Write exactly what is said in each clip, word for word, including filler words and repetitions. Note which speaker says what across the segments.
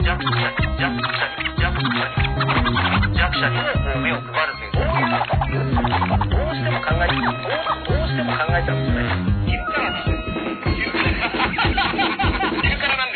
Speaker 1: 者にも目を配るという、どういうことっていうのをどうしても考えてどうしても考えちゃうんですね。昼からなんです。昼からなんです。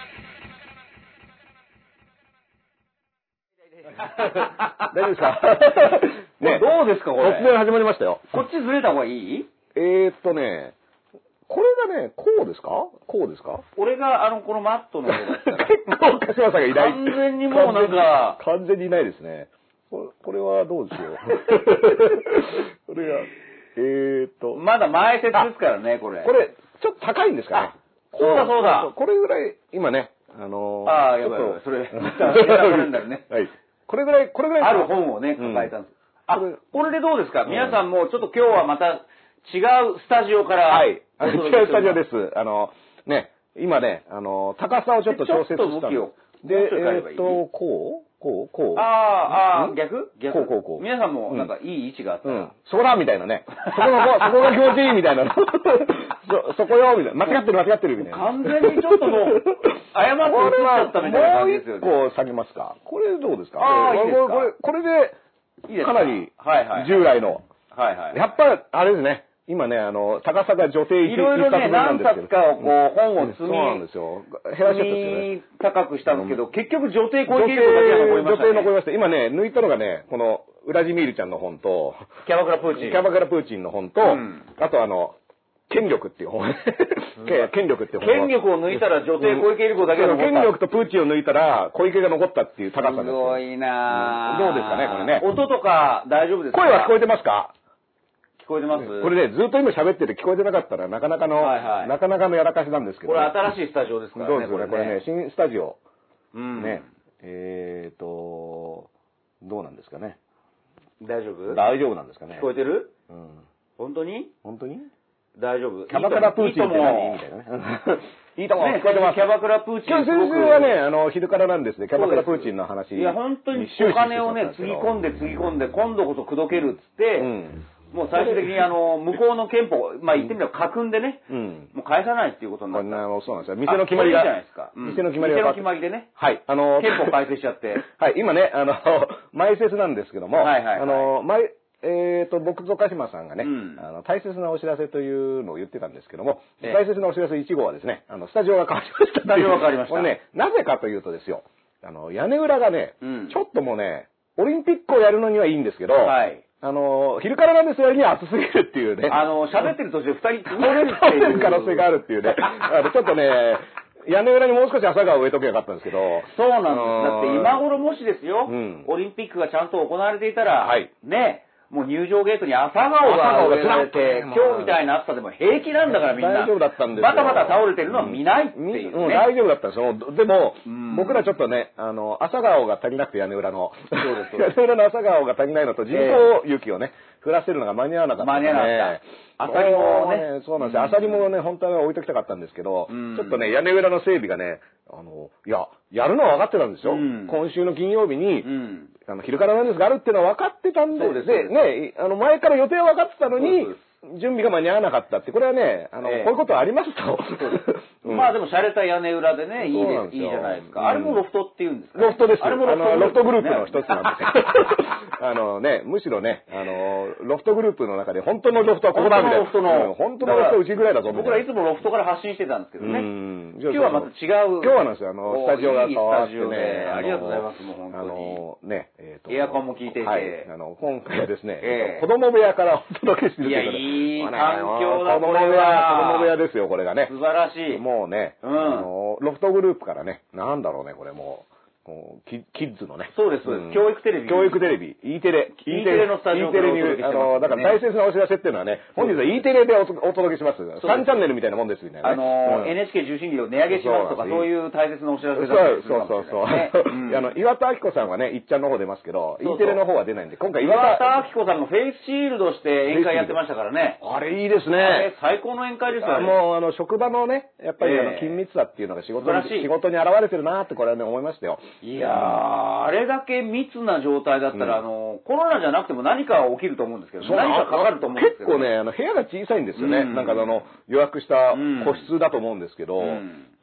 Speaker 2: 大丈夫ですか
Speaker 3: ね、どうですかこれ。
Speaker 2: 突然始まりましたよ。
Speaker 3: こっちずれた方がいい？
Speaker 2: えーっとね、これがね、こうですかこうですか
Speaker 3: 俺があの、このマットの方だったら。
Speaker 2: 結構、鹿島さんがいない。
Speaker 3: 完全にもうなんか。
Speaker 2: 完全にいないですね。これ、これはどうでしょう。これが、えーっと。
Speaker 3: まだ前説ですからね、これ。
Speaker 2: これ、ちょっと高いんですかね。
Speaker 3: そうだそうだ。
Speaker 2: これぐらい、今ね、あのー、
Speaker 3: ああ、やばいやばい。それ、ね。
Speaker 2: はい。これぐらい、これぐらい。
Speaker 3: ある本をね、抱えたんです。あ、これでどうですか？皆さんもちょっと今日はまた違うスタジオから。
Speaker 2: はい。違うスタジオです。あの、ね、今ね、あの、高さをちょっと調節したんで。で、えっと、こうこうこう
Speaker 3: ああ、ああ、逆逆
Speaker 2: こうこうこう。
Speaker 3: 皆さんもなんかいい位置があったら。
Speaker 2: そこだみたいなね。そこの、そこが気持ちいいみたいな。そ、そこよみたいな。間違ってる間違ってるみたいな。
Speaker 3: 完全にちょっともう、誤って映っちゃったみたいな感じですよね。
Speaker 2: もう一個下げますか。これどうですか？
Speaker 3: ああ、いいですか。
Speaker 2: これ、これで、かなり、従来の。
Speaker 3: はいはい。
Speaker 2: やっぱ、あれですね。今ね、あの、高さが女性
Speaker 3: いろいろね、何冊かをこう、本を積み、
Speaker 2: そうなんですよ。減らしちゃったんですよね。
Speaker 3: 高くしたんですけど、結局女帝小池百合子だけが残りましたね。
Speaker 2: 女帝残りました。今ね、抜いたのがね、この、ウラジミールちゃんの本と、
Speaker 3: キャバクラプーチン。
Speaker 2: キャバクラプーチンの本と、あとあの、権力っていう本。権力っていう本。
Speaker 3: 権力を抜いたら女帝小池百合子だけが残った。
Speaker 2: 権力とプーチンを抜いたら小池が残ったっていう高さです。
Speaker 3: すごいなぁ。
Speaker 2: どうですかね、これね。
Speaker 3: 音とか大丈夫ですか？
Speaker 2: 声は聞こえてますか？
Speaker 3: 聞こえてます？
Speaker 2: これね、ずっと今喋ってて聞こえてなかったらなかなかの、なかなかのやらかしなんですけど。
Speaker 3: これ新しいスタジオですからね。
Speaker 2: そうですよね、これね、新スタジオ。
Speaker 3: うん。
Speaker 2: ね。えーと、どうなんですかね。
Speaker 3: 大丈夫？
Speaker 2: 大丈夫なんですかね。
Speaker 3: 聞こえてる？
Speaker 2: うん。
Speaker 3: 本当に？
Speaker 2: 本当に？
Speaker 3: 大丈夫。
Speaker 2: キャバクラプーチンって何みたいなね。いいとも聞こえてます。
Speaker 3: キャバクラプーチン。
Speaker 2: 今日先生はね、あの、昼からなんですね。キャバクラプーチンの話。
Speaker 3: いや、本当にお金をね、つぎ込んでつぎ込んで、今度こそ口説けるっつって、もう最終的にあの、向こうの憲法、まあ言ってみれば家訓でね、もう返さないっていうことになった。
Speaker 2: そうなんですよ。店の決まりが。
Speaker 3: じゃないですか。
Speaker 2: 店の決まりが。
Speaker 3: 店の決まりでね。
Speaker 2: はい。あの、
Speaker 3: 憲法改正しちゃって。
Speaker 2: はい。今ね、あの、前説なんですけども、
Speaker 3: はいはい。
Speaker 2: あの、前、えっと、僕と鹿島さんがね、あの、大切なお知らせというのを言ってたんですけども、大切なお知らせいち号はですね、あの、スタジオが変わりました。
Speaker 3: スタジオが変わりました。
Speaker 2: これね、なぜかというとですよ、あの、屋根裏がね、ちょっともうね、オリンピックをやるのにはいいんですけど、はい。あの、昼からなんですよりに暑すぎるっていうね。
Speaker 3: あの、喋ってる途中二人倒れるっていう
Speaker 2: 可能性があるっていうね。あの、ちょっとね、屋根裏にもう少し朝顔を植えとけばよかったんですけど。
Speaker 3: そうなんです。だって今頃もしですよ、オリンピックがちゃんと行われていたら、はい、ね、もう入場ゲートに朝顔が植えられて、今日みたいな暑さでも平気なんだからみんな。
Speaker 2: 大丈夫だったんですよ。
Speaker 3: バタバタ倒れてるのは見ないっていう、ね。
Speaker 2: うん、大丈夫だったんですよ。でも、僕らちょっとね、あの、朝顔が足りなくて屋根裏の。
Speaker 3: そうです。
Speaker 2: 屋根裏の朝顔が足りないのと人工雪をね、降らせるのが間に合わなかった。
Speaker 3: 間に合わなかった。アサリもね。
Speaker 2: そうなんですよ。アサリもね、本当は置いときたかったんですけど、ちょっとね、屋根裏の整備がね、あの、いや、やるのは分かってたんですよ。今週の金曜日に、あの、昼からなんですがあるっていうのは分かってたんで、で、ね、あの、前から予定は分かってたのに、準備が間に合わなかったって、これはね、あの、こういうことありますと。
Speaker 3: まあでも、洒落た屋根裏でね、いいいいじゃないですか。あれもロフトって言うんですか？
Speaker 2: ロフトですよ。あれもロフトグループの一つなんですよ。あのね、むしろね、あの、ロフトグループの中で本当のロフトはここだみたいな。本当のロフトの。本当のロフトはうちぐらいだと思う。
Speaker 3: 僕らいつもロフトから発信してたんですけどね。今日はまた違う。
Speaker 2: 今日はなんですよ、あの、スタジオが変わってね。
Speaker 3: ありがとうございます、もう本当に。あの、
Speaker 2: ね、えっと。
Speaker 3: エアコンも効いていて。
Speaker 2: はい。あの、今回はですね、子供部屋からお届けしてる
Speaker 3: いや、いい環境だ、
Speaker 2: 子供部屋、子供部屋ですよ、これがね。
Speaker 3: 素晴らしい。
Speaker 2: もうね、あの、ロフトグループからね、なんだろうね、これもう。キッズのね。
Speaker 3: そうです。教育テレビ。
Speaker 2: 教育テレビ。E テレ。
Speaker 3: E テレのスタジオ
Speaker 2: E テレに、あの、だから大切なお知らせっていうのはね、本日は E テレでお届けします。さんチャンネルみたいなもんですみたいな。
Speaker 3: あの、エヌエイチケー 受信料値上げしますとか、そういう大切なお知らせだ
Speaker 2: そうそうそうそう。あの、岩田明子さんはね、いっちゃんの方出ますけど、E テレの方は出ないんで、今回
Speaker 3: 岩田明子さんのフェイスシールドして宴会やってましたからね。
Speaker 2: あれいいですね。
Speaker 3: あれ最高の宴会ですよね。
Speaker 2: もう、あの、職場のね、やっぱりあの、緊密さっていうのが仕事に、仕事に現れてるなってこれはね、思いましたよ。
Speaker 3: いやー、あれだけ密な状態だったら、あの、コロナじゃなくても何か起きると思うんですけど、何かかかると思うんですけど。
Speaker 2: 結構ね、あの、部屋が小さいんですよね。なんかあの、予約した個室だと思うんですけど、だから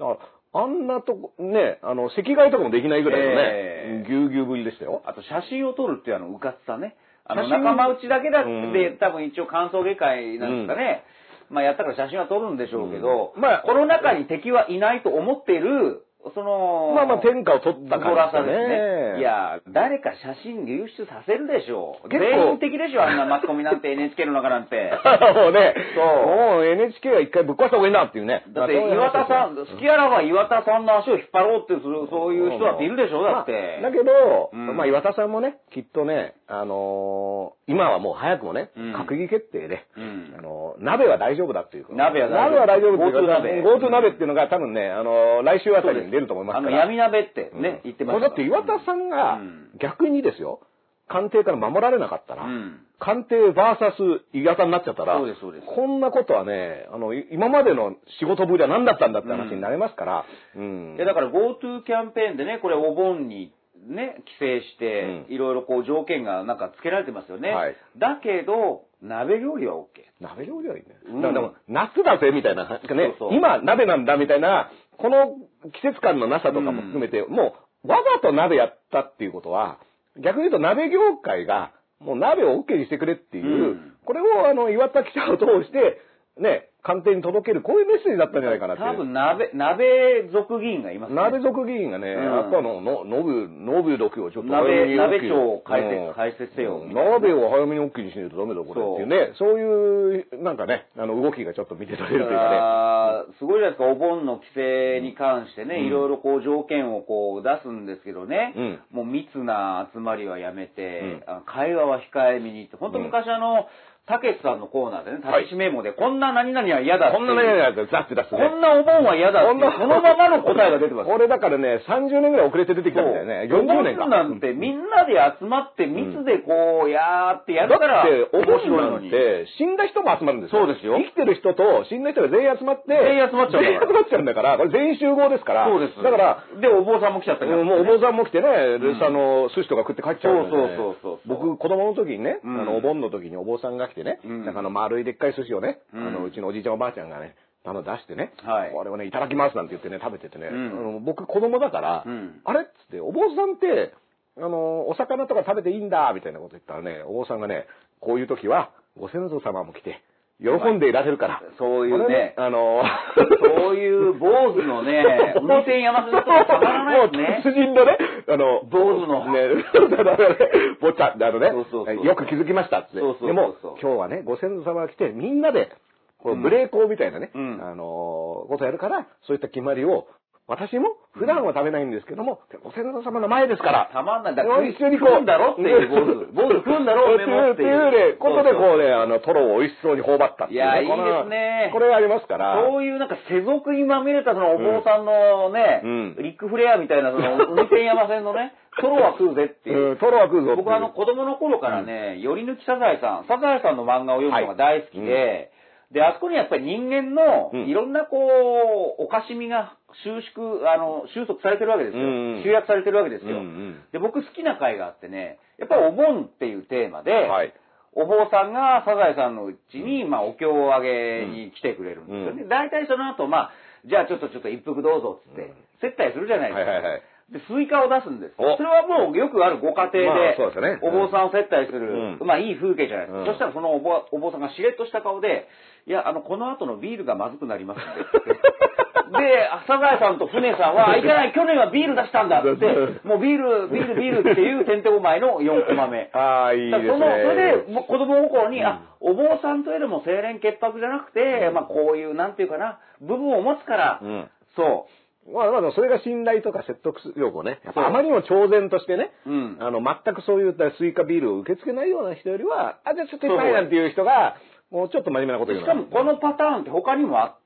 Speaker 2: あんなとこ、ね、あの、席替えとかもできないぐらいのね、えー、ぎゅうぎゅうぶりでしたよ。
Speaker 3: あと写真を撮るっていうあの、うかつさね。あの、仲間内だけだって、うん、多分一応歓送迎会なんですかね。うん、まあやったから写真は撮るんでしょうけど、うん、まあ、この中に敵はいないと思っている、その、
Speaker 2: まあまあ天下を取った感じです
Speaker 3: ね。いや、誰か写真流出させるでしょう。全員的でしょ、あんなマスコミなんて エヌエイチケー の中なんて。
Speaker 2: もうね、そう。もう エヌエイチケー は一回ぶっ壊した方がいいなっていうね。
Speaker 3: だって岩田さん、好きあらば岩田さんの足を引っ張ろうってする、そういう人だっているでしょ、だって。
Speaker 2: まあ、だけど、うん、まあ岩田さんもね、きっとね、あのー、今はもう早くもね、うん、閣議決定で、うん、あのー、鍋は大丈夫だっていう。
Speaker 3: 鍋は大丈夫。
Speaker 2: 鍋は大丈夫っていうか、GoTo 鍋っていうのが多分ね、あのー、来週あたりに出ると思いますから。
Speaker 3: あの闇鍋ってね、言ってました。
Speaker 2: だって岩田さんが逆にですよ、官邸から守られなかったら、うん、官邸バーサス岩田になっちゃったら、そうですそうです、こんなことはね、あの、今までの仕事ぶりは何だったんだって話になりますから、
Speaker 3: うん。いやだから GoTo キャンペーンでね、これお盆にね、規制して、いろいろこう条件がなんかつけられてますよね。はい、だけど、鍋料理は OK。
Speaker 2: 鍋料理はいいね。うん、だからでも、夏だぜみたいな、ね、そうそう今鍋なんだみたいな、この季節感のなさとかも含めて、うん、もう、わざと鍋やったっていうことは、逆に言うと鍋業界が、もう鍋を OK にしてくれっていう、うん、これをあの、岩田記者を通して、ね、官邸に届ける、こういうメッセージだったんじゃないかなって。
Speaker 3: 多分、鍋、鍋族議員がいますね。
Speaker 2: 鍋族議員がね、やっぱの、の、のぶ、のぶどきをちょっと
Speaker 3: 鍋、鍋庁を解説、解説せよ。
Speaker 2: 鍋を早めに OK にしないとダメだ、これっていうね。そういう、なんかね、あの、動きがちょっと見て取れるというか
Speaker 3: ね。すごいじゃないですか、お盆の規制に関してね、いろいろこう条件をこう出すんですけどね、うん、もう密な集まりはやめて、うん、会話は控えめにって、本当昔あの、たけしさんのコーナーでね、立ちメモで、こんな何々は嫌だって。
Speaker 2: こんな何々は嫌だって、ザッて出すね。
Speaker 3: こんなお盆は嫌だって。こんな、そのままの答えが出てます。
Speaker 2: これだからね、さんじゅうねんぐらい遅れて出てきたみたいね。よんじゅうねんか。
Speaker 3: お盆なんてみんなで集まって密でこう、やーってやるから。
Speaker 2: だって、お盆なんて死んだ人も集まるんですよ。
Speaker 3: そうですよ。
Speaker 2: 生きてる人と死んだ人が全員集まって。
Speaker 3: 全員集まっちゃう
Speaker 2: 全員集まっちゃうんだから、これ全員集合ですから。
Speaker 3: そうです。
Speaker 2: だから、
Speaker 3: で、お坊さんも来ちゃったから。
Speaker 2: もうお坊さんも来てね、あの、寿司とか食って帰っちゃうんで。
Speaker 3: そうそうそう。
Speaker 2: 僕、子供の時にね、あの、お盆の時にお坊さんが来てね、なんかあの、丸いでっかい寿司をね、うん、あのうちのおじいちゃんおばあちゃんがね、あの出してね、はい、これをね、いただきますなんて言ってね、食べててね、うん、あの僕子供だから、うん、あれっつって、お坊さんって、あの、お魚とか食べていいんだ、みたいなこと言ったらね、お坊さんがね、こういう時は、ご先祖様も来て、喜んでいられるから。
Speaker 3: そういうね、ね
Speaker 2: あの、
Speaker 3: そういう坊主のね、運転山するとたまらないですね。
Speaker 2: 達人のね、あの、
Speaker 3: 坊主の。
Speaker 2: ね、ぼっちゃん、あのね、そうそうそうよく気づきましたって。そうそうそうそうでも、今日はね、ご先祖様が来て、みんなで、この無礼講みたいなね、うん、あの、ことやるから、そういった決まりを、私も普段は食べないんですけども、ご先祖様の前ですから。
Speaker 3: たまんない。だから一緒に食うんだろっていう坊主。坊主食うんだろう、メモっていう。
Speaker 2: っていうね、ことでこうね、あの、トロを美味しそうに頬張ったっていう、ね。
Speaker 3: いや、いいですね。
Speaker 2: これありますから。
Speaker 3: そういうなんか世俗にまみれたそのお坊さんのね、うん、リックフレアみたいなその、海天山線のね、トロは食うぜっていう。
Speaker 2: うん、トロは食うぞって。
Speaker 3: 僕あの子供の頃からね、より抜きサザエさん、サザエさんの漫画を読むのが大好きで、はいうんで、あそこにやっぱり人間のいろんなこう、おかしみが収縮、あの、収束されてるわけですよ。うんうん、集約されてるわけですよ、うんうん。で、僕好きな回があってね、やっぱりお盆っていうテーマで、はい、お坊さんがサザエさんのうちに、まあ、お経をあげに来てくれるんですよね。うん、大体その後、まあ、じゃあちょっとちょっと一服どうぞっつって、接待するじゃないですか。はいはいはいで、スイカを出すんです。それはもうよくあるご家庭で、お坊さんを接待する、まあいい風景じゃないですか。そしたらそのお坊、お坊さんがしれっとした顔で、いや、あの、この後のビールがまずくなりますんで。で、サザエさんと船さんは、いけない、去年はビール出したんだって、もうビール、ビール、ビールっていうてんてこまいのよんコマ目。
Speaker 2: ああ、いいですね。その、
Speaker 3: それで、子供心に、あ、お坊さんといえども清廉潔白じゃなくて、まあこういう、なんていうかな、部分を持つから、そう。
Speaker 2: まあ、まあ、それが信頼とか説得力をね、やっぱあまりにも超然としてね、うん、あの、全くそういったスイカビールを受け付けないような人よりは、あ、じゃあちょっと一杯なんていう人が、もうちょっと真面目なこと言う
Speaker 3: しかもこのパターンって他にもあって、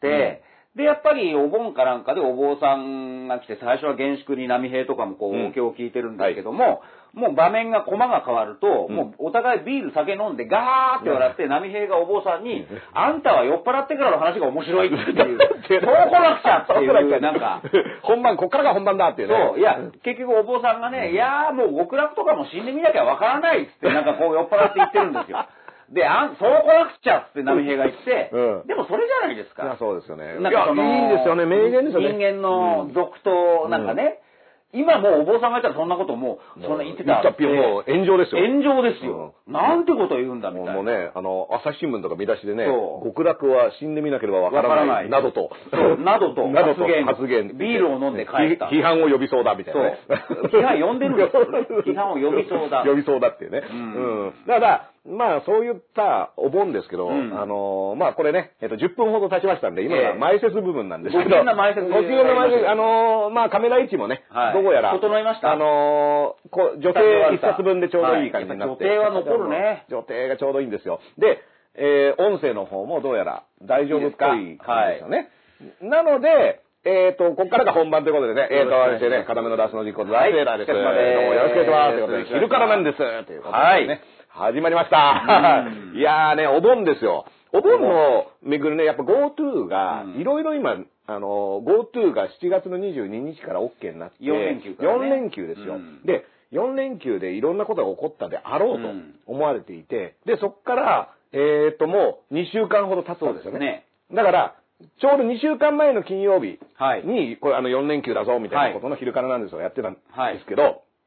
Speaker 3: うん、で、やっぱりお盆かなんかでお坊さんが来て、最初は厳粛に波平とかもこう、お経を聞いてるんですけども、うんはいもう場面が、コマが変わると、うん、もうお互いビール酒飲んでガーって笑って、波平がお坊さんに、あんたは酔っ払ってからの話が面白いっていう、そう来なくちゃっていう、なんか、
Speaker 2: 本番、こっからが本番だっていうね。
Speaker 3: そう、いや、結局お坊さんがね、いやーもう極楽とかも死んでみなきゃわからないっつって、なんかこう酔っ払って言ってるんですよ。 で、あん、そう来なくちゃって波平が言って、うん、でもそれじゃないですか。
Speaker 2: いや、そうですよね。
Speaker 3: なんかその、
Speaker 2: いいですよね、名言ですよね。
Speaker 3: 人間の俗と、なんかね、うん今もうお坊さんが言ったらそんなこともう、そんな言ってたら。
Speaker 2: もう炎上ですよ。
Speaker 3: 炎上ですよ。うん、なんてことを言うんだみたいな。
Speaker 2: もうね、あの、朝日新聞とか見出しでね、極楽は死んでみなければわからない。ないなどと。
Speaker 3: などと。
Speaker 2: などと発言。
Speaker 3: ビールを飲んで帰った。
Speaker 2: 批判を呼びそうだみたいなね。
Speaker 3: 批判呼んでるんですよね。批判を呼びそうだ。
Speaker 2: 呼びそうだっていうね。うん。だから、まあ、そういったお盆ですけど、うん、あのー、まあ、これね、えっと、じゅっぷんほど経ちましたんで、今が前説部分なんですけど、ご機嫌
Speaker 3: な前説。
Speaker 2: ご機嫌な前説、あのー、まあ、カメラ位置もね、はい、どうやら、
Speaker 3: 整いました。
Speaker 2: あのー、こう、女性一冊分でちょうどいい感じになって。
Speaker 3: 女帝は残るね。
Speaker 2: 女帝がちょうどいいんですよ。で、えー、音声の方もどうやら大丈夫っぽい感じですよね。はい、なので、えっ、ー、と、ここからが本番ということでね、えっ、ー、と、私ね、片目の出すの実行のライセーラーです。どうもよろしくお願いします。ということで、昼からなんです。ということでね。はい始まりました。いやーね、お盆ですよ。お盆の巡るね、やっぱ GoTo が、いろいろ今、あの、GoTo がしちがつのにじゅうににちから OK になって、
Speaker 3: よん連休からね。
Speaker 2: よん連休ですよ。うん、で、よん連休でいろんなことが起こったであろうと思われていて、で、そこから、えっと、もうにしゅうかんほど経つんですよね。ねだから、ちょうどにしゅうかんまえの金曜日に、はい、これあのよん連休だぞ、みたいなことの昼からなんですよ、やってたんですけど、はい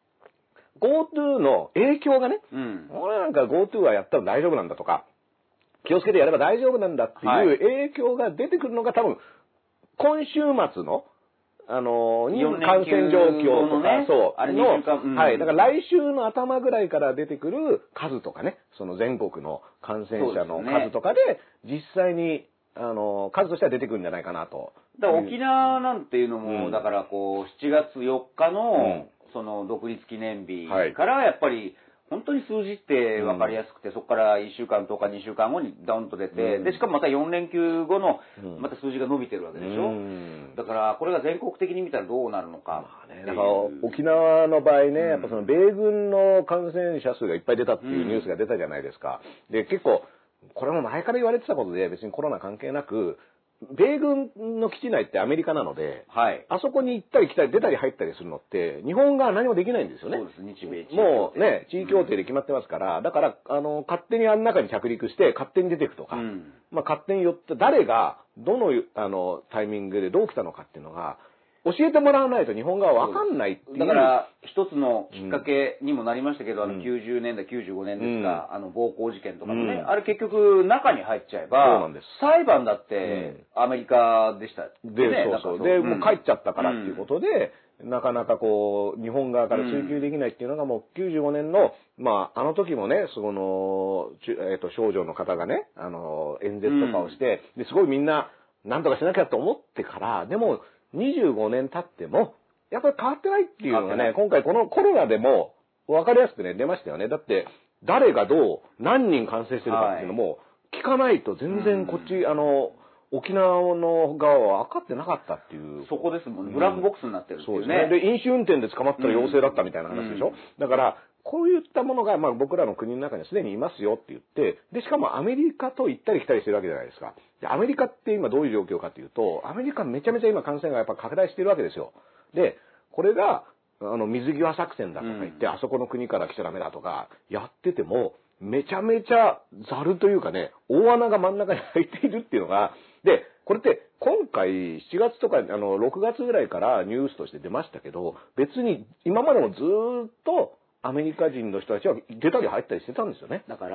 Speaker 2: GoTo の影響がね、うん、俺なんか GoTo はやったら大丈夫なんだとか、気をつけてやれば大丈夫なんだっていう影響が出てくるのが多分、今週末の、あのー、感染状況とか、ね、そう、あれの、うん、はい、だから来週の頭ぐらいから出てくる数とかね、その全国の感染者の数とかで、実際に、あのー、数としては出てくるんじゃないかなと。
Speaker 3: だから沖縄なんていうのも、うん、だからこう、しちがつよっかの、うんその独立記念日からやっぱり本当に数字って分かりやすくて、うん、そこからいっしゅうかんとおかにしゅうかんごにダウンと出て、うん、でしかもまたよん連休後のまた数字が伸びてるわけでしょ、うん、だからこれが全国的に見たらどうなるのか、
Speaker 2: まあね、だから沖縄の場合ね、やっぱその米軍の感染者数がいっぱい出たっていうニュースが出たじゃないですか。で結構これも前から言われてたことで別にコロナ関係なく米軍の基地内ってアメリカなので、はい、あそこに行ったり来たり出たり入ったりするのって日本が何もできないんですよね。
Speaker 3: そうです、日米地位
Speaker 2: もうね、地位協定で決まってますから、うん、だからあの勝手にあの中に着陸して勝手に出ていくとか、うん、まあ勝手によって誰がどのあのタイミングでどう来たのかっていうのが教えてもらわないと日本側は分かんないっていう。
Speaker 3: だから一つのきっかけにもなりましたけど、うん、あのきゅうじゅうねんだいきゅうじゅうごねんですか、うん、あの暴行事件とかもね、うん、あれ結局中に入っちゃえばそうなんです裁判だってアメリカでした、
Speaker 2: うん、で、ね、そうそうで、うん、もう帰っちゃったからっていうことで、うん、なかなかこう日本側から追及できないっていうのがもうきゅうじゅうごねんのまああの時もねその、えー、と少女の方がねあの演説とかをして、うん、ですごいみんななんとかしなきゃと思ってからでもにじゅうごねん経っても、やっぱり変わってないっていうのがね、今回このコロナでも分かりやすくね、出ましたよね。だって、誰がどう、何人感染してるかっていうのも、聞かないと全然こっち、あの、沖縄の側は分かってなかったっていう。
Speaker 3: そこですもんね。ブラックボックスになってるっていうね。
Speaker 2: そうですね。で、飲酒運転で捕まったら陽性だったみたいな話でしょ。だから、こういったものが、まあ僕らの国の中にはすでにいますよって言って、で、しかもアメリカと行ったり来たりしてるわけじゃないですか。で、アメリカって今どういう状況かっていうと、アメリカめちゃめちゃ今感染がやっぱ拡大してるわけですよ。で、これが、あの、水際作戦だとか言って、うん、あそこの国から来ちゃダメだとか、やってても、めちゃめちゃザルというかね、大穴が真ん中に入っているっていうのが、で、これって今回しちがつとか、あの、ろくがつぐらいからニュースとして出ましたけど、別に今までもずっと、アメリカ人の人たちは出たり入ったりしてたんですよね。
Speaker 3: だから、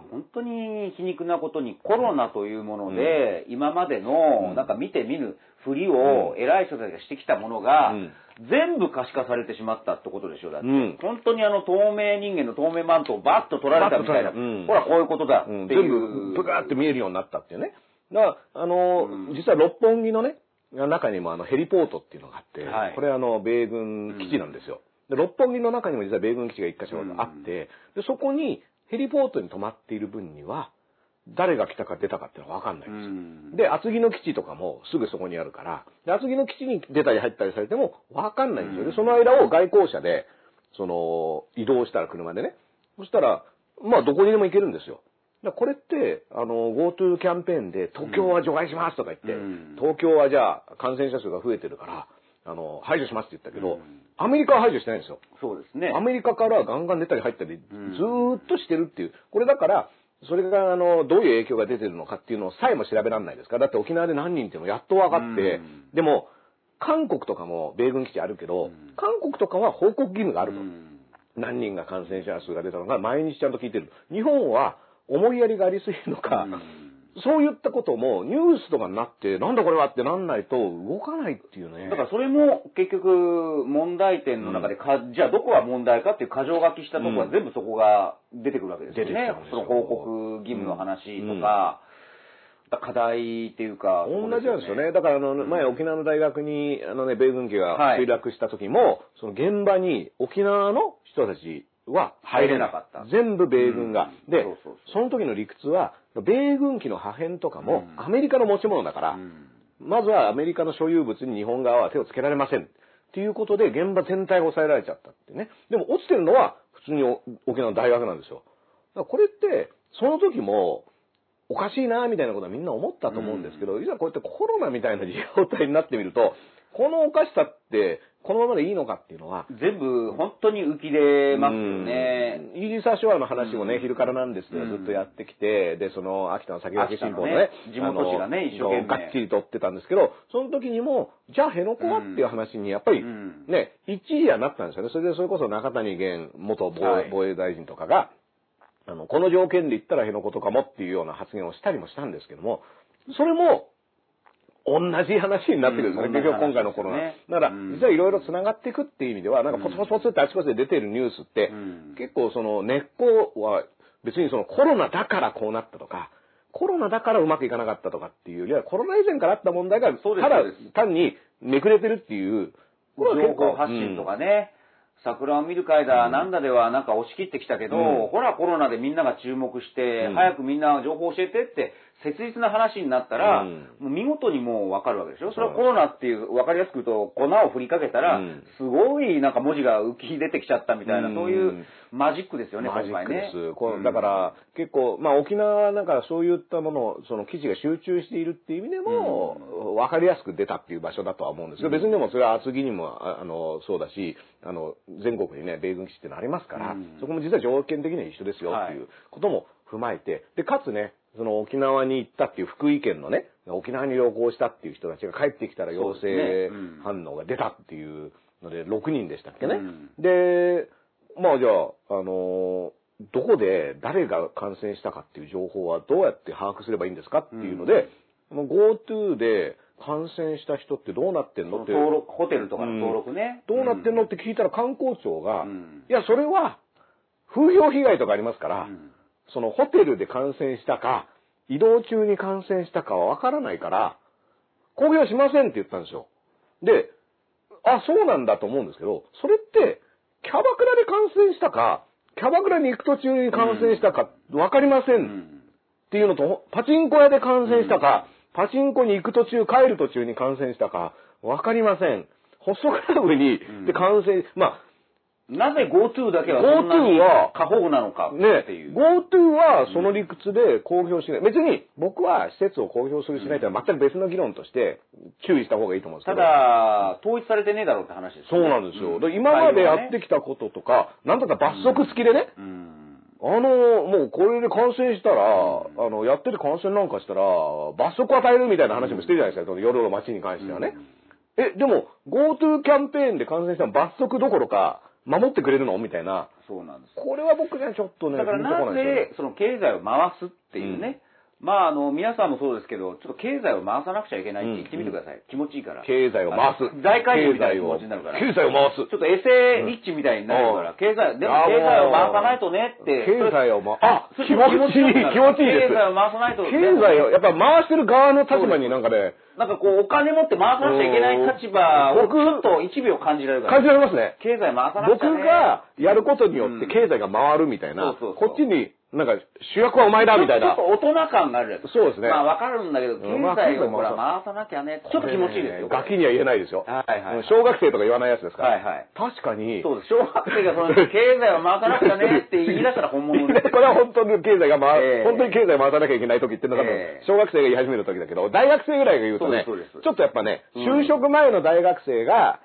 Speaker 3: 本当に皮肉なことにコロナというもので、うん、今までの、なんか見て見ぬふりを偉い人たちがしてきたものが、うん、全部可視化されてしまったってことでしょ。だって、うん、本当にあの透明人間の透明マントをバッと取られたみたいな、うん、ほらこういうことだっていう。
Speaker 2: 全部ブガーって見えるようになったっていうね。だから、あの、実は六本木のね、中にもあのヘリポートっていうのがあって、はい、これあの米軍基地なんですよ。で六本木の中にも実は米軍基地が一箇所あって、うん、でそこにヘリポートに泊まっている分には誰が来たか出たかっていうのは分かんないんですよ。うん、で厚木の基地とかもすぐそこにあるからで厚木の基地に出たり入ったりされても分かんないんですよ。でその間を外交車でその移動したら車でねそしたらまあどこにでも行けるんですよ。だこれってあの GoTo キャンペーンで東京は除外しますとか言って、うん、東京はじゃあ感染者数が増えてるからあの排除しますって言ったけど、うん、アメリカは排除してないんですよ。
Speaker 3: そうですね。
Speaker 2: アメリカからガンガン出たり入ったり、ずーっとしてるっていう。これだから、 それが、あの、どういう影響が出てるのかっていうのをさえも調べられないですから。だって沖縄で何人っていうのやっと分かって、でも、韓国とかも米軍基地あるけど、韓国とかは報告義務があると。何人が感染者数が出たのか、毎日ちゃんと聞いてる。日本は思いやりがありすぎるのか、そういったこともニュースとかになって、なんだこれはってなんないと動かないっていうね。
Speaker 3: だからそれも結局問題点の中でか、うん、じゃあどこが問題かっていう箇条書きしたところは全部そこが出てくるわけですよね。うん、その報告義務の話とか、うん、課題っていうか、
Speaker 2: 同じなんですよね。だからあの、前沖縄の大学にあのね、米軍機が墜落した時も、はい、その現場に沖縄の人たちは入れなかった。全部米軍が。うん、でそうそうそう、その時の理屈は、米軍機の破片とかもアメリカの持ち物だから、うん、まずはアメリカの所有物に日本側は手をつけられません。っていうことで現場全体が抑えられちゃったってね。でも落ちてるのは普通に沖縄の大学なんですよ。だからこれって、その時もおかしいなみたいなことはみんな思ったと思うんですけど、うん、いざこうやってコロナみたいな状態になってみると、このおかしさってこのままでいいのかっていうのは
Speaker 3: 全部本当に浮き出ますよね。
Speaker 2: イージス・アショアの話をね、昼からなんですけどずっとやってきて、でその秋田の先駆け新報のね、
Speaker 3: 地元紙がね一生懸命
Speaker 2: がっちりとってたんですけど、その時にもじゃあ辺野古はっていう話にやっぱりね、一時はなったんですよね。それでそれこそ中谷元元防衛大臣とかが、あのこの条件で言ったら辺野古とかもっていうような発言をしたりもしたんですけども、それも同じ話になってくるんですね、うん、結局今回のコロナ。ね、だから、うん、実はいろいろ繋がっていくっていう意味では、なんかポツポツポツってあちこちで出てるニュースって、うん、結構その根っこは別にそのコロナだからこうなったとか、コロナだからうまくいかなかったとかっていうよりは、コロナ以前からあった問題が、ただ単にめくれてるっていう、
Speaker 3: これは情報発信とかね、うん、桜を見る会だ、なんだではなんか押し切ってきたけど、うん、ほらコロナでみんなが注目して、うん、早くみんな情報教えてって、切実な話になったら、うん、もう見事にもう分かるわけでしょ。それはコロナっていう分かりやすく言うと粉を振りかけたら、うん、すごいなんか文字が浮き出てきちゃったみたいな、うん、そういうマジックですよね、
Speaker 2: マジックです。今回ね。だから結構、まあ沖縄なんかそういったもの、その記事が集中しているっていう意味でも、うん、分かりやすく出たっていう場所だとは思うんですけど、別にでもそれは厚木にもあのそうだし、あの全国にね米軍基地っていうのありますから、うん、そこも実は条件的には一緒ですよっていうことも踏まえて、でかつね、その沖縄に行ったっていう福井県のね、沖縄に旅行したっていう人たちが帰ってきたら陽性反応が出たっていうのでろくにんでしたっけね。うん、で、まあじゃあ、あの、どこで誰が感染したかっていう情報はどうやって把握すればいいんですかっていうので、うん、GoTo で感染した人ってどうなってんのって。
Speaker 3: 登録、ホテルとかの登録ね。
Speaker 2: うん、どうなってんのって聞いたら観光庁が、うん、いや、それは風評被害とかありますから、うんそのホテルで感染したか、移動中に感染したかはわからないから、公表しませんって言ったんですよ。で、あ、そうなんだと思うんですけど、それって、キャバクラで感染したか、キャバクラに行く途中に感染したか、わかりませんっていうのと、パチンコ屋で感染したか、パチンコに行く途中、帰る途中に感染したか、わかりません。ホストクラブに、で感染、まあ、
Speaker 3: なぜ GoTo だけはそんなに過保護なのかっていう。
Speaker 2: ね、GoTo はその理屈で公表しない。別に僕は施設を公表するしないというのは全く別の議論として注意した方がいいと思うんですけど。
Speaker 3: ただ、統一されてねえだろうって話です
Speaker 2: よね。そうなんですよ。うん、今までやってきたこととか、なんだったら罰則付きでね、うん、あの、もうこれで感染したら、うん、あの、やってて感染なんかしたら、罰則与えるみたいな話もしてるじゃないですか、うん、夜の街に関してはね。うん、え、でも、GoTo キャンペーンで感染したら罰則どころか、守ってくれるのみたいな。
Speaker 3: そうなんです。
Speaker 2: これは僕にはちょっとね。
Speaker 3: だからなぜ、その経済を回すっていうね。うん、まあ、あの、皆さんもそうですけど、ちょっと経済を回さなくちゃいけないって言ってみてください。うん、気持ちいいから。
Speaker 2: 経済を回す。
Speaker 3: 大会議みたいな気持ちになるから。
Speaker 2: 経済を回す。
Speaker 3: ちょっとエセリッチみたいになるから、経済、でも経済を回さないとねって。
Speaker 2: 経済を回、あ、気持ちいい、気持ちいいです。
Speaker 3: 経済を回さないと。
Speaker 2: 経済を、やっぱ回してる側の立場になんかね、
Speaker 3: なんかこう、お金持って回さなきゃいけない立場をちょっと一秒感じられるから。
Speaker 2: 感じられますね。
Speaker 3: 経済回さなきゃね。
Speaker 2: 僕がやることによって経済が回るみたいな、こっちに、なんか主役はお前だみたいな。
Speaker 3: ちょっと大人感があるやつ。
Speaker 2: そうですね。
Speaker 3: まあわかるんだけど、経済をほら回さなきゃね。ちょっと気持ちいいですよ。
Speaker 2: ガキには言えないですよ。
Speaker 3: はいはい。
Speaker 2: 小学生とか言わないやつですから。
Speaker 3: はいはい。
Speaker 2: 確かに。
Speaker 3: そうです。小学生がその経済を回さなきゃねって言い出したら本物です。
Speaker 2: これは本当に経済が回る、本当に経済を回さなきゃいけない時っていうのが小学生が言い始める時だけど、大学生ぐらいが言うとね、ちょっとやっぱね、就職前の大学生が、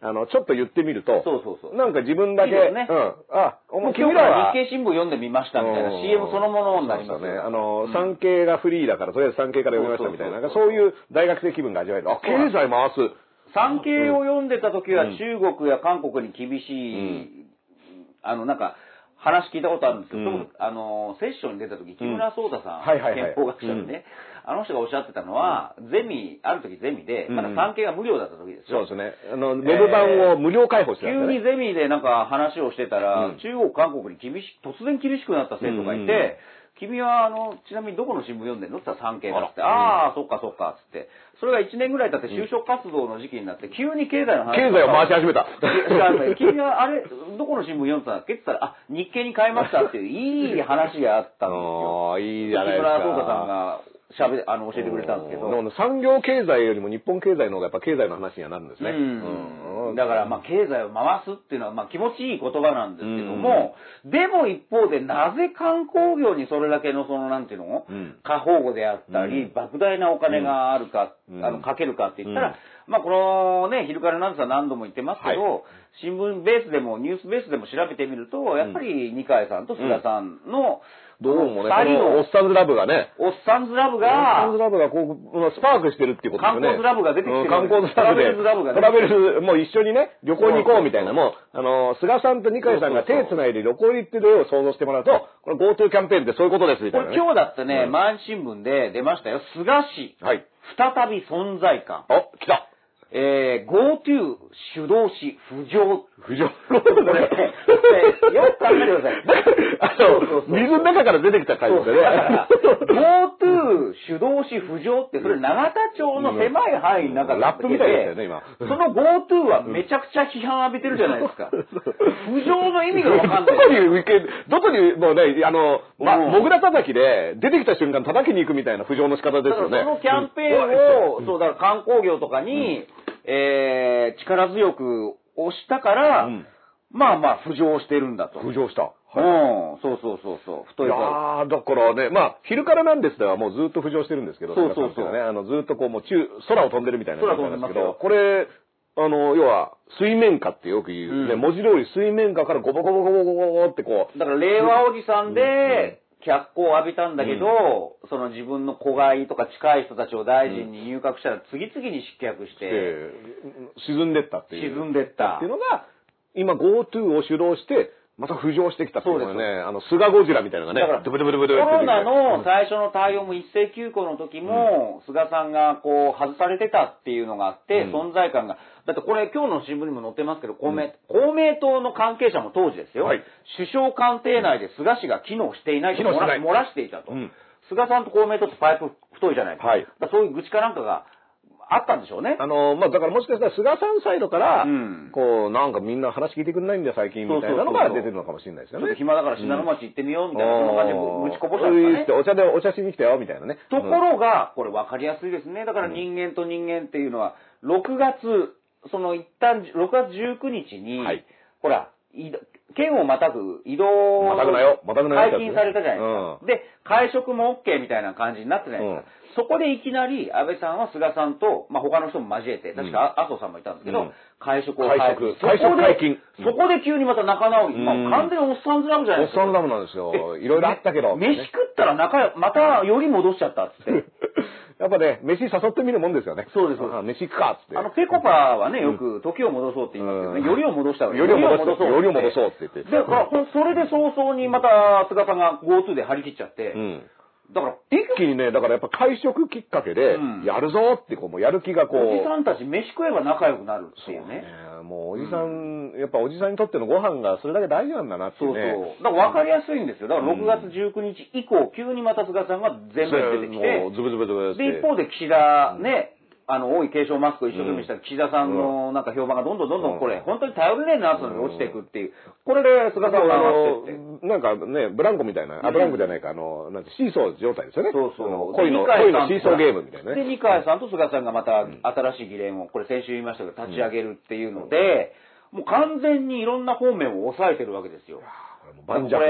Speaker 2: あの、ちょっと言ってみると、
Speaker 3: そうそうそう。
Speaker 2: なんか自分だけ、ね、うん。あ、
Speaker 3: もう君らは日経新聞読んでみましたみたいな シーエム そのものになります
Speaker 2: ね。あの、産経がフリーだから、とりあえず産経から読みましたみたいな、そういう大学生気分が味わえる。あ、経済回す。
Speaker 3: 産経を読んでた時は中国や韓国に厳しい、あの、なんか、話聞いたことあるんですけど、うん、あの、セッションに出た時、木村壮太さん、憲法学者でね、あの人がおっしゃってたのは、うん、ゼミ、ある時ゼミで、まだ産経が無料だった時ですよ。
Speaker 2: そうですね。あの、ウェブ版を無料開放してたんですね。
Speaker 3: 急にゼミでなんか話をしてたら、うん、中国、韓国に厳し、突然厳しくなった生徒がいて、うん君は、あの、ちなみにどこの新聞読んでんのって言ったら産経だって。ああ、そっかそっか、つって。それがいちねんぐらい経って就職活動の時期になって、急に経済の話。
Speaker 2: 経済を回し始めた。
Speaker 3: 君は、あれ、どこの新聞読んでたんだっけって言ったら、あ、日経に変えましたっていう、いい話があったんですよ。
Speaker 2: ああ、いいじゃないですか。
Speaker 3: 木村壮太さんが、しゃべ、あの、教えてくれたんですけど。
Speaker 2: 産業経済よりも日本経済の方がやっぱ経済の話にはなるんですね。う
Speaker 3: ん。だから、まあ、経済を回すっていうのは、まあ、気持ちいい言葉なんですけども、でも一方で、なぜ観光業にそれだけの、その、なんていうの、うん、過保護であったり、うん、莫大なお金があるか、うん、あの、かけるかって言ったら、うん、まあ、このね、昼からなんてさ何度も言ってますけど、はい、新聞ベースでも、ニュースベースでも調べてみると、やっぱり二階さんと菅さんの、
Speaker 2: どうもね、このおっさんずラブがね。
Speaker 3: おっさんずラブが、
Speaker 2: おっさんずラブがこう、スパークしてるっていうことですよね。
Speaker 3: 観光ずラブが出てきてる。
Speaker 2: 観光ずラブで。トラベルずラブがね。トラベル、もう一緒にね、旅行に行こうみたいな、もう、あの、菅さんと二階さんが手つないで旅行に行ってる絵を想像してもらうと、これ GoTo キャンペーンってそういうことですみたいな、ね。
Speaker 3: これ今日だってね、毎日新聞で出ましたよ。菅氏。はい。再び存在感。
Speaker 2: お、来た。
Speaker 3: えー、GoTo 主導し、浮上。
Speaker 2: 浮上。
Speaker 3: これ、よく考えてください。
Speaker 2: あの、水の中から出てきた回ですよね。
Speaker 3: GoTo 主導し、浮上って、それ永田町の狭い範囲の中で、
Speaker 2: ラップみたいですよね、今。
Speaker 3: その GoTo はめちゃくちゃ批判浴びてるじゃないですか。浮上の意味がわかんない。
Speaker 2: どこに行け、どこに、もうね、あの、ま、もぐら叩きで、出てきた瞬間叩きに行くみたいな浮上の仕方ですよね。
Speaker 3: そのキャンペーンを、そう、だから観光業とかに、えー、力強く押したから、うん、まあまあ浮上してるんだと。
Speaker 2: 浮上した。
Speaker 3: はい、うん、そうそうそうそう。
Speaker 2: 太い。いやー、だからね、まあ、昼からなんですではもうずっと浮上してるんですけど、
Speaker 3: そうそうそう。
Speaker 2: ね、あの、ずっとこう、もう中、空を飛んでるみたいな感じなんですけど、これ、あの、要は、水面下ってよく言う、ね、うん、文字通り水面下からゴボゴボゴボゴボゴってこう。
Speaker 3: だから令和おじさんで、脚光を浴びたんだけど、うん、その自分の子飼いとか近い人たちを大臣に入閣したら次々に失脚して、
Speaker 2: うん、沈んでったっていう。
Speaker 3: 沈んでった。
Speaker 2: っていうのが、今 GoTo を主導して、また浮上してきたっていうのはね、あの、菅ゴジラみたいなのがね、
Speaker 3: だから、コロナの最初の対応も一斉休校の時も、うん、菅さんがこう、外されてたっていうのがあって、うん、存在感が、だってこれ今日の新聞にも載ってますけど、公明、うん、公明党の関係者も当時ですよ、はい、首相官邸内で菅氏が機能していないと漏ら、漏らしていたと、うん。菅さんと公明党ってパイプ太いじゃないですか。はい、だそういう愚痴かなんかが、あったんでしょうね。
Speaker 2: あの、まあ、だからもしかしたら菅さんサイドから、うん、こう、なんかみんな話聞いてくれないんだよ最近みたいなのが出てるのかもしれないですよね。
Speaker 3: ちょっと暇だから信濃町行ってみようみたいな、そんな感じでぶちこぼしたんですかね。
Speaker 2: お茶で、お茶しに来たよみたいなね。
Speaker 3: ところが、これ分かりやすいですね。だから人間と人間っていうのは、ろくがつ、その一旦、ろくがつじゅうくにちに、はい、ほら、県をまたぐ移動、
Speaker 2: またぐなよ、またぐな
Speaker 3: よ。解禁されたじゃないですか。うん、で、会食も OK みたいな感じになったじゃないですか。うん、そこでいきなり安倍さんは菅さんと、まあ、他の人も交えて、確か麻生さんもいたんですけど、うん、会食を
Speaker 2: 会食。会食解禁。
Speaker 3: そこで急にまた仲直り。まあ、完全におっさんずラブじゃないですか。
Speaker 2: おっさんずラブなんですよ。いろいろあったけど。
Speaker 3: 飯食ったら仲、またより戻しちゃったっつって。
Speaker 2: やっぱね、飯誘ってみるもんですよね。
Speaker 3: そうです。
Speaker 2: 飯行くかっつって。
Speaker 3: あの、ペコパはね、よく時を戻そうって言いますけどね、よりを戻したら、
Speaker 2: よりを戻そう。よりを戻そうって言って。
Speaker 3: で、それで早々にまた菅さんが GoTo で張り切っちゃって、だから、
Speaker 2: 一気にね、だからやっぱ会食きっかけで、やるぞってこう、もうやる気がこう。
Speaker 3: おじさんたち飯食えば仲良くなるっていうね。
Speaker 2: もうおじさん、やっぱおじさんにとってのご飯がそれだけ大事なんだなっていうね。
Speaker 3: そうそう。だから分かりやすいんですよ。だからろくがつじゅうくにち以降、急にまた菅さんが全部出てきて、
Speaker 2: ズブズブズブ
Speaker 3: で、一方で岸田ね、あの、多い継承マスクを一生懸命した岸田さんのなんか評判がどんどんどんどんこれ、本当に頼れねえなってのに落ちていくっていう。これで菅さんが上がってって。
Speaker 2: なんかね、ブランコみたいな、あ、ブランコじゃないか、あの、なんてシーソー状態ですよね。
Speaker 3: そうそう。
Speaker 2: 恋の、恋のシーソーゲームみたいなね。
Speaker 3: で、二階さんと菅さんがまた新しい議連を、これ先週言いましたけど、立ち上げるっていうので、もう完全にいろんな方面を抑えてるわけですよ。
Speaker 2: 盤石。
Speaker 3: これ、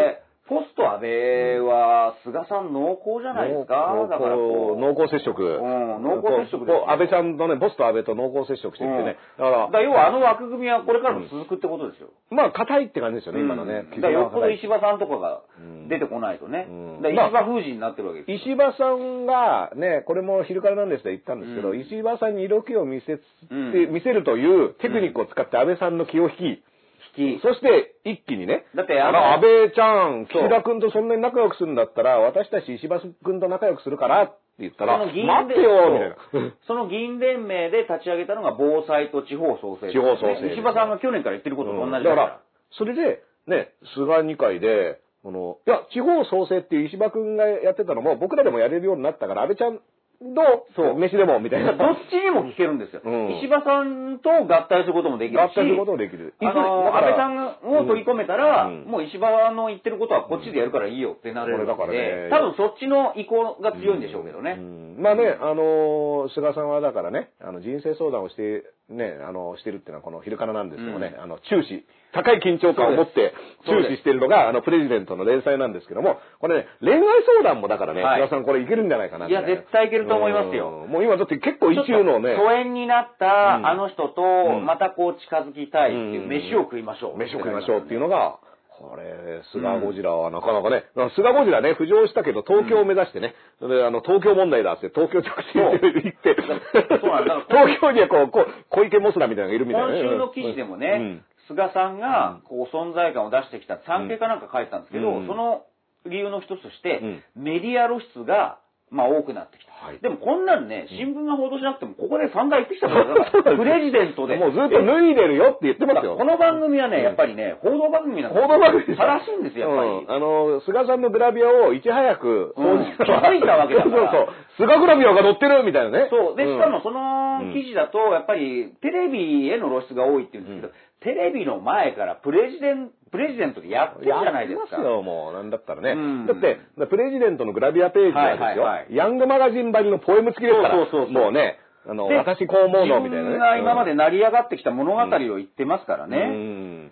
Speaker 3: ポスト安倍は、菅さん濃厚じゃないですか。
Speaker 2: だから濃厚接触。
Speaker 3: うん、濃厚接触で。
Speaker 2: 安倍ちゃんとね、ポスト安倍と濃厚接触してきてね。
Speaker 3: だから、要はあの枠組みはこれからも続くってことですよ。
Speaker 2: まあ、硬いって感じですよね、今のね。
Speaker 3: だからよっぽど石破さんとかが出てこないとね。石破封じになってるわけです。
Speaker 2: 石破さんが、ね、これも昼からなんですと言ったんですけど、石破さんに色気を見せ、見せるというテクニックを使って安倍さんの気を引き、そして、一気にね。だって、あの、安倍ちゃん、岸田君とそんなに仲良くするんだったら、私たち石破君と仲良くするからって言ったら、待ってよみたいな。
Speaker 3: その議員連盟で立ち上げたのが防災と地方創生。
Speaker 2: 地方創生。
Speaker 3: 石破さんが去年から言ってることと同じだから。
Speaker 2: だから、それで、ね、菅二階で、この、いや、地方創生っていう石破君がやってたのも、僕らでもやれるようになったから、安倍ちゃん、どうそう、飯でもみたいな。
Speaker 3: どっちにも聞けるんですよ。うん、石破さんと合体することもできるし。
Speaker 2: 合体することもできる。
Speaker 3: あの、安倍さんを取り込めたら、うん、もう石破の言ってることはこっちでやるからいいよってなれるので、うん、だからね、多分そっちの意向が強いんでしょうけどね。
Speaker 2: うんうん、まあね、あの、菅さんはだからね、あの、人生相談をして、ね、あの、してるっていうのはこの昼からなんですけどね、うん、あの、注視。高い緊張感を持って注視してるのが、あの、プレジデントの連載なんですけども、これね、恋愛相談もだからね、菅さんこれいけるんじゃないかな。
Speaker 3: いや、絶対いけると思いますよ。
Speaker 2: もう今だって結構一中のね。
Speaker 3: 疎遠になったあの人と、またこう近づきたいっていう、飯を食いましょう。
Speaker 2: 飯を食いましょうっていうのが、これ、菅ゴジラはなかなかね、菅ゴジラね、浮上したけど東京を目指してね、それであの、東京問題だって東京直進で行って、東京にはこう、こう小池モスラみたいなのがいるみたいなね。
Speaker 3: 今週の記事でもね、菅さんがこう存在感を出してきた産経かなんか書いてたんですけど、その理由の一つとして、メディア露出がまあ多くなってきた。はい、でもこんなんね、新聞が報道しなくても、ここで散々言ってきたから、プレジデントで。
Speaker 2: もうずっと脱いでるよって言ってますよ。
Speaker 3: この番組はね、やっぱりね、報道番組なんですよ。報道番組です。正しいんですよ、やっぱり。うん、
Speaker 2: あの、菅さんのグラビアをいち早く
Speaker 3: 報じた、うん、気づいたわけだから。
Speaker 2: そうそう。菅グラビアが載ってるみたいなね。
Speaker 3: そう。で、しかもその記事だと、やっぱりテレビへの露出が多いって言うんですけど、うんテレビの前からプレジデン、プレジデントでやってるじゃないですか。
Speaker 2: やってますよ、もう。なんだったらね。うん、だって、プレジデントのグラビアページはですよ、はいはいはい、ヤングマガジンばりのポエム付きですから。そうそうそうそうもうね、あの、私こう思うのみたいなね。
Speaker 3: 自分が今まで成り上がってきた物語を言ってますからね。うん、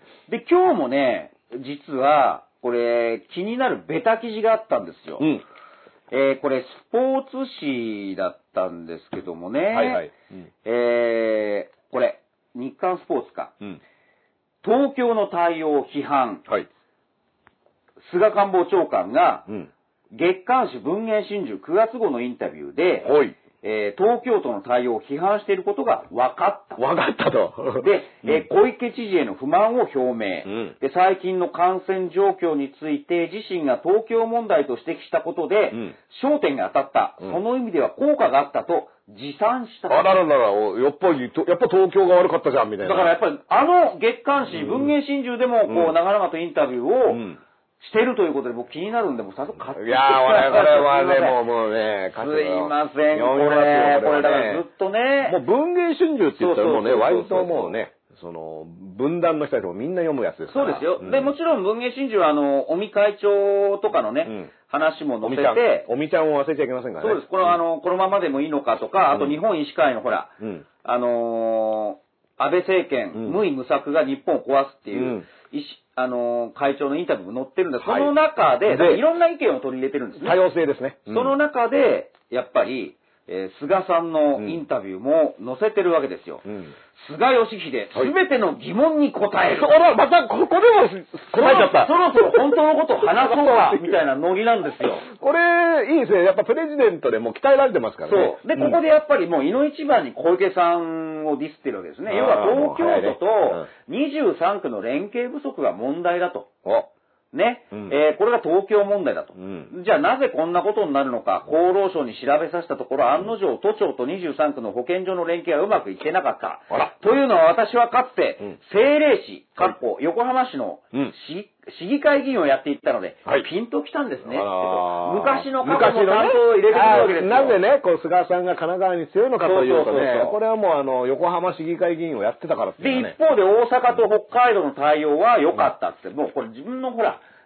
Speaker 3: で、今日もね、実は、これ、気になるベタ記事があったんですよ。うん、えー、これ、スポーツ紙だったんですけどもね。はいはい。うん、えー、これ、日刊スポーツか。うん東京の対応を批判。はい、菅官房長官が、うん、月刊誌文藝春秋くがつ号のインタビューで、はいえー、東京都の対応を批判していることが分かった。
Speaker 2: 分かったと。
Speaker 3: で、うんえー、小池知事への不満を表明、うん、で。最近の感染状況について自身が東京問題と指摘したことで、うん、焦点が当たった、うん。その意味では効果があったと自賛した。
Speaker 2: あらららら、やっぱり、やっぱ東京が悪かったじゃん、みたいな。
Speaker 3: だからやっぱり、あの月刊誌、うん、文藝春秋でも、こう、うん、長々とインタビューを、うんしてるということで僕気になるんで、もう早速買ってきて。
Speaker 2: いやー、これ、これはね、もう、もうね、
Speaker 3: すいません、これ、これだからずっとね。
Speaker 2: もう文藝春秋って言ったらもうね、割ともうね、その、分断の人たちもみんな読むやつですから。
Speaker 3: そうですよ。うん、で、もちろん文藝春秋は、あの、尾身会長とかのね、うん、話も載せて。
Speaker 2: 尾身ちゃんを忘れちゃいけませんからね。
Speaker 3: そうです。この、あの、このままでもいいのかとか、あと日本医師会のほら、うん、あのー、安倍政権、うん、無為無策が日本を壊すっていう、うん医師あのー、会長のインタビューも載ってるんです。はい、その中で、でいろんな意見を取り入れてるんですね。
Speaker 2: 多様性ですね。
Speaker 3: うん、その中で、やっぱり、えー、菅さんのインタビューも載せてるわけですよ。うん、菅義偉、すべての疑問に答える。
Speaker 2: あら、またここでも答えちゃった。
Speaker 3: そろそろ本当のことを話そうか、みたいなノリなんですよ。
Speaker 2: これ、いいですね。やっぱプレジデントでも鍛えられてますからね。
Speaker 3: そう。で、ここでやっぱりもう、いの一番に小池さんをディスってるわけですね。要は東京都とにじゅうさんくの連携不足が問題だと。ね、うん、えー、これが東京問題だと、うん。じゃあなぜこんなことになるのか、厚労省に調べさせたところ、案の定都庁とにじゅうさんくの保健所の連携がうまくいってなかった。というのは私はかつて、うん、政令市、かっこ横浜市の市、市議会議員をやっていったので、はい、ピンときたんですね。昔の過去の担当を入れてくるわけですよ。
Speaker 2: なぜね、こう菅さんが神奈川に強いのかというとね、これはもうあの、横浜市議会議員をやってたからっていう、
Speaker 3: ね。で、一方で大阪と北海道の対応は良かったって、もうこれ自分のほら、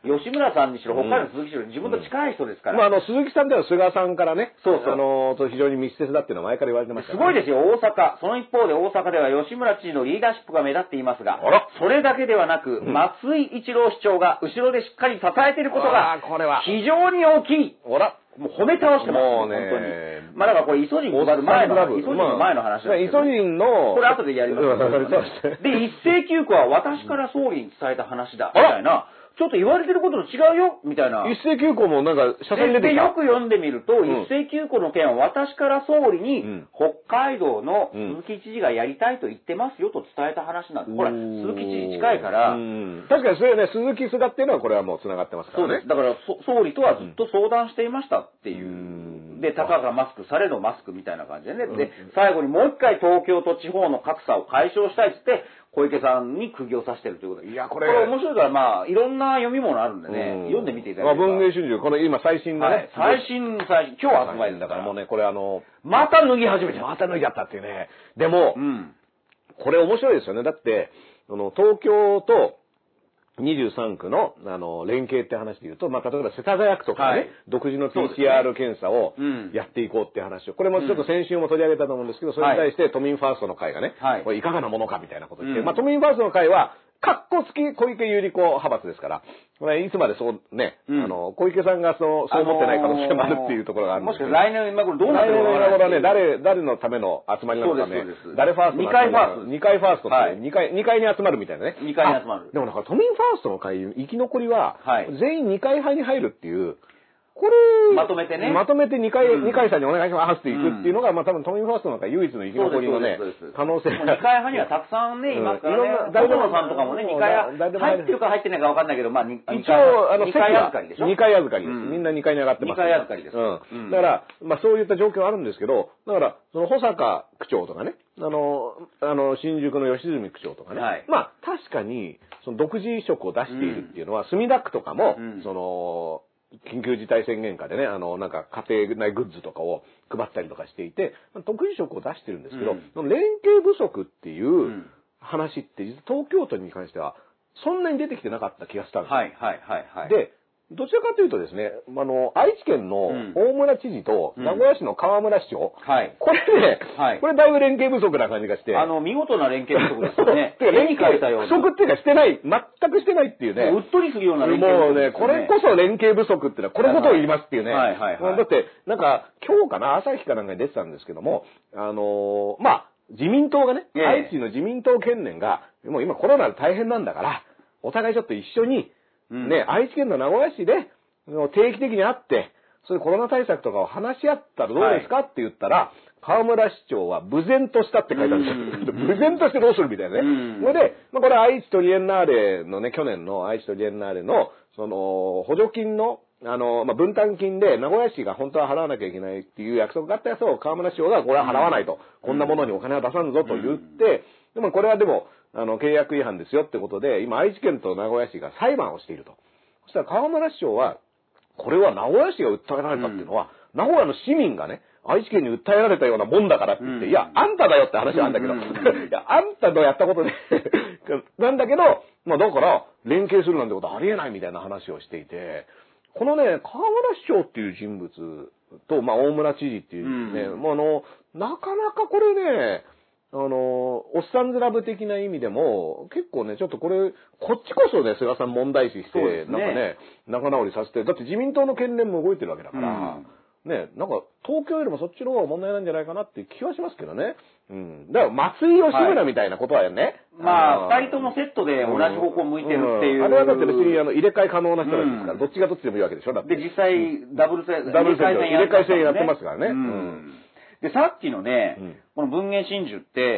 Speaker 3: 吉村さんにしろ、北海道の鈴木しろ、自分と近い人ですから。
Speaker 2: まあ、あの、鈴木さんでは菅さんからね、
Speaker 3: そうそう。
Speaker 2: あの、非常に密接だっていうのは前から言われてました。
Speaker 3: すごいですよ、大阪。その一方で大阪では吉村知事のリーダーシップが目立っていますが、それだけではなく、松井一郎市長が後ろでしっかり支えていることが、非常に大きい。
Speaker 2: ほら。
Speaker 3: もう褒め倒してます。もうね。本当に。まあだからこれ、イソジン配る前の、イソジンの前の話なんですけど。
Speaker 2: イソジンの、
Speaker 3: これ後でやります。で、一斉休校は私から総理に伝えた話だ、みたいな。ちょっと言われてることと違うよみたいな。
Speaker 2: 一斉休校もなんか、写真出てきた。
Speaker 3: で、よく読んでみると、うん、一斉休校の件は私から総理に、うん、北海道の鈴木知事がやりたいと言ってますよと伝えた話なんです。うん、ほら、鈴木知事近いから。うん、
Speaker 2: 確かにそれね、鈴木菅っていうのはこれはもう繋がってますからね。
Speaker 3: そうです。だから、総理とはずっと相談していましたっていう。うん、で、たかがマスクされどマスクみたいな感じでね。うん、で、最後にもう一回東京と地方の格差を解消したいって言って、小池さんに釘を刺してるということで。いや、これ。これ面白いから、まあ、いろんな読み物あるんでね、読んでみていただいて。
Speaker 2: まあ、文藝春秋、この今最新のね。
Speaker 3: はい、最新、最新、今日発売です。
Speaker 2: だからもうね、これあの、
Speaker 3: また脱ぎ始めちゃう。
Speaker 2: また脱ぎちゃったっていうね。でも、うん、これ面白いですよね。だって、あの、東京と、にじゅうさんくの、あの、連携って話で言うと、まあ、例えば世田谷区とかね、はい、独自の ピーシーアール 検査をやっていこうっていう話を、これもちょっと先週も取り上げたと思うんですけど、それに対して都民ファーストの会がね、はい、これいかがなものかみたいなことを言って、うん、まあ、都民ファーストの会は、かっこつき小池百合子派閥ですから、これいつまでそうね、うん、あの、小池さんがそう、そう思ってない可能性もあるっていうところがあるんですけど。
Speaker 3: もしか来年今頃どうなるのか
Speaker 2: 来年今頃ね、誰、誰のための集まりなのかね、誰ファースト
Speaker 3: にかいファースト。
Speaker 2: にかいファーストって、にかい、にかいに集まるみたいなね。
Speaker 3: にかいに集まる。
Speaker 2: でもなんか都民ファーストの会、生き残りは、全員にかい派に入るっていう、これ、
Speaker 3: まとめてね。
Speaker 2: まとめて2回、うん、にかいさんにお願いしますっていくっていうのが、まあ多分都民ファーストの会唯一の生き残りのね、可能性が。
Speaker 3: にかい派にはたくさんね、いますからね。いろんな、誰でもさんとかもね、にかい入ってるか入ってないか分かんないけど、まあにかい。
Speaker 2: 一応、あの、
Speaker 3: にかい預かりでしょ ?に
Speaker 2: 回預かりです。みんなにかいに上がってます。
Speaker 3: にかい預かりです。
Speaker 2: うん。だから、まあそういった状況あるんですけど、だから、その保坂区長とかね、あの、あの、新宿の吉住区長とかね。はい、まあ確かに、その独自色を出しているっていうのは、墨田区とかも、その、緊急事態宣言下でね、あの、なんか家庭内グッズとかを配ったりとかしていて、特異色を出してるんですけど、うん、連携不足っていう話って、実は東京都に関しては、そんなに出てきてなかった気がしたんですよ。
Speaker 3: はいはいはいはい。
Speaker 2: で、どちらかというとですね、あの、愛知県の大村知事と名古屋市の河村市長、うん、はい、これね、はい、これだいぶ連携不足な感じがして。
Speaker 3: あの、見事な連携不足ですよね。絵に描いたような。
Speaker 2: 不足っていうかしてない、全くしてないっていうね。
Speaker 3: うっとりするような連携不足、
Speaker 2: ね。もうね、これこそ連携不足っていうのはこれことを言いますっていうね。はいはいはい。だって、なんか、今日かな、朝日かなんかに出てたんですけども、あのー、まあ、自民党がね、えー、愛知の自民党県連が、もう今コロナで大変なんだから、お互いちょっと一緒に、うん、ね、愛知県の名古屋市で、定期的に会って、そういうコロナ対策とかを話し合ったらどうですか、はい、って言ったら、河村市長は無然としたって書いてあるんですよ。無然としてどうするみたいなね。それで、まあ、これ愛知トリエンナーレのね、去年の愛知トリエンナーレの、その、補助金の、あの、まあ、分担金で名古屋市が本当は払わなきゃいけないっていう約束があったやつを河村市長がこれは払わないと。こんなものにお金は出さんぞと言って、でもこれはでも、あの、契約違反ですよってことで、今愛知県と名古屋市が裁判をしていると。そしたら河村市長は、これは名古屋市が訴えられたっていうのは、うん、名古屋の市民がね、愛知県に訴えられたようなもんだからって言って、うん、いや、あんただよって話はあるんだけど、うん、いや、あんたのやったことでなんだけど、まあだから、連携するなんてことありえないみたいな話をしていて、このね、河村市長っていう人物と、まあ大村知事っていうね、うん、もうあの、なかなかこれね、あの、おっさんずラブ的な意味でも、結構ね、ちょっとこれ、こっちこそね、菅さん問題視して、ね、なんかね、仲直りさせて、だって自民党の県連も動いてるわけだから、うん、ね、なんか東京よりもそっちの方が問題なんじゃないかなっていう気はしますけどね。うん。だから松井吉村みたいなことはね。はい、
Speaker 3: まあ、二人ともセットで同じ方向向いてるっていう。うんうん、
Speaker 2: あれはだって別にあの入れ替え可能な人たちですから、うん、どっちがどっちでもいいわけでしょ。だって
Speaker 3: で、実際、ダブル戦、
Speaker 2: ダブル戦入れ替え戦やってますからね。うん
Speaker 3: うんで、さっきのね、うん、この文藝真珠って、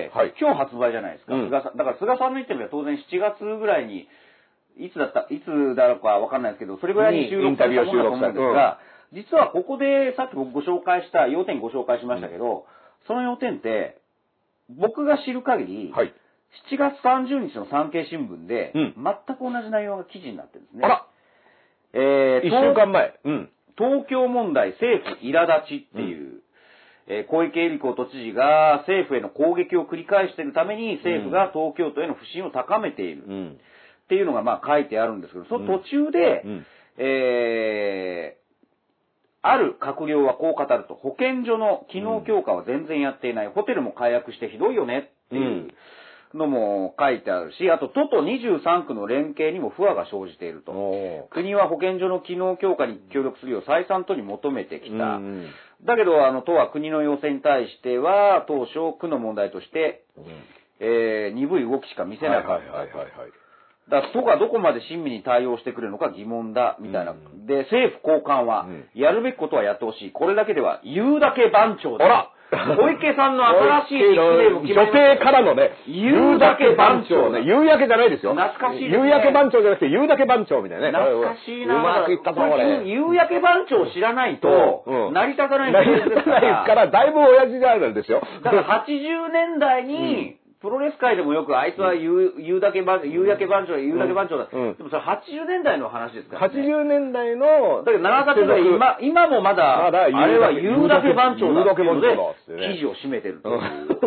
Speaker 3: はい、今日発売じゃないですか。うん、菅さんだから菅さんの言ってみれば当然しちがつぐらいに、いつだった、いつだろうかわかんないですけど、それぐらいに収録されたものだと思うんですが、うん、実はここでさっき僕ご紹介した要点ご紹介しましたけど、うん、その要点って、僕が知る限り、はい、しちがつさんじゅうにちの産経新聞で、うん、全く同じ内容が記事になってるんですね。
Speaker 2: あらえー、いっしゅうかんまえ、うん、
Speaker 3: 東京問題政府苛立ちっていう、うんえー、小池百合子都知事が政府への攻撃を繰り返しているために政府が東京都への不信を高めている。うん、 っていうのがまあ書いてあるんですけど、その途中で、うん、えー、ある閣僚はこう語ると、保健所の機能強化は全然やっていない、ホテルも解約してひどいよねっていうのも書いてあるし、あと都とにじゅうさんくの連携にも不和が生じていると。国は保健所の機能強化に協力するよう再三都に求めてきた。うん、だけど、あの、都は国の要請に対しては、当初、区の問題として、うん、えー、鈍い動きしか見せなかった。だから都がどこまで親身に対応してくれるのか疑問だ、みたいな。うん、で、政府高官は、うん、やるべきことはやってほしい。これだけでは、言うだけ番長だ。あら小池さんの新しいニックネーム決まりました。
Speaker 2: 女性からのね、言うだけ番長ね。言うやけじゃないですよ。
Speaker 3: 懐かしいですね。
Speaker 2: 言うやけ番長じゃなくて、言うだけ番長みたいなね。
Speaker 3: 懐かしいな。
Speaker 2: うまくいったぞ、これ。
Speaker 3: 言うやけ番長知らないと、うん、成り立たないんです
Speaker 2: 成り立たないから、だいぶ親父であるんですよ。
Speaker 3: だからはちじゅうねんだいに、うんプロレス界でもよく、あいつは言う、言うだけ番長、言うやけ番長だ、言うだけ番長だ。うん、でもそれはちじゅうねんだいの話ですからね。
Speaker 2: はちじゅうねんだいの、
Speaker 3: だけど長崎で今、今もまだ、まだあれは言うだけ番長だっていうので、記事を占めてるという。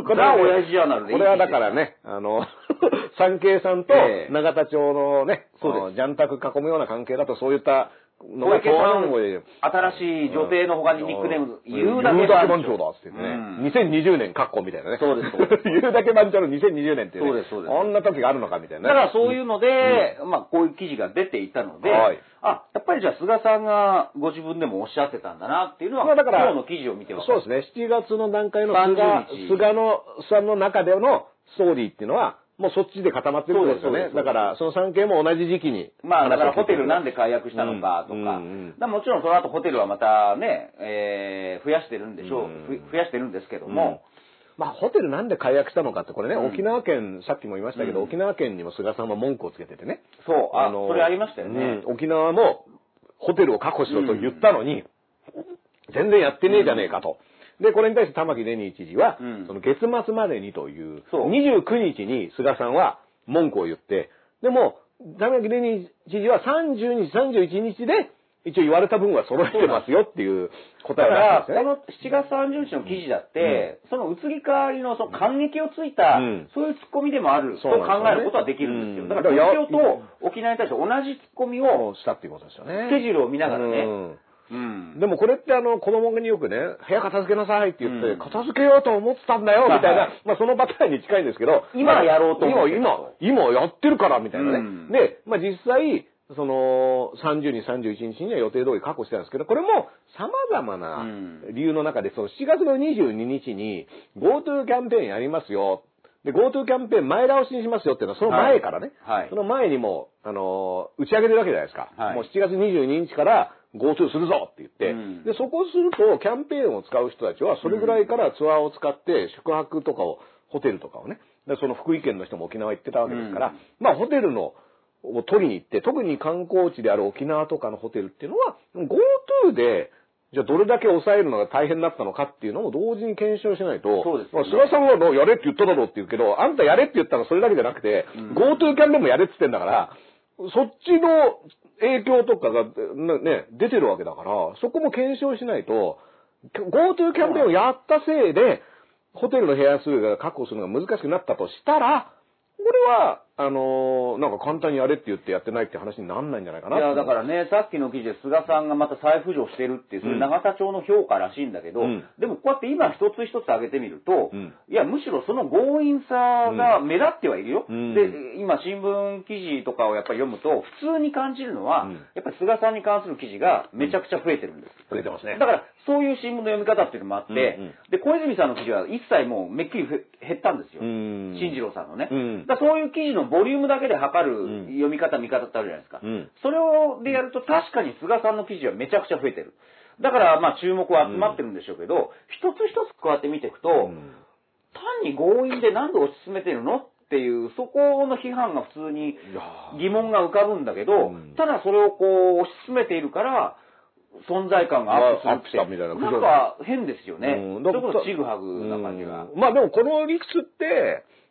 Speaker 3: これは親父ジャーナルでいい。
Speaker 2: これはだからね、あの、産経さんと永田町のね、そうです。ジャンタク囲むような関係だとそういった
Speaker 3: 小池さん、新しい女性の他にニックネーム、
Speaker 2: 言うだけ番長だっつってね。にせんにじゅうねんカッコみたいなね。
Speaker 3: そうです、そうです。
Speaker 2: 言うだけ番長のにせんにじゅうねんっていうね。
Speaker 3: そうです、そうです。
Speaker 2: こんな時があるのかみたいな。
Speaker 3: だからそういうので、まあこういう記事が出ていたので、あ、やっぱりじゃあ菅さんがご自分でもおっしゃってたんだなっていうのは、今日の記事を見てます。
Speaker 2: そうですね。しちがつの段階の菅のさんの中でのストーリーっていうのは、もうそっちで固まってるんですよね。だから、その産経も同じ時期に。
Speaker 3: まあ、だからホテルなんで解約したのかとか。うんうん、だもちろんその後ホテルはまたね、えー、増やしてるんでしょう、うん。増やしてるんですけども。
Speaker 2: うん、まあ、ホテルなんで解約したのかって、これね、うん、沖縄県、さっきも言いましたけど、うん、沖縄県にも菅さんは文句をつけててね。
Speaker 3: そう、あの、それありましたよね。
Speaker 2: うん、沖縄もホテルを確保しろと言ったのに、うん、全然やってねえじゃねえかと。で、これに対して玉城デニー知事は、うん、その月末までにという、にじゅうくにちに菅さんは文句を言って、でも、玉城デニー知事はさんじゅうにち、さんじゅういちにちで、一応言われた分は揃えてますよっていう答えを出したんですね。
Speaker 3: だから、このしちがつさんじゅうにちの記事だって、うん、その移り変わりのその感激をついた、うん、そういうツッコミでもあると考えることはできるんですよ。だから東京と沖縄に対して同じツッコミを
Speaker 2: したっていうことですよね。
Speaker 3: スケジュールを見ながらね。
Speaker 2: うんうん、でもこれってあの子供によくね、部屋片付けなさいって言って、うん、片付けようと思ってたんだよみたいな、はい、まあそのパターンに近いんですけど、
Speaker 3: 今やろうと思って
Speaker 2: 今、今、今やってるからみたいなね。うん、で、まあ実際、そのさんじゅうにち、さんじゅういちにちには予定通り確保してたんですけど、これも様々な理由の中で、そのしちがつのにじゅうににちに GoTo キャンペーンやりますよ。で、GoTo キャンペーン前倒しにしますよっていうのはその前からね、はいはい、その前にも、あの、打ち上げてるわけじゃないですか。はい、もうしちがつにじゅうににちから GoTo するぞって言って、うん、で、そこをすると、キャンペーンを使う人たちは、それぐらいからツアーを使って、宿泊とかを、ホテルとかをね、でその福井県の人も沖縄行ってたわけですから、うん、まあ、ホテルの、を取りに行って、特に観光地である沖縄とかのホテルっていうのは、GoTo で、じゃあどれだけ抑えるのが大変だったのかっていうのも同時に検証しないと、そうですね、まあ、菅さんはやれって言っただろうって言うけど、あんたやれって言ったのはそれだけじゃなくて、うん、GoTo キャンペーンもやれって言ってんだから、そっちの影響とかがね、出てるわけだから、そこも検証しないと、GoTo キャンペーンをやったせいで、ホテルの部屋数が確保するのが難しくなったとしたら、これは、あのー、なんか簡単にやれって言ってやってないって話になんないんじゃないかな。
Speaker 3: いや、だからね、さっきの記事で菅さんがまた再浮上してるっていう、それ永田町の評価らしいんだけど、うん、でもこうやって今一つ一つ挙げてみると、うん、いや、むしろその強引さが目立ってはいるよ。うん、で、今新聞記事とかをやっぱり読むと、普通に感じるのは、うん、やっぱり菅さんに関する記事がめちゃくちゃ増えてるんです。
Speaker 2: 増えてますね。
Speaker 3: だから、そういう新聞の読み方っていうのもあって、うんうん、で、小泉さんの記事は一切もうめっきり減ったんですよ。進次郎さんのね。うん、だそういう記事のボリュームだけで測る読み方、見方ってあるじゃないですか。うん、それをでやると確かに菅さんの記事はめちゃくちゃ増えてる。だからまあ注目は集まってるんでしょうけど、うん、一つ一つこうやって見ていくと、うん、単に強引で何で推し進めてるのっていう、そこの批判が普通に疑問が浮かぶんだけど、うん、ただそれをこう推し進めているから、存在感がアップするって、まあ、みたいななんか変ですよね。うん、それこそちぐはぐな感じが。
Speaker 2: うん、まあでもこの理屈って、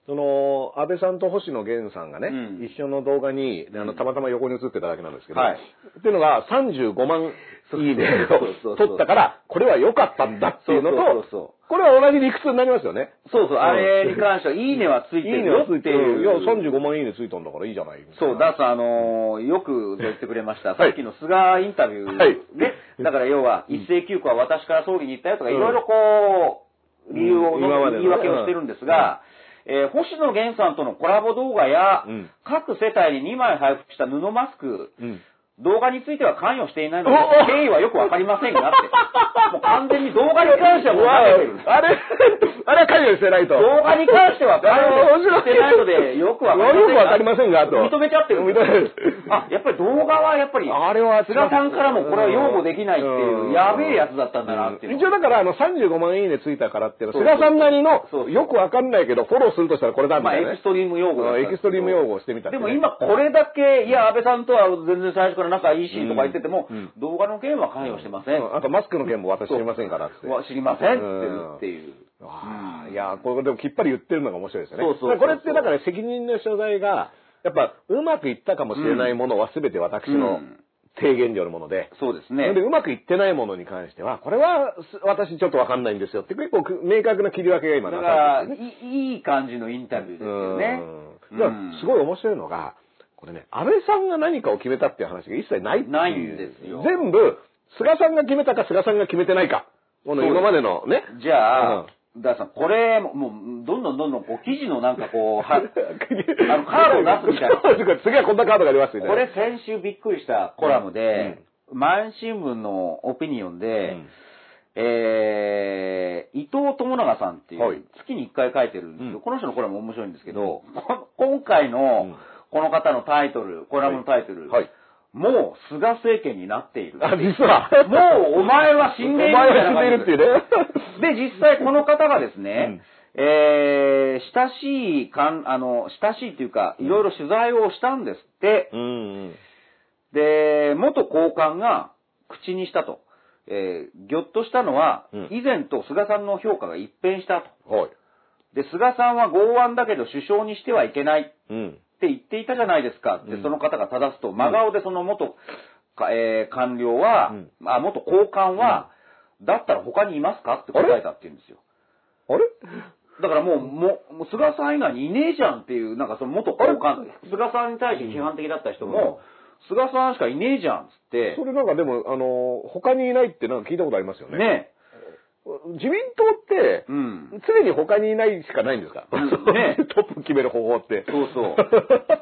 Speaker 2: その、安倍さんと星野源さんがね、うん、一緒の動画に、あの、たまたま横に映ってただけなんですけど、はい、っていうのがさんじゅうごまんいいねを取ったから、これは良かったんだっていうのと、そうそうそうこれは同じ理屈になりますよね。
Speaker 3: そうそう、あれに関しては、いいねはついてるよっていう。
Speaker 2: いや、さんじゅうごまんいいねついたんだからいいじゃない。
Speaker 3: そう、ダースあのー、よく言ってくれました。さっきの菅インタビュー、はい、ね。だから要は、一斉休校は私から総理に言ったよとか、いろいろこう、理由を、言い訳をしてるんですが、えー、星野源さんとのコラボ動画や、うん、各世帯ににまい配布した布マスク、うん、動画については関与していないので、経緯はよくわかりませんがって。もう完全に動画に関してはもう投げてる。
Speaker 2: あれ、あれは関与してないと。
Speaker 3: 動画に関しては関与してないので、よくわかりませんが。
Speaker 2: よくわかりませんが、と。
Speaker 3: 認めちゃってる。認める。あ、やっぱり動画はやっぱり、あれは菅さんからもこれは擁護できないっていう、やべえやつだったんだなっていう。
Speaker 2: 一応だから、あの、さんじゅうごまんいいねついたからっていうのは、菅さんなりの、よくわかんないけど、フォローするとしたらこれだみたいな。
Speaker 3: まあ、エクストリーム用語。
Speaker 2: エクストリーム用語をしてみた。
Speaker 3: でも今これだけ、いや、安倍さんとは全然最初から仲いいし、とか言ってても、動画の件は関与してません。
Speaker 2: あとマスクの件も私知りませんからって。
Speaker 3: 知りませんっていう。
Speaker 2: いや、これでもきっぱり言ってるのが面白いですよね。そうそうこれってだから責任の所在が、やっぱうまくいったかもしれないものは全て私の提言によるもので。
Speaker 3: そうですね。
Speaker 2: で、うまくいってないものに関しては、これは私ちょっとわかんないんですよって結構明確な切り分けが今
Speaker 3: なされてるんですね。いい感じのインタビューですよね。
Speaker 2: すごい面白いのが、これね、安倍さんが何かを決めたっていう話が一切ないっていう。
Speaker 3: ないんですよ。
Speaker 2: 全部、菅さんが決めたか菅さんが決めてないか。この今までのね。
Speaker 3: じゃあ、ダーさん、これ、もう、どんどんどんどん、こう、記事のなんかこう、は、あの、カードを出すみたいな。
Speaker 2: 次はこんなカードがありますみたいな。
Speaker 3: これ先週びっくりしたコラムで、毎日新聞のオピニオンで、えー、伊藤友永さんっていう、月にいっかい書いてるんですけど、この人のコラム面白いんですけど、今回の、この方のタイトル、コラムのタイトル、もう菅政権になっている。
Speaker 2: あ、実は。
Speaker 3: もうお前は死んでいる。
Speaker 2: お前は死んでいるっていうね。
Speaker 3: で、実際この方がですね、うん、えー、親しいかん、あの、親しいっていうか、いろいろ取材をしたんですって。うんうん、で、元高官が口にしたと。えー、ぎょっとしたのは、うん、以前と菅さんの評価が一変したと。はい、で、菅さんは剛腕だけど首相にしてはいけない。うんって言っていたじゃないですかってその方が正すと、真顔でその元、えー、官僚は、うん、あ、元高官は、うん、だったら他にいますかって答えたって言うんですよ。
Speaker 2: あれ
Speaker 3: だからもう、もう、菅さん以外にいねえじゃんっていう、なんかその元高官、菅さんに対して批判的だった人も、うん、菅さんしかいねえじゃんっつって。
Speaker 2: それなんかでも、あの、他にいないってなんか聞いたことありますよね。
Speaker 3: ね
Speaker 2: 自民党って、うん、常に他にいないしかないんですか、うん、ねトップ決める方法って。
Speaker 3: そうそう。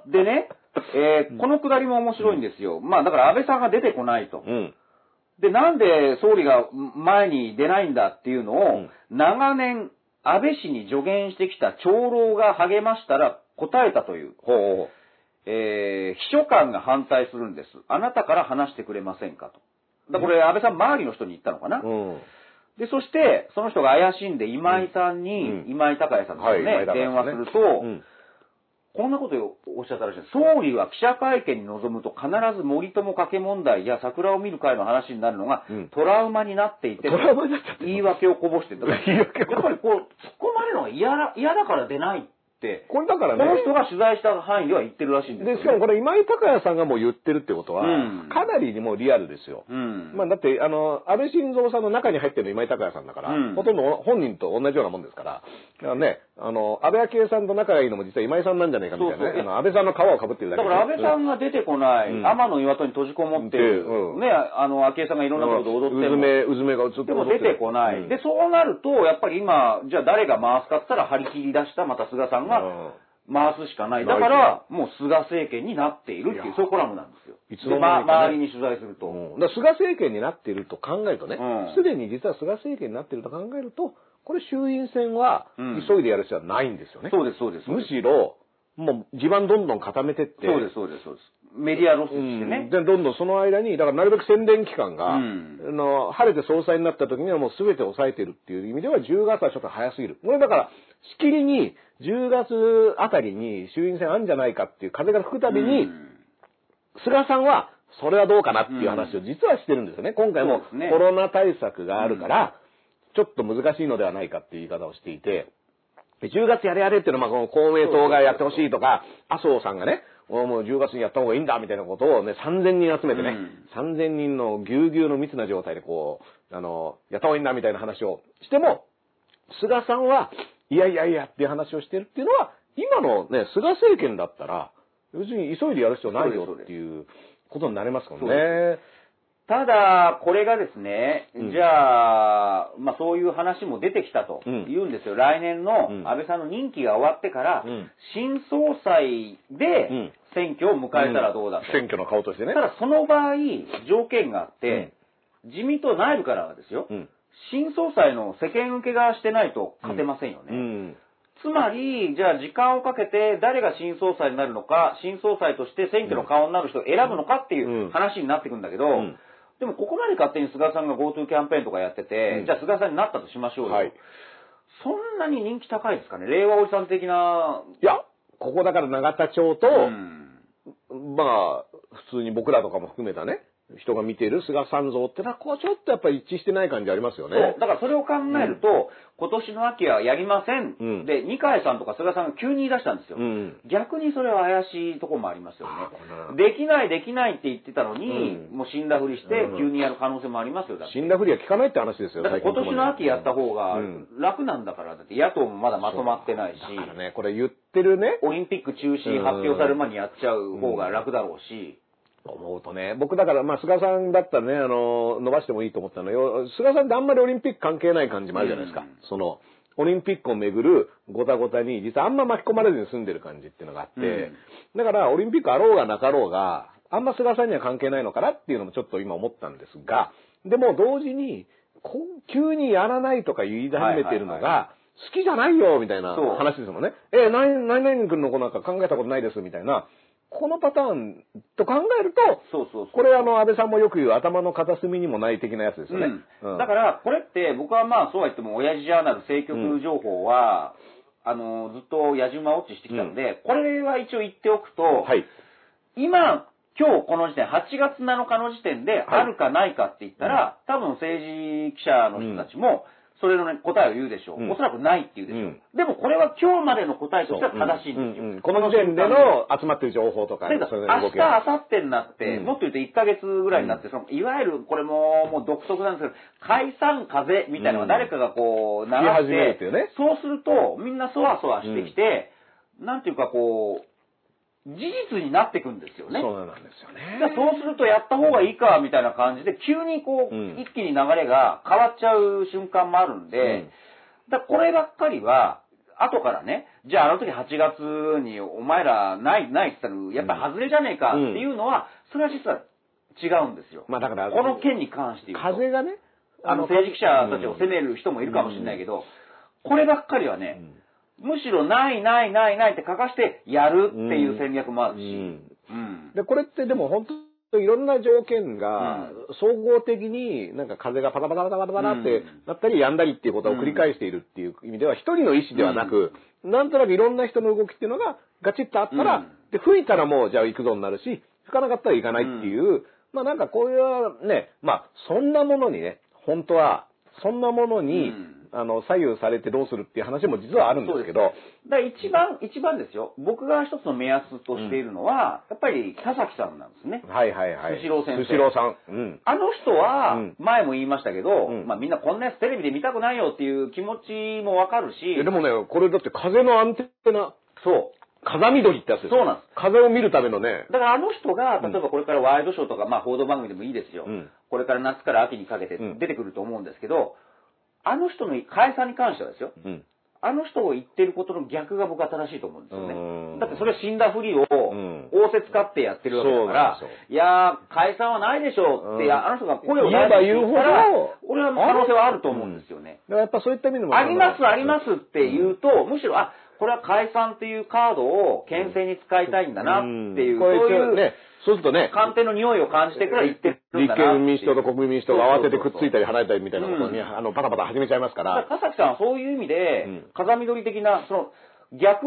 Speaker 3: でね、えー、このくだりも面白いんですよ。まあだから安倍さんが出てこないと。うん、で、なんで総理が前に出ないんだっていうのを、うん、長年安倍氏に助言してきた長老が励ましたら答えたという。ほうほうえー、秘書官が反対するんです。あなたから話してくれませんかと。だからこれ安倍さん周りの人に言ったのかな。うんで、そして、その人が怪しんで今井さんに、うん、今井孝也さんですよね、はい、電話すると、うん、こんなことをおっしゃったらしいです。総理は記者会見に臨むと必ず森友加計問題や桜を見る会の話になるのが、うん、トラウマになっていて、
Speaker 2: トラウマになっちゃって
Speaker 3: 言い訳をこぼしてた。やっぱりこう、突っ込まれるのが嫌だ、嫌だから出ない。
Speaker 2: これだからね。
Speaker 3: この人が取材した範囲では言ってるらしいんですよ、ね。
Speaker 2: で、しかもこれ今井孝也さんがもう言ってるってことは、うん、かなりにもうリアルですよ。うん、まあだって、あの、安倍晋三さんの中に入ってるの今井孝也さんだから、うん、ほとんど本人と同じようなもんですから、だからね、あの、安倍昭恵さんと仲がいいのも実は今井さんなんじゃないかみたいなね。そうそうあの安倍さんの皮をかぶってるだけ
Speaker 3: だから安倍さんが出てこない、うん、天の岩戸に閉じこもってる、うん、ね、あの、昭恵さんがいろんなことで踊ってる。
Speaker 2: うずめ、うずめがずっと
Speaker 3: でも出てこない。で、そうなると、やっぱり今、じゃあ誰が回すかって言ったら張り切り出したまた菅さんが、回すしかない。だから、もう菅政権になっているっていう、そういうコラムなんですよ。いつの間にか、ね、周りに取材すると。うん、
Speaker 2: だ菅政権になっていると考えるとね、すで、うん、に実は菅政権になっていると考えると、これ衆院選は急いでやる必要はないんですよね。
Speaker 3: うん、そうです、そうです。
Speaker 2: むしろ、もう地盤どんどん固めてって。
Speaker 3: そうです、そうです、そうです。メディアロスしてね。
Speaker 2: うん、で、どんどんその間に、だからなるべく宣伝期間が、うん、あの晴れて総裁になった時にはもう全て抑えてるっていう意味ではじゅうがつはちょっと早すぎる。これだから、しきりにじゅうがつあたりに衆院選あるんじゃないかっていう風が吹くたびに、うん、菅さんはそれはどうかなっていう話を実はしてるんですよね。今回もコロナ対策があるから、ちょっと難しいのではないかっていう言い方をしていて、 じゅうがつやれやれっていうのは、まあ、この公明党がやってほしいとか、麻生さんがね、もうじゅうがつにやった方がいいんだみたいなことをね、さんぜんにん集めてね、うん、さんぜんにんのぎゅうぎゅうの密な状態でこう、あの、やった方がいいんだみたいな話をしても、菅さんは、いやいやいやっていう話をしてるっていうのは、今のね、菅政権だったら、別に急いでやる必要ないよっていうことになりますからね。
Speaker 3: ただ、これがですね、うん、じゃあ、まあそういう話も出てきたと言うんですよ。うん、来年の安倍さんの任期が終わってから、うん、新総裁で選挙を迎えたらどうだと。
Speaker 2: うん、選挙の顔としてね。
Speaker 3: ただその場合、条件があって、うん、自民党内部からはですよ、うん、新総裁の世間受けがしてないと勝てませんよね。うんうんつまり、じゃあ時間をかけて誰が新総裁になるのか、新総裁として選挙の顔になる人を選ぶのかっていう話になってくるんだけど、うん、でもここまで勝手に菅さんが GoTo キャンペーンとかやってて、うん、じゃあ菅さんになったとしましょうよ。はい、そんなに人気高いですかね、令和おじさん的な。
Speaker 2: いや、ここだから永田町と、うん、まあ、普通に僕らとかも含めたね、人が見ている菅さん像ってのは、こうちょっとやっぱり一致してない感じありますよね。
Speaker 3: そう。だからそれを考えると、うん、今年の秋はやりません。うん、で、二階さんとか菅さんが急に言い出したんですよ。うん、逆にそれは怪しいところもありますよね。できないできないって言ってたのに、うん、もう死んだふりして急にやる可能性もありますよ。だって
Speaker 2: 死んだふりは効かないって話ですよ。
Speaker 3: だって今年の秋やった方が楽なんだから、だって野党もまだまとまってないし。だ
Speaker 2: からね、これ言ってるね。
Speaker 3: オリンピック中止発表される前にやっちゃう方が楽だろうし。
Speaker 2: 思うとね、僕だから、まあ、菅さんだったらね、あの、伸ばしてもいいと思ったのよ。菅さんってあんまりオリンピック関係ない感じもあるじゃないですか。うん、その、オリンピックをめぐるごたごたに、実はあんま巻き込まれずに済んでる感じっていうのがあって、うん、だから、オリンピックあろうがなかろうが、あんま菅さんには関係ないのかなっていうのもちょっと今思ったんですが、でも同時に、こ急にやらないとか言い始めてるのが、好きじゃないよみたいな話ですもんね。え、何、何々君の子なんか考えたことないですみたいな。このパターンと考えると、そうそうそうこれあの安倍さんもよく言う頭の片隅にもない的なやつですよね。
Speaker 3: うんうん、だからこれって僕はまあそうは言っても親父ジャーナル政局情報は、うん、あのずっと野じ馬ウォッチしてきたので、うん、これは一応言っておくと、はい、今今日この時点はちがつなのかの時点であるかないかって言ったら、はい、多分政治記者の人たちも、うんそれの、ね、答えを言うでしょう、うん。おそらくないって言うでしょう。うん、でもこれは今日までの答えとしては正しいんですよ。うんうんうん、
Speaker 2: この時点での集まってる情報とか。
Speaker 3: 明日、明後日になって、うん、もっと言うといっかげつぐらいになって、そのいわゆるこれももう独特なんですけど、解散風みたいなのが誰かがこう流して、うんね、そうするとみんなそわそわしてきて、うん、なんていうかこう、事実になってくんですよね。
Speaker 2: そうなんですよね。
Speaker 3: そうするとやった方がいいかみたいな感じで急にこう、うん、一気に流れが変わっちゃう瞬間もあるんで、うん、だこればっかりは後からね、じゃああの時はちがつにお前らないないって言ったらやっぱり外れじゃねえかっていうのは、それは実は違うんですよ。まあだからこの件に関して言うと、
Speaker 2: 風がね、
Speaker 3: あの政治記者たちを責める人もいるかもしれないけど、うん、こればっかりはね。うんむしろないないないないって書かしてやるっていう戦略もあるし。うん
Speaker 2: うん、で、これってでも本当いろんな条件が総合的になんか風がパタパタパタパタパタってなったりやんだりっていうことを繰り返しているっていう意味では一人の意思ではなく、うん、なんとなくいろんな人の動きっていうのがガチッとあったら、うん、で吹いたらもうじゃあ行くぞになるし、吹かなかったら行かないっていう、うん、まあなんかこういうね、まあそんなものにね、本当はそんなものに、うんあの、左右されてどうするっていう話も実はあるんですけど。
Speaker 3: だから一番、一番ですよ。僕が一つの目安としているのは、うん、やっぱり田崎さんなんですね。
Speaker 2: はいはいはい。
Speaker 3: スシロー先生。
Speaker 2: スシローさん。
Speaker 3: うん、あの人は、前も言いましたけど、うん、まあみんなこんなやつテレビで見たくないよっていう気持ちもわかるし。
Speaker 2: でもね、これだって風のアンテナ。
Speaker 3: そう。
Speaker 2: 風見鳥ってやつですよ。
Speaker 3: そうなんです。
Speaker 2: 風を見るためのね。
Speaker 3: だからあの人が、例えばこれからワイドショーとか、まあ報道番組でもいいですよ。うん、これから夏から秋にかけて出てくると思うんですけど、あの人の解散に関してはですよ、うん、あの人を言ってることの逆が僕は正しいと思うんですよね。だってそれは死んだふりを仰せ使ってやってるわけだから、いやー、解散はないでしょうって、うん、あの人が声を出して言ったら、俺は可能性はあると思うんですよね。
Speaker 2: うん、やっぱそういった意味でも
Speaker 3: ありますありますって言うと、うん、むしろ、あ、これは解散っていうカードを牽制に使いたいんだなっていう、うん、そういう、
Speaker 2: ね、そうするとね、
Speaker 3: 官邸の匂いを感じてから言ってるんだな。
Speaker 2: 立憲民主党と国民民主党が慌ててくっついたり離れたりみたいなことに、うん、あの、バタバタ始めちゃいますから。
Speaker 3: 田崎さんはそういう意味で、うん、風見鶏的な、その、逆を、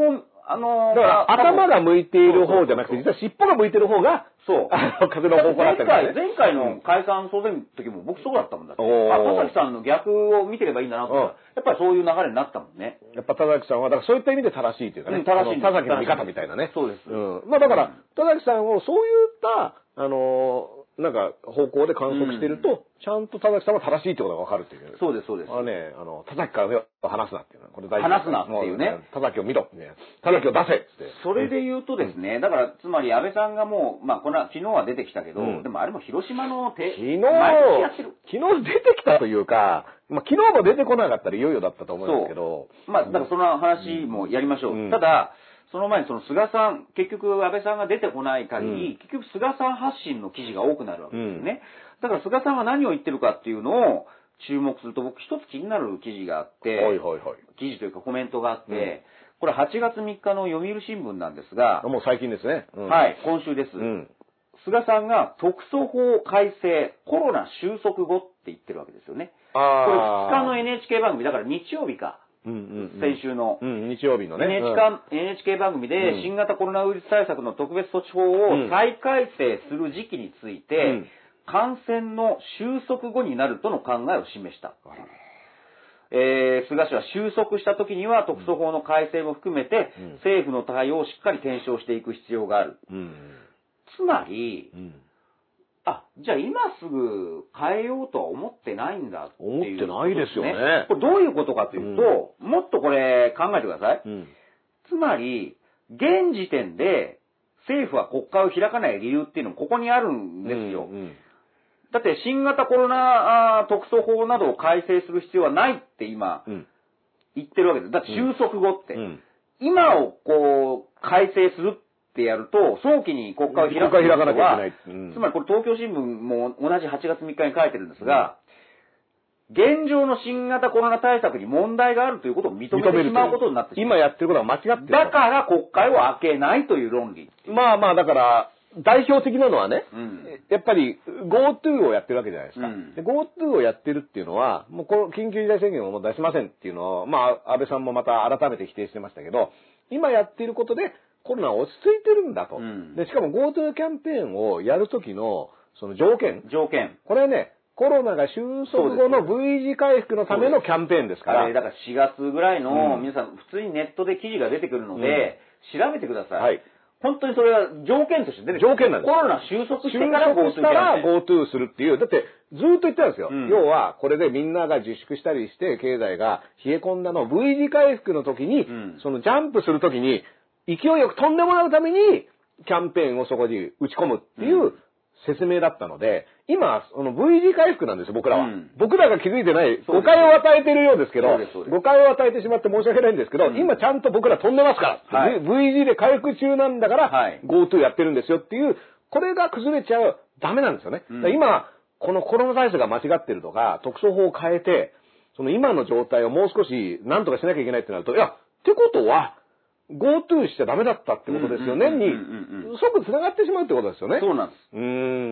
Speaker 3: あのー、
Speaker 2: だから頭が向いている方じゃなくて、実は尻尾が向いてる方が、
Speaker 3: そう。
Speaker 2: あの、風の方向だったからね。
Speaker 3: 前回、前回の解散総選の時も僕そうだったもんだって。あ、田崎さんの逆を見てればいいんだなと思ったら、やっぱりそういう流れになったもんね。
Speaker 2: やっぱ田崎さんは、だからそういった意味で正しいというかね。
Speaker 3: 正しい。
Speaker 2: 田崎の味方みたいなね。
Speaker 3: そうです。
Speaker 2: うん。まあだから、田崎さんをそういった、あのー、なんか方向で観測してると、ちゃんと田崎さんは正しいってことがわかるっていう。
Speaker 3: そうです、そうです。
Speaker 2: あのね、あの、田崎から話すなっていうのは、これ大
Speaker 3: 事。話すなっていうね。
Speaker 2: 田崎を見ろってね。田崎を出せって。
Speaker 3: それで言うとですね、だから、つまり安倍さんがもう、まあ、この、昨日は出てきたけど、でもあれも広島の手、
Speaker 2: 昨日、昨日出てきたというか、まあ、昨日も出てこなかったらいよいよだったと思うんですけど。
Speaker 3: まあ、だからその話もやりましょう。ただ、その前にその菅さん、結局安倍さんが出てこない限り、うん、結局菅さん発信の記事が多くなるわけですよね。うん、だから菅さんは何を言ってるかっていうのを注目すると、僕一つ気になる記事があって、
Speaker 2: はいはいはい、
Speaker 3: 記事というかコメントがあって、うん、これはちがつみっかの読売新聞なんですが、
Speaker 2: もう最近ですね。
Speaker 3: うん、はい、今週です。うん、菅さんが特措法改正、コロナ収束後って言ってるわけですよね。これふつかの エヌエイチケー 番組、だから日曜日か。うんうんうん、先週の、
Speaker 2: うん、日曜日のね、
Speaker 3: エヌエイチケー、エヌエイチケー 番組で新型コロナウイルス対策の特別措置法を再改正する時期について、うん、感染の収束後になるとの考えを示した。うん、えー、菅氏は収束した時には特措法の改正も含めて、うん、政府の対応をしっかり検証していく必要がある。うん、つまり、うんあ、じゃあ今すぐ変えようとは思ってないんだっていう、
Speaker 2: ね。思ってないですよね。
Speaker 3: これどういうことかというと、うん、もっとこれ考えてください。うん、つまり、現時点で政府は国会を開かない理由っていうのもここにあるんですよ。うんうん、だって新型コロナ特措法などを改正する必要はないって今言ってるわけです。だって収束後って。うん、今をこう改正するってってやると、早期に国会を開く
Speaker 2: 国会開かなきゃいけない。うん、
Speaker 3: つまりこれ東京新聞も同じはちがつみっかに書いてるんですが、うん、現状の新型コロナ対策に問題があるということを認めてしまうことになってしまう。
Speaker 2: 今やってることは間違ってる。
Speaker 3: だから国会を開けないという論理。
Speaker 2: まあまあ、だから、代表的なのはね、うん、やっぱり GoTo をやってるわけじゃないですか。うん、で GoTo をやってるっていうのは、もうこの緊急事態宣言をもう出しませんっていうのを、まあ安倍さんもまた改めて否定してましたけど、今やっていることで、コロナは落ち着いてるんだと。うん、でしかも GoTo キャンペーンをやるときのその条件。
Speaker 3: 条件。
Speaker 2: これはね、コロナが収束後の V 字回復のためのキャンペーンですから。
Speaker 3: あれ、だからしがつぐらいの、皆さん普通にネットで記事が出てくるので、うん、調べてください。はい。本当にそれは条件として出てくる。
Speaker 2: 条件なんです。
Speaker 3: コロナ収束してから GoTo
Speaker 2: したら GoTo するっていう。だってずっと言ってたんですよ。うん、要はこれでみんなが自粛したりして経済が冷え込んだのを V 字回復の時に、うん、そのジャンプする時に、勢いよく飛んでもらうために、キャンペーンをそこに打ち込むっていう説明だったので、今、その V 字回復なんですよ、僕らは。うん、僕らが気づいてない、誤解を与えてるようですけど、誤解を与えてしまって申し訳ないんですけど、うん、今ちゃんと僕ら飛んでますから、はい、V 字で回復中なんだから、はい、GoTo やってるんですよっていう、これが崩れちゃう、ダメなんですよね。うん、今、このコロナ対策が間違ってるとか、特措法を変えて、その今の状態をもう少し何とかしなきゃいけないってなると、いや、ってことは、GoTo しちゃダメだったってことですよね、に、即繋がってしまうってことですよね。
Speaker 3: そうなんです。うん。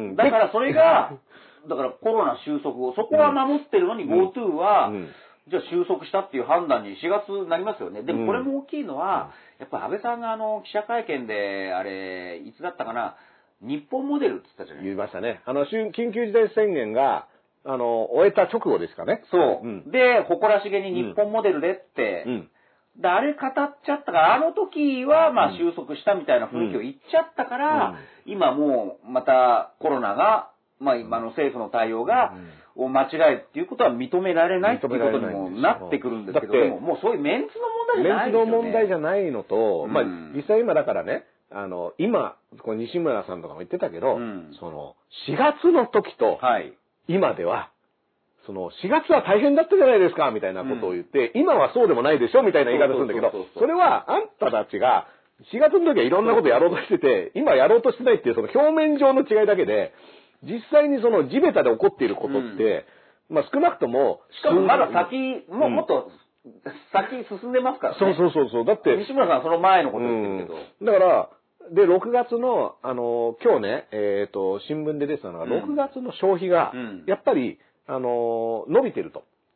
Speaker 3: だからそれが、だからコロナ収束後、そこは守ってるのに GoTo は、じゃあ収束したっていう判断にしがつになりますよね。でもこれも大きいのは、やっぱ安倍さんがあの、記者会見で、あれ、いつだったかな、日本モデルって言ったじゃないですか。
Speaker 2: 言いましたね。あの、緊急事態宣言が、あの、終えた直後ですかね。
Speaker 3: そう。うん、で、誇らしげに日本モデルでって、うんうんで、あれ語っちゃったから、あの時は、まあ収束したみたいな雰囲気を言っちゃったから、うん、今もう、またコロナが、まあ今の政府の対応が、を間違えるっていうことは認められないっていうことにもなってくるんですけど、でももうそういうメンツの問題じゃないですよね。
Speaker 2: メンツの問題じゃないのと、うん、まあ実際今だからね、あの、今、この西村さんとかも言ってたけど、うん、その、しがつの時と、今では、その、しがつは大変だったじゃないですか、みたいなことを言って、うん、今はそうでもないでしょ、みたいな言い方するんだけど、それは、あんたたちが、しがつの時はいろんなことやろうとしてて、今やろうとしてないっていう、その表面上の違いだけで、実際にその地べたで起こっていることって、うん、まあ少なくとも、
Speaker 3: しかもまだ先、ももっと、先進んでますからね。
Speaker 2: そうそうそうそう。だって。
Speaker 3: 西村さんその前のこと言ってるけど。
Speaker 2: うん、だから、で、ろくがつの、あの、今日ね、えっ、ー、と、新聞で出てたのが、ろくがつの消費が、やっぱり、あの、伸びてると。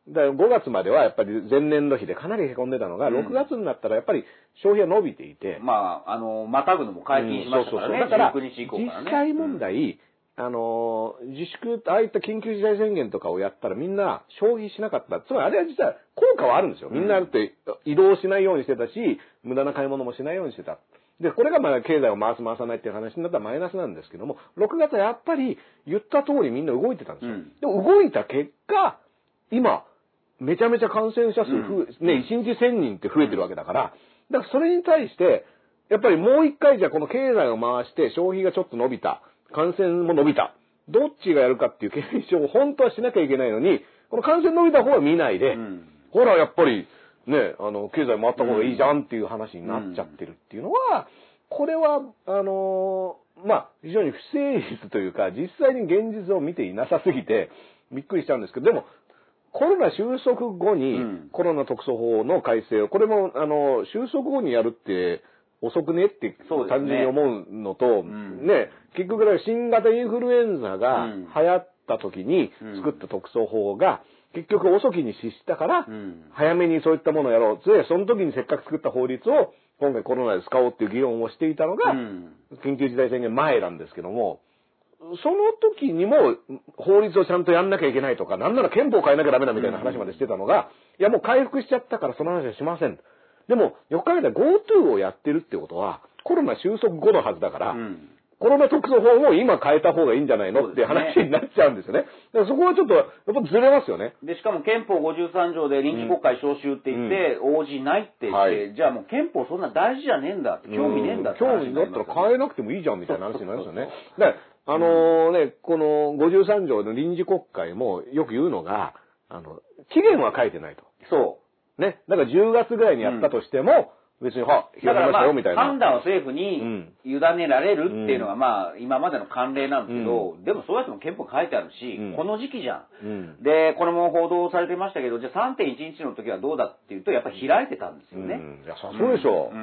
Speaker 2: だからごがつまではやっぱり前年度比でかなりへこんでたのが、ろくがつになったらやっぱり消費が伸びていて。
Speaker 3: まあ、あの、またぐのも解禁しましたからね。
Speaker 2: うん、そうそうそう。だから、
Speaker 3: じゅうくにち以降からね、
Speaker 2: 実際問題、うんあの、自粛、ああいった緊急事態宣言とかをやったらみんな消費しなかった。つまりあれは実は効果はあるんですよ。みんなだって移動しないようにしてたし、無駄な買い物もしないようにしてた。で、これがまあ経済を回す回さないっていう話になったらマイナスなんですけども、ろくがつはやっぱり言った通りみんな動いてたんですよ。うん、でも動いた結果、今、めちゃめちゃ感染者数増え、うん、ね、いちにちせんにんって増えてるわけだから、だからそれに対して、やっぱりもう一回じゃあこの経済を回して消費がちょっと伸びた。感染も伸びた。どっちがやるかっていう検証を本当はしなきゃいけないのに、この感染伸びた方は見ないで、うん、ほら、やっぱり、ね、あの、経済回った方がいいじゃんっていう話になっちゃってるっていうのは、これは、あのー、まあ、非常に不誠実というか、実際に現実を見ていなさすぎて、びっくりしちゃうんですけど、でも、コロナ収束後に、コロナ特措法の改正を、これも、あの、収束後にやるって、遅くねって単純に思うのと、ね、うん、ね、結局新型インフルエンザが流行った時に作った特措法が結局遅きに失したから、早めにそういったものをやろう。で、その時にせっかく作った法律を今回コロナで使おうっていう議論をしていたのが、緊急事態宣言前なんですけども、その時にも法律をちゃんとやんなきゃいけないとか、なんなら憲法を変えなきゃダメだみたいな話までしてたのが、いやもう回復しちゃったからその話はしません。でも、よく考えたら GoTo をやってるってことは、コロナ収束後のはずだから、うん、コロナ特措法も今変えた方がいいんじゃないのっていう話になっちゃうんですよね。だからそこはちょっと、やっぱずれますよね。
Speaker 3: で、しかも憲法ごじゅうさん条で臨時国会召集って言って、うん、応じないって言って、はい、じゃあもう憲法そんな大事じゃねえんだ、興味ねえんだって話になりますよね。
Speaker 2: 興味だったら変えなくてもいいじゃんみたいな話になりますよね。で、あのー、ね、このごじゅうさん条の臨時国会もよく言うのが、あの、期限は書いてないと。
Speaker 3: そう。
Speaker 2: ね。だからじゅうがつぐらいにやったとしても、うん、別に、は、
Speaker 3: 広めましたよ、みたいな。判断を政府に委ねられるっていうのが、まあ、今までの慣例なんですけど、うん、でもそうやっても憲法書いてあるし、うん、この時期じゃん、うん。で、これも報道されてましたけど、じゃあ さんてんいちにちの時はどうだっていうと、やっぱり開いてたんですよね。うん、
Speaker 2: いや、そうでしょう。うん、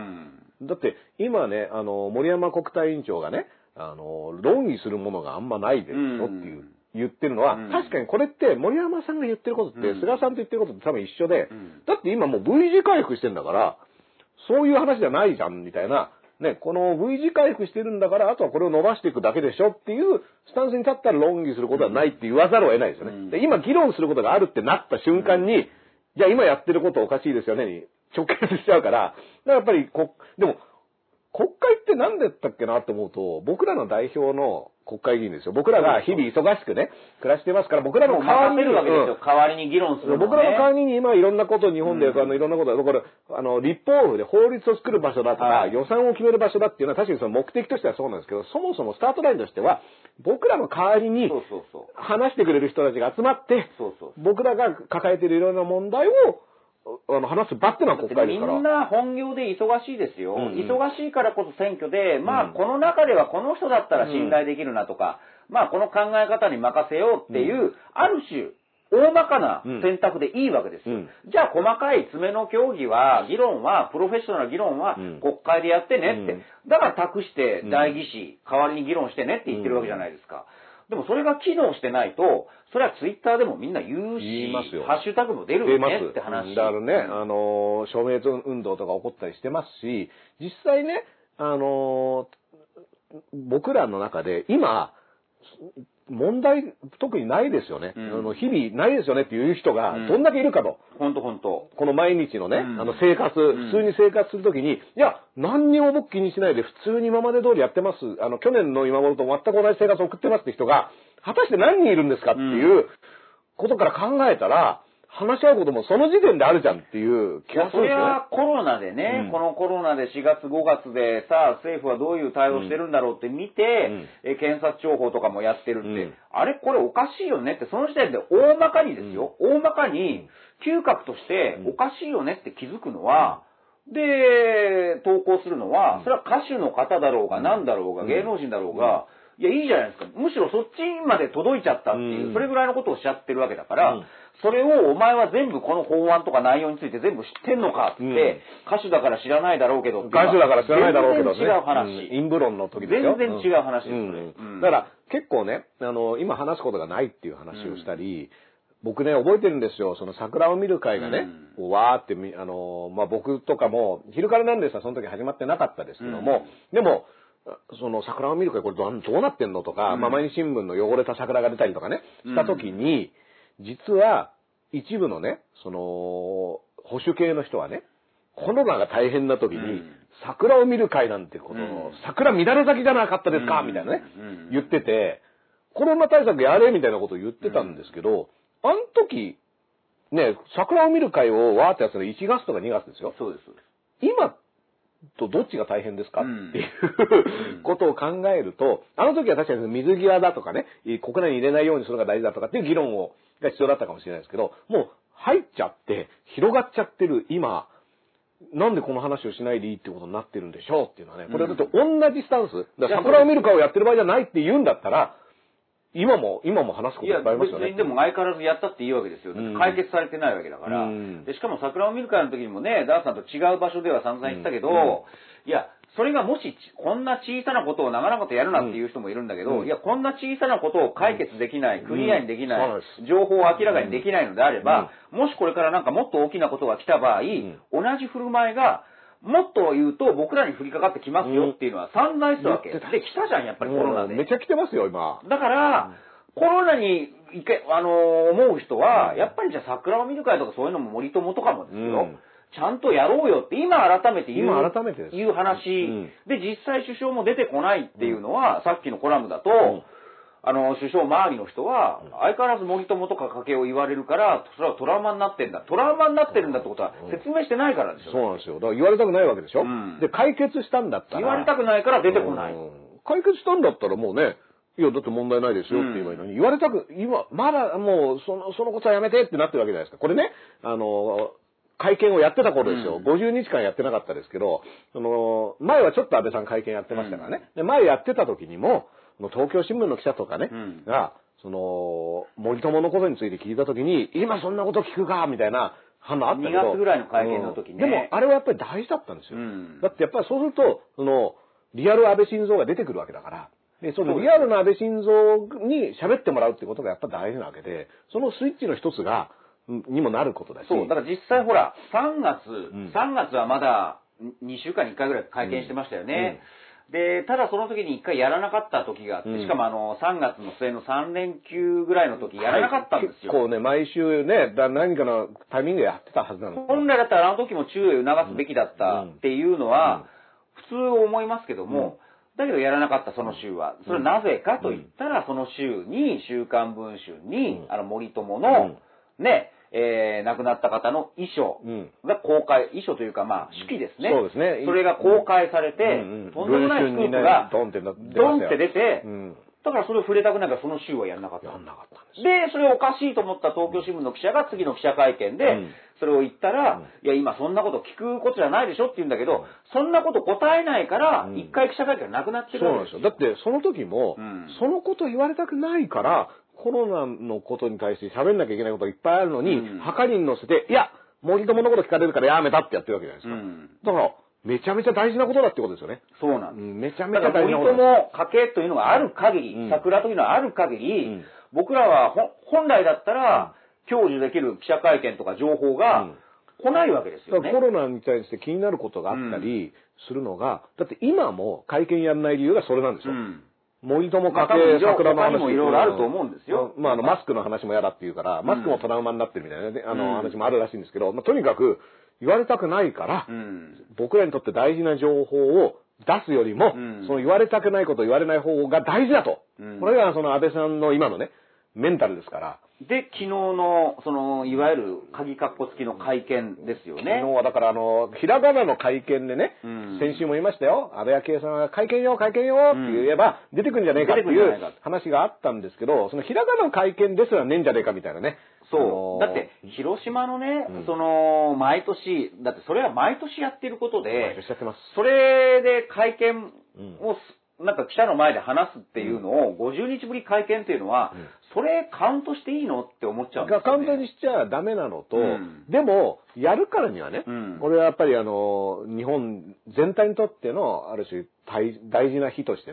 Speaker 2: だって、今ね、あの、森山国対委員長がね、あの、論議するものがあんまないですよっていう。うん言ってるのは、うん、確かにこれって森山さんが言ってることって、うん、菅さんと言ってることって多分一緒で、うん、だって今もう V 字回復してんだから、そういう話じゃないじゃんみたいな、ね、この V 字回復してるんだから、あとはこれを伸ばしていくだけでしょっていうスタンスに立ったら論議することはないって言わざるを得ないですよね。うん、で今議論することがあるってなった瞬間に、うん、じゃあ今やってることおかしいですよねに直結しちゃうから、だからやっぱりこ、でも、国会って何だったっけなって思うと、僕らの代表の国会議員ですよ。僕らが日々忙しくね、暮らしてますから、僕らの代わりに。
Speaker 3: 任せるわけですよ。代わりに議論するのね。
Speaker 2: 僕らの代わりに今いろんなことを日本で、うん、あのいろんなことだ。これ、あの、立法府で法律を作る場所だとか、はい、予算を決める場所だっていうのは確かにその目的としてはそうなんですけど、そもそもスタートラインとしては、僕らの代わりに話してくれる人たちが集まって、そうそうそう僕らが抱えているいろんな問題を、あの話す場ってのは国会ですから。
Speaker 3: みんな本業で忙しいですよ、うんうん。忙しいからこそ選挙で、まあ、この中ではこの人だったら信頼できるなとか、うん、まあこの考え方に任せようっていう、うん、ある種、大まかな選択でいいわけですよ。うん、じゃあ細かい詰めの協議は、議論は、プロフェッショナルな議論は国会でやってねって。うん、だから託して代議士、代わりに議論してねって言ってるわけじゃないですか。でもそれが機能してないと、それはツイッターでもみんな言うし、言いますよ。ハッシュタグも出るよねって話。
Speaker 2: だからね、あの、署名運動とか起こったりしてますし、実際ね、あの、僕らの中で今、問題特にないですよね。うん、あの日々ないですよねっていう人がどんだけいるかと。
Speaker 3: 本当本当。
Speaker 2: この毎日のね、うん、あの生活、普通に生活するときに、いや、何にも僕気にしないで普通に今まで通りやってます。あの、去年の今頃と全く同じ生活を送ってますって人が、果たして何人いるんですかっていうことから考えたら、話し合うこともその時点であるじゃんっていう気がするんですよね。
Speaker 3: それはコロナでね、うん、このコロナでしがつごがつでさあ政府はどういう対応してるんだろうって見て、うん、え検察庁法とかもやってるって、うん、あれこれおかしいよねってその時点で大まかにですよ、うん、大まかに嗅覚としておかしいよねって気づくのは、うん、で投稿するのは、うん、それは歌手の方だろうが何だろうが、うん、芸能人だろうが、うん、いやいいじゃないですか。むしろそっちまで届いちゃったっていう、うん、それぐらいのことをおっしゃってるわけだから、うんそれをお前は全部この法案とか内容について全部知ってんのかって、うん、歌手だから知らないだろうけど
Speaker 2: 歌手だから知らないだろうけどね。
Speaker 3: 全然違う話。
Speaker 2: 陰部論の時です
Speaker 3: よ。全然違う話です、
Speaker 2: うんうん、だから結構ね、あの、今話すことがないっていう話をしたり、 僕ね、覚えてるんですよ。その桜を見る会がね、うん、わーって、あの、まあ、僕とかも、昼からなんですが、その時始まってなかったですけども、うん、でも、その桜を見る会、これどうなってんのとか、うん、まあ、毎日新聞の汚れた桜が出たりとかね、した時に、うん、実は、一部のね、その、保守系の人はね、コロナが大変な時に、うん、桜を見る会なんてことを、うん、桜乱れ咲きじゃなかったですか、みたいなね、言ってて、コロナ対策やれみたいなことを言ってたんですけど、あの時、ね、桜を見る会をわーってやってたのいちがつとかにがつですよ。
Speaker 3: そうです、そうです。
Speaker 2: 今とどっちが大変ですか、うん、っていうことを考えると、あの時は確かに水際だとかね、国内に入れないようにするのが大事だとかっていう議論をが必要だったかもしれないですけど、もう入っちゃって、広がっちゃってる今、なんでこの話をしないでいいってことになってるんでしょうっていうのはね、これはだって同じスタンス、だから桜を見る会をやってる場合じゃないって言うんだったら、今も、今も話すこといっぱいありますよね。
Speaker 3: いや、別にでも相変わらずやったっていいわけですよ。解決されてないわけだから。うん、でしかも桜を見る会の時にもね、ダースさんと違う場所では散々言ってたけど、うんうん、いや、それがもし、こんな小さなことを長々とやるなっていう人もいるんだけど、うん、いや、こんな小さなことを解決できない、うん、クリアにできない、うん、情報を明らかにできないのであれば、うん、もしこれからなんかもっと大きなことが来た場合、うん、同じ振る舞いが、もっと言うと僕らに降りかかってきますよっていうのは散々したわけ。で、来たじゃん、やっぱりコロナで。
Speaker 2: めっちゃ来てますよ、今。
Speaker 3: だから、コロナにいけ、あのー、思う人は、やっぱりじゃあ桜を見る会とかそういうのも森友とかもですよ。うん、ちゃんとやろうよって今改めて言う、
Speaker 2: 今改めてです
Speaker 3: いう話、うん、で、実際首相も出てこないっていうのは、うん、さっきのコラムだと、うん、あの、首相周りの人は、相変わらず森友とか家計を言われるから、それはトラウマになってんだ。トラウマになってるんだってことは説明してないからでしょ。
Speaker 2: そうなんですよ。だから言われたくないわけでしょ。うん、で、解決したんだったら。
Speaker 3: 言われたくないから出てこない。
Speaker 2: 解決したんだったらもうね、いや、だって問題ないですよって言えばいいのに、うん、言われたく、今、まだもう、その、そのことはやめてってなってるわけじゃないですか。これね、あの、会見をやってた頃ですよ。うん、ごじゅうにちかんやってなかったですけど、その、前はちょっと安倍さん会見やってましたからね。うん、で、前やってた時にも、東京新聞の記者とかね、うん、が、その、森友のことについて聞いた時に、今そんなこと聞くかみたいな反応あったけど。
Speaker 3: にがつぐらいの会見の時ね。
Speaker 2: でも、あれはやっぱり大事だったんですよ。うん、だってやっぱりそうすると、その、リアル安倍晋三が出てくるわけだから、で、そのリアルな安倍晋三に喋ってもらうってことがやっぱ大事なわけで、そのスイッチの一つが、にもなることだし。
Speaker 3: そう、だから実際ほら、さんがつ、うん、さんがつはまだにしゅうかんにいっかいぐらい会見してましたよね。うんうん、で、ただその時にいっかいやらなかった時があって、うん、しかもあの、さんがつの末のさんれんきゅうぐらいの時やらなかったんですよ。
Speaker 2: はい、結構ね、毎週ね、だ何かのタイミングでやってたはずなの。
Speaker 3: 本来だったらあの時も注意を促すべきだったっていうのは、普通思いますけども、うんだけどやらなかったその週は。それはなぜかと言ったら、その週に、週刊文春に、あの森友の、ね、えー、亡くなった方の遺書が公開、遺書というかまあ、手記ですね。
Speaker 2: そうですね。
Speaker 3: それが公開されて、とんでもないスクープが、ドンって出て、だからそれを触れたくないからその週はやらなかった。
Speaker 2: やらなかったんです。
Speaker 3: で、それおかしいと思った東京新聞の記者が次の記者会見で、それを言ったら、いや今そんなこと聞くことじゃないでしょって言うんだけど、そんなこと答えないから、一回記者会見がなくなってるわけですよ。
Speaker 2: そうなんですよ。だってその時も、そのこと言われたくないから、コロナのことに対して喋んなきゃいけないことがいっぱいあるのに、はかりに乗せて、いや、森友のこと聞かれるからやめたってやってるわけじゃないですか。だから、めちゃめちゃ大事なことだってことですよね。
Speaker 3: そうなんです。
Speaker 2: めちゃめちゃ大事なこと。
Speaker 3: 森友家系というのがある限り、うん、桜というのはある限り、うん、僕らは本来だったら、享受できる記者会見とか情報が来ないわけですよね。
Speaker 2: コロナに対して気になることがあったりするのが、うん、だって今も会見やらない理由がそれなんですよ。うん森友家系桜の話
Speaker 3: もいろいろあると思うんですよ。
Speaker 2: まあ、あの、マスクの話も嫌だっていうから、マスクもトラウマになってるみたいなね、あの、話もあるらしいんですけど、まあ、とにかく言われたくないから、うん、僕らにとって大事な情報を出すよりも、うん、その言われたくないことを言われない方が大事だと。うん、これがその安倍さんの今のね、メンタルですから。
Speaker 3: で、昨日の、その、いわゆる、鍵括弧付きの会見ですよね。
Speaker 2: 昨日はだから、あの、ひらがなの会見でね、うん、先週も言いましたよ。安倍昭恵さんが会見よ、会見よって言えば、出てくるんじゃねえかっていう話があったんですけど、そのひらがなの会見ですらねえんじゃねえかみたいなね。
Speaker 3: そう。だって、広島のね、うん、その、毎年、だってそれは毎年やってることで、
Speaker 2: 毎年やってます。
Speaker 3: それで会見を、うんなんか記者の前で話すっていうのを、ごじゅうにちぶり会見っていうのは、うん、それカウントしていいのって思っちゃうんですよね。
Speaker 2: カウントにしちゃダメなのと、うん、でも、やるからにはね、うん、これはやっぱりあの、日本全体にとっての、ある種大、大事な日としてね、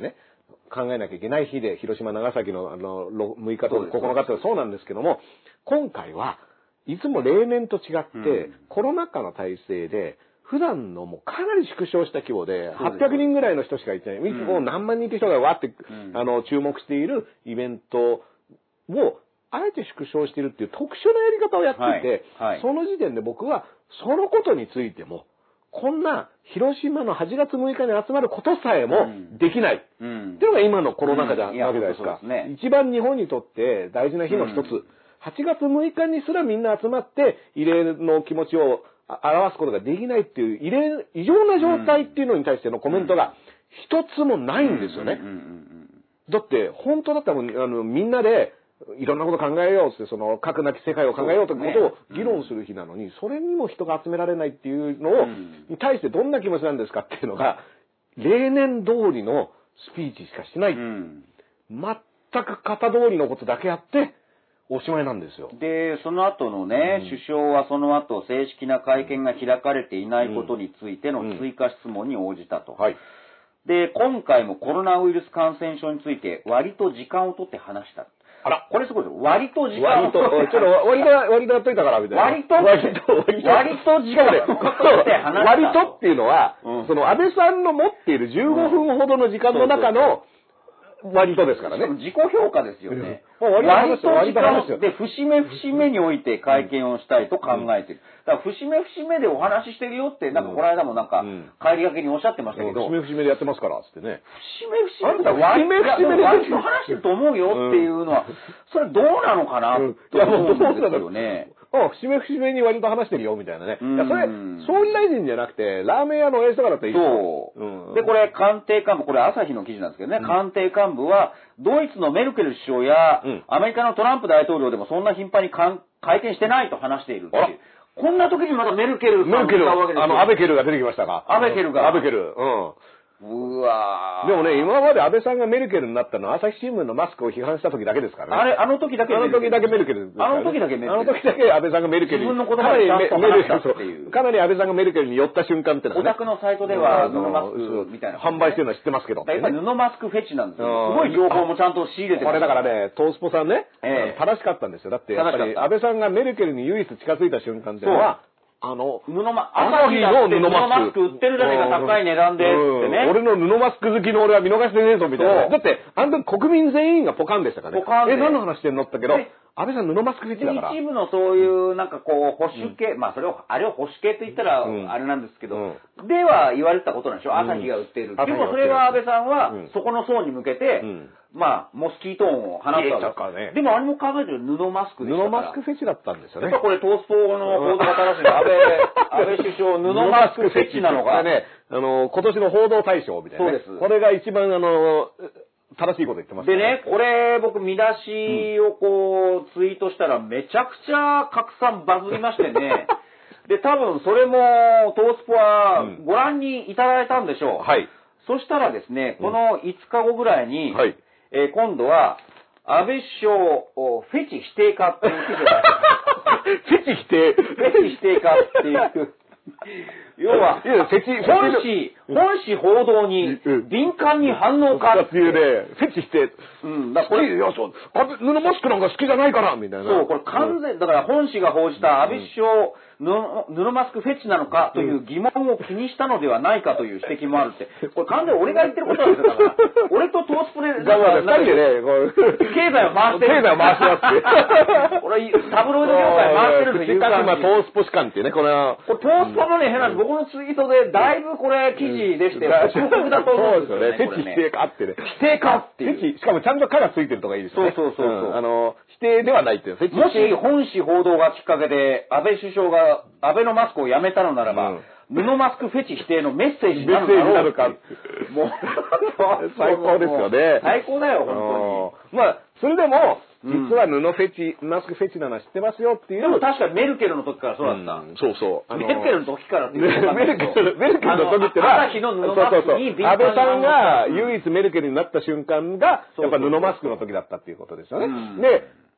Speaker 2: 考えなきゃいけない日で、広島、長崎のあの、むいかとここのかってそうなんですけども、今回はいつも例年と違って、うん、コロナ禍の体制で、普段のもうかなり縮小した規模で、はっぴゃくにんぐらいの人しかいてない、いつも何万人って人がわって、うん、あの、注目しているイベントを、あえて縮小しているっていう特殊なやり方をやっていて、はいはい、その時点で僕は、そのことについても、こんな広島のはちがつむいかに集まることさえもできない。うん、っていうのが今のコロナ禍じゃわけじゃないですか。うんですね、一番日本にとって大事な日の一つ。うん、はちがつむいかにすらみんな集まって慰霊の気持ちを表すことができないっていう異例、異常な状態っていうのに対してのコメントが一つもないんですよね。だって本当だったらあのみんなでいろんなこと考えようって、その核なき世界を考えようということを議論する日なのに、それにも人が集められないっていうのを、に対してどんな気持ちなんですかっていうのが、例年通りのスピーチしかしない。全く型通りのことだけやって、おしまいなんですよ。
Speaker 3: で、その後のね、うん、首相はその後正式な会見が開かれていないことについての追加質問に応じたと。うんうんはい、で、今回もコロナウイルス感染症について割と時間をとって話した。あら、これすごいですよ。割と時間をとって。
Speaker 2: ちょっと割と、割とやっといたからみたいな。
Speaker 3: 割と、割と、割と時間をとって話した。
Speaker 2: 割とっていうのは、うん、その安倍さんの持っているじゅうごふんほどの時間の中の、割とですからね。
Speaker 3: 自己評価ですよね。割と時間で、節目節目において会見をしたいと考えている。だから節目節目でお話ししてるよって、なんかこの間もなんか、帰りがけにおっしゃってましたけど。
Speaker 2: 節目節目でやってますから、つってね。
Speaker 3: 節目節目で割と話してると思うよっていうのは、それどうなのかなって思うんですよね。
Speaker 2: あ、節目節目に割と話してるよ、みたいなね。いや、それ、総理大臣じゃなくて、ラーメン屋の親父とかだったらいいですよ。
Speaker 3: そう。で、これ、官邸幹部、これ朝日の記事なんですけどね、官邸幹部は、ドイツのメルケル首相や、アメリカのトランプ大統領でもそんな頻繁に会見してないと話しているっていう。こんな時にまたメルケル
Speaker 2: さんがいたわけですよ。あの、安倍ケルが出てきましたか。
Speaker 3: 安倍ケルが。
Speaker 2: 安倍ケル。うん。
Speaker 3: うわ
Speaker 2: ー。でもね、今まで安倍さんがメルケルになったのは朝日新聞のマスクを批判した時だけですからね。
Speaker 3: あれ、あの時だけ
Speaker 2: あの時だけメルケルですからね。
Speaker 3: あの時だけメルケル。
Speaker 2: あの時だけ安倍さんがメルケルに。
Speaker 3: 自分の言葉でちゃんと話したっていう。
Speaker 2: かなり安倍さんがメルケルに寄った瞬間ってのは
Speaker 3: ね。お宅のサイトでは布マスクみたいな。
Speaker 2: 販売してるのは知ってますけど。
Speaker 3: やっぱり布マスクフェチなんですよ。すごい情報もちゃんと仕入れてる。
Speaker 2: これだからね、トースポさんね、正しかったんですよ。だって、やっぱり安倍さんがメルケルに唯一近づいた瞬間っていうのは、あの、
Speaker 3: 布マ、朝日の布マスク売ってるじゃねえか、高い値段でってね。
Speaker 2: 俺の布マスク好きの俺は見逃してねえぞ、みたいな。だって、あの時国民全員がポカンでしたからね。ポカンで。え、何の話してんのって言ったけど、安倍さん布マスクフェチだから。
Speaker 3: 一部のそういう、なんかこう、保守系、まあそれを、あれを保守系と言ったら、あれなんですけど、では言われてたことなんでしょ、朝日が売ってる。でもそれが安倍さんは、そこの層に向けて、まあ、モスキートーンを放ったわけです。でもあれも考えてる布マスクでしたから。
Speaker 2: 布マスクフェチだったんですよね。
Speaker 3: やっぱこれトースポの報道が正しいの。安倍、安倍首相、布マスクフェチなのが。
Speaker 2: ね、あの、今年の報道大賞みたいな。そうです。これが一番あの、正しいこと言ってます
Speaker 3: でね、これ僕見出しをこう、ツイートしたらめちゃくちゃ拡散バズりましてね。で、多分それもトースポはご覧にいただいたんでしょう。はい。そしたらですね、このいつかごぐらいに、はい。えー、今度は、安倍首相、フェチ否定かっていう記事が
Speaker 2: フェチ否定
Speaker 3: フェチ否定かっていう。要は、本誌、本誌報道に敏感に反応か
Speaker 2: っていうね、フェチ否定。うん、だからこれ、いや、そう、布マスクなんか好きじゃないから、みたいな。
Speaker 3: そう、これ完全、だから本誌が報じた安倍首相、布マスクフェチなのかという疑問を気にしたのではないかという指摘もあるって。これ完全に俺が言ってることなんですよ、だから。俺とトースポで、
Speaker 2: だから、二人でね、
Speaker 3: 経済を回してる。
Speaker 2: 経済を回してますって。
Speaker 3: 俺、タブロイド業界回してるんですよ、
Speaker 2: せっかくまあトースポ士官っていうね、これは。
Speaker 3: これトースポのね、変な僕のツイートで、だいぶこれ記事でして、深刻だと思うんですよね。
Speaker 2: フェチ否定かってね。
Speaker 3: 否定かっていう。
Speaker 2: フェチ、しかもちゃんと「か」がついてるとかいいですよね。
Speaker 3: そうそうそう。
Speaker 2: あの、否定ではないっていう。
Speaker 3: もし本誌報道がきっかけで、安倍首相が、安倍のマスクをやめたのならば、布マスクフェチ否定のメッセージになるだろう。メッセージになるか。もう、
Speaker 2: 最高ですよね。
Speaker 3: 最高だよ、本
Speaker 2: 当に。まあ、それでも、実は布フェチ、マスクフェチなのは知ってますよっていう。
Speaker 3: でも確かにメルケルの時からそうだった。
Speaker 2: そうそう。
Speaker 3: メルケルの時からっていう。
Speaker 2: メルケル、メルケルの時ってのは、
Speaker 3: 朝日の布マスクに
Speaker 2: 敏感に。安倍さんが唯一メルケルになった瞬間が、やっぱ布マスクの時だったっていうことですよね。で、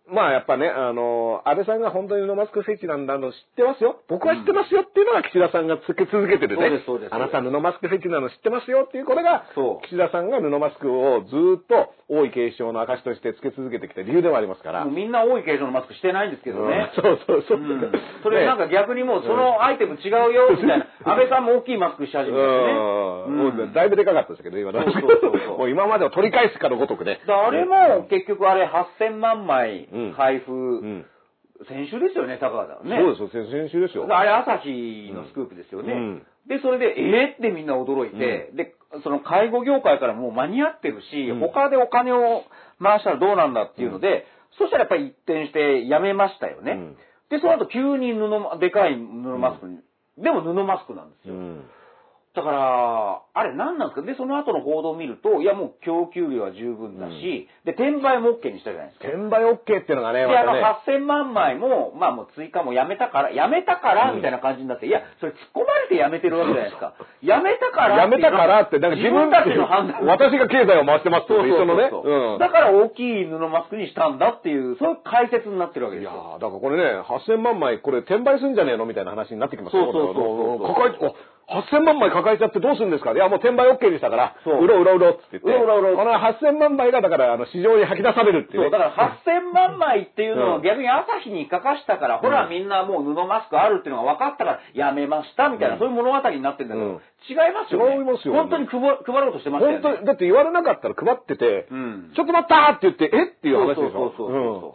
Speaker 2: まあやっぱね、あの、安倍さんが本当に布マスクフェチなんだの知ってますよ。僕は知ってますよっていうのが岸田さんがつけ続けてるね。
Speaker 3: そうです、そうです。
Speaker 2: あなた布マスクフェチなの知ってますよっていうこれが、岸田さんが布マスクをずっと王位継承の証としてつけ続けてきた理由ではありますから。
Speaker 3: もうみんな王位継承のマスクしてないんですけどね。
Speaker 2: うん、そうそうそう。うん、
Speaker 3: それなんか逆にもうそのアイテム違うよみたいな。安倍さんも大きいマスクし始めたしね。
Speaker 2: うん。だいぶでかかったですけど、今だそうそうそうもう今までを取り返すかのごとくね。
Speaker 3: あれも結局あれはっせんまんまい配布、うんうん、先週ですよね、高川さんね。
Speaker 2: そうですよ、先週ですよ。
Speaker 3: あれ朝日のスクープですよね。うん、で、それで、えーってみんな驚いて、うん、で、その介護業界からもう間に合ってるし、うん、他でお金を回したらどうなんだっていうので、うん、そしたらやっぱり一転してやめましたよね。うん、で、その後急に布、でかい布マスクに、うん、でも布マスクなんですよ。うんだから、あれ何なんですかで、その後の報道を見ると、いやもう供給量は十分だし、うん、で、転売も OK にしたじゃないですか。
Speaker 2: 転売 OK っていうのがね、
Speaker 3: で、あの、はっせんまんまいも、まあもう追加もやめたから、やめたから、みたいな感じになって、うん、いや、それ突っ込まれてやめてるわけじゃないですか。やめたから
Speaker 2: やめたからって、なんか自分たちの判断。私が経済を回してますって一緒のね。
Speaker 3: だから大きい布マスクにしたんだっていう、そういう解説になってるわけですよ。
Speaker 2: いやー、だからこれね、はっせんまんまいこれ転売するんじゃねえのみたいな話になってきますよ。
Speaker 3: そうそうそうそう。
Speaker 2: 抱えて、はっせんまんまい抱えちゃってどうするんですかいや、もう転売 OK にしたから、うろうろうろって言って。うろうろうろ。このはっせんまんまいが、だから、あの、市場に吐き出されるっていう、ね。
Speaker 3: そう、だからはっせんまんまいっていうのを逆に朝日に書かしたから、うん、ほら、みんなもう布マスクあるっていうのが分かったから、やめました、みたいな、うん、そういう物語になってるんだけど、うん、違いますよね。
Speaker 2: 違いますよ、
Speaker 3: ね。本当に配ろうとしてましたよね。
Speaker 2: 本当に、だって言われなかったら配ってて、うん、ちょっと待ったって言って、えっていう話でしょ。
Speaker 3: そうそうそうそう、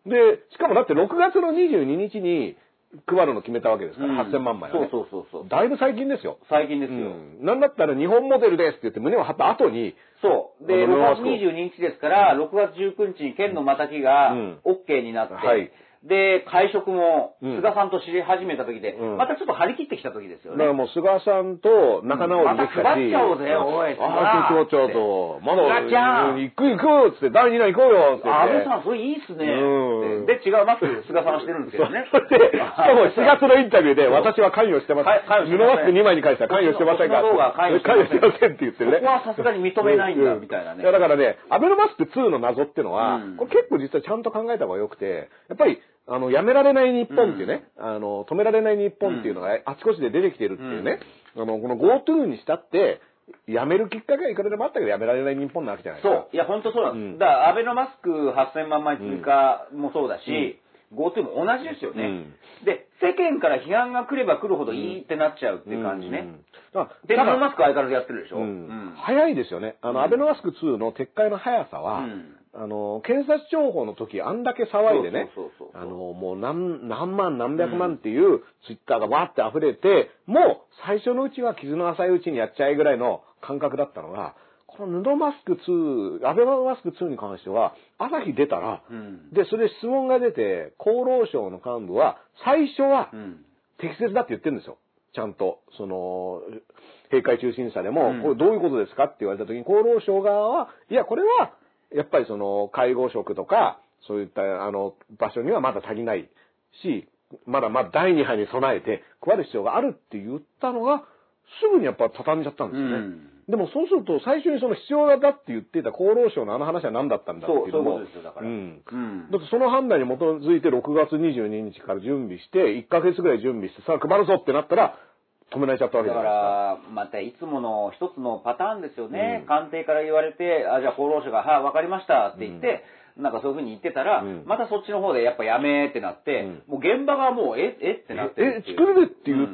Speaker 2: うん。で、しかもだってろくがつのにじゅうににちに、配るの決めたわけですから、うん、はっせんまんまいはね。
Speaker 3: そうそうそうそう。
Speaker 2: だいぶ最近ですよ。
Speaker 3: 最近ですよ。
Speaker 2: うん。なんだったら日本モデルですって言って胸を張った後に。
Speaker 3: そう。で、ろくがつにじゅうににちですから、ろくがつじゅうくにちに県のまたぎが OK になって、うんはい、で、会食も菅さんと知り始めた時で、うん、またちょっと張り切ってきた時ですよね。
Speaker 2: だからもう菅さんと仲直りできたし、うん、
Speaker 3: また配っちゃおうぜ、おい。
Speaker 2: ああ、局長と、まだ、行く行くっつって、だいにだん行こうよって言って。
Speaker 3: 安倍さん、それいいっすね。うん、で、違うマスク菅さんはしてるんですけどね。
Speaker 2: で、しかもしがつのインタビューで、私は関与してます。布マスクにまいに関しては関与してませんか
Speaker 3: 関与して
Speaker 2: ませんって言ってるね。
Speaker 3: ここはさすがに認めないんだ、みたいなね。
Speaker 2: だからね、アベノマスクツーの謎っていうのは、これ結構実はちゃんと考えた方がよくて、やっぱり、あの、やめられない日本っていうね、うん、あの、止められない日本っていうのがあちこちで出てきてるっていうね、うん、あの、この GoTo にしたって、やめるきっかけはいくらでもあったけど、やめられない日本なわけじゃないですか。
Speaker 3: そう。いや、本当そうなんです。うん、だから、アベノマスクはっせんまんまい追加もそうだし、うん、GoTo も同じですよね、うん。で、世間から批判が来れば来るほどいいってなっちゃうっていう感じね。うんうん、で、アベノマスクは相変わらずやってるでしょ、うんうん、
Speaker 2: 早いですよね。あの、アベノマスクツーの撤回の速さは、あの、検察庁法の時あんだけ騒いでね、あの、もう何、何万何百万っていうツイッターがわーって溢れて、もう最初のうちは傷の浅いうちにやっちゃえぐらいの感覚だったのが、この布マスクツー、アベノマスクツーに関しては、朝日出たら、うん、で、それで質問が出て、厚労省の幹部は、最初は適切だって言ってるんですよ。ちゃんと、その、閉会中審査でも、うん、これどういうことですかって言われた時に、厚労省側は、いや、これは、やっぱりその介護職とかそういったあの場所にはまだ足りないし、まだまだだいに波に備えて配る必要があるって言ったのがすぐにやっぱ畳んじゃったんですよね。うん、でもそうすると最初にその必要だって言っていた厚労省のあの話は何だったんだっていうのも、
Speaker 3: そうそうですよだから。うん。
Speaker 2: うん、だってその判断に基づいてろくがつにじゅうににちから準備していっかげつぐらい準備してさあ配るぞってなったら。止められちゃったわけじゃないですか。
Speaker 3: だから、またいつもの一つのパターンですよね。うん、官邸から言われて、あ、じゃあ厚労省が、はい、わかりましたって言って、うん、なんかそういうふうに言ってたら、うん、またそっちの方でやっぱやめーってなって、うん、もう現場がもう、え、えってなって
Speaker 2: え、作るでって言って、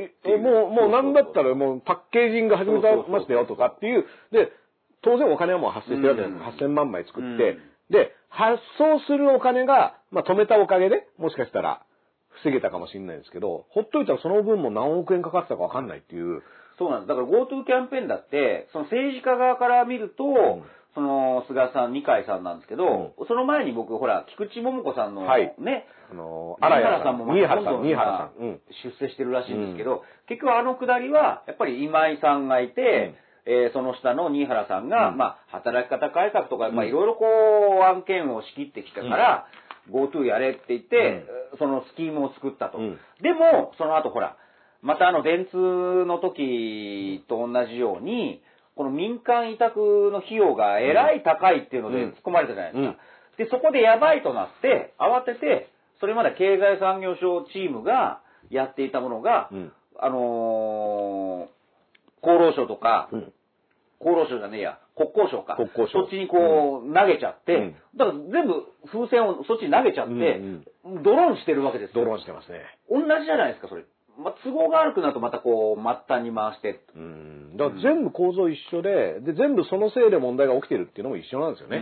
Speaker 2: うん、え、もう、もうなんだったらもうパッケージング始めましたよとかっていう、で、当然お金はもう発生してるわけじゃないですか。はっせんまんまい作って、で、発送するお金が、まあ止めたおかげで、もしかしたら、防げたかもしれないですけど、ほっといたらその分も何億円かかってたかわかんないっていう。
Speaker 3: そうなんです。だから GoTo キャンペーンだって、その政治家側から見ると、うん、その菅さん、二階さんなんですけど、うん、その前に僕、ほら、菊池桃子さんの、はい、ね、
Speaker 2: あの
Speaker 3: ー、新原さんも
Speaker 2: 新原さん、新原さん、
Speaker 3: うん、出世してるらしいんですけど、うん、結局あのくだりは、やっぱり今井さんがいて、うん、えー、その下の新原さんが、うん、まあ、働き方改革とか、まあ、いろいろこう、案件を仕切ってきたから、うん、GoTo やれって言って、うん、そのスキームを作ったと。うん、でも、その後ほら、またあの電通の時と同じように、この民間委託の費用がえらい高いっていうので突っ込まれたじゃないですか。うんうん、 で、そこでやばいとなって、慌てて、それまで経済産業省チームがやっていたものが、うん、あのー、厚労省とか、うん、厚労省じゃねえや、国交省か。国交省。そっちにこう、投げちゃって、うん、だから全部風船をそっちに投げちゃって、うんうん、ドローンしてるわけですよ。
Speaker 2: ドローンしてますね。
Speaker 3: 同じじゃないですか、それ。まあ、都合が悪くなるとまたこう、末端に回して。
Speaker 2: うん。だから全部構造一緒で、で、全部そのせいで問題が起きてるっていうのも一緒なんですよね。うん、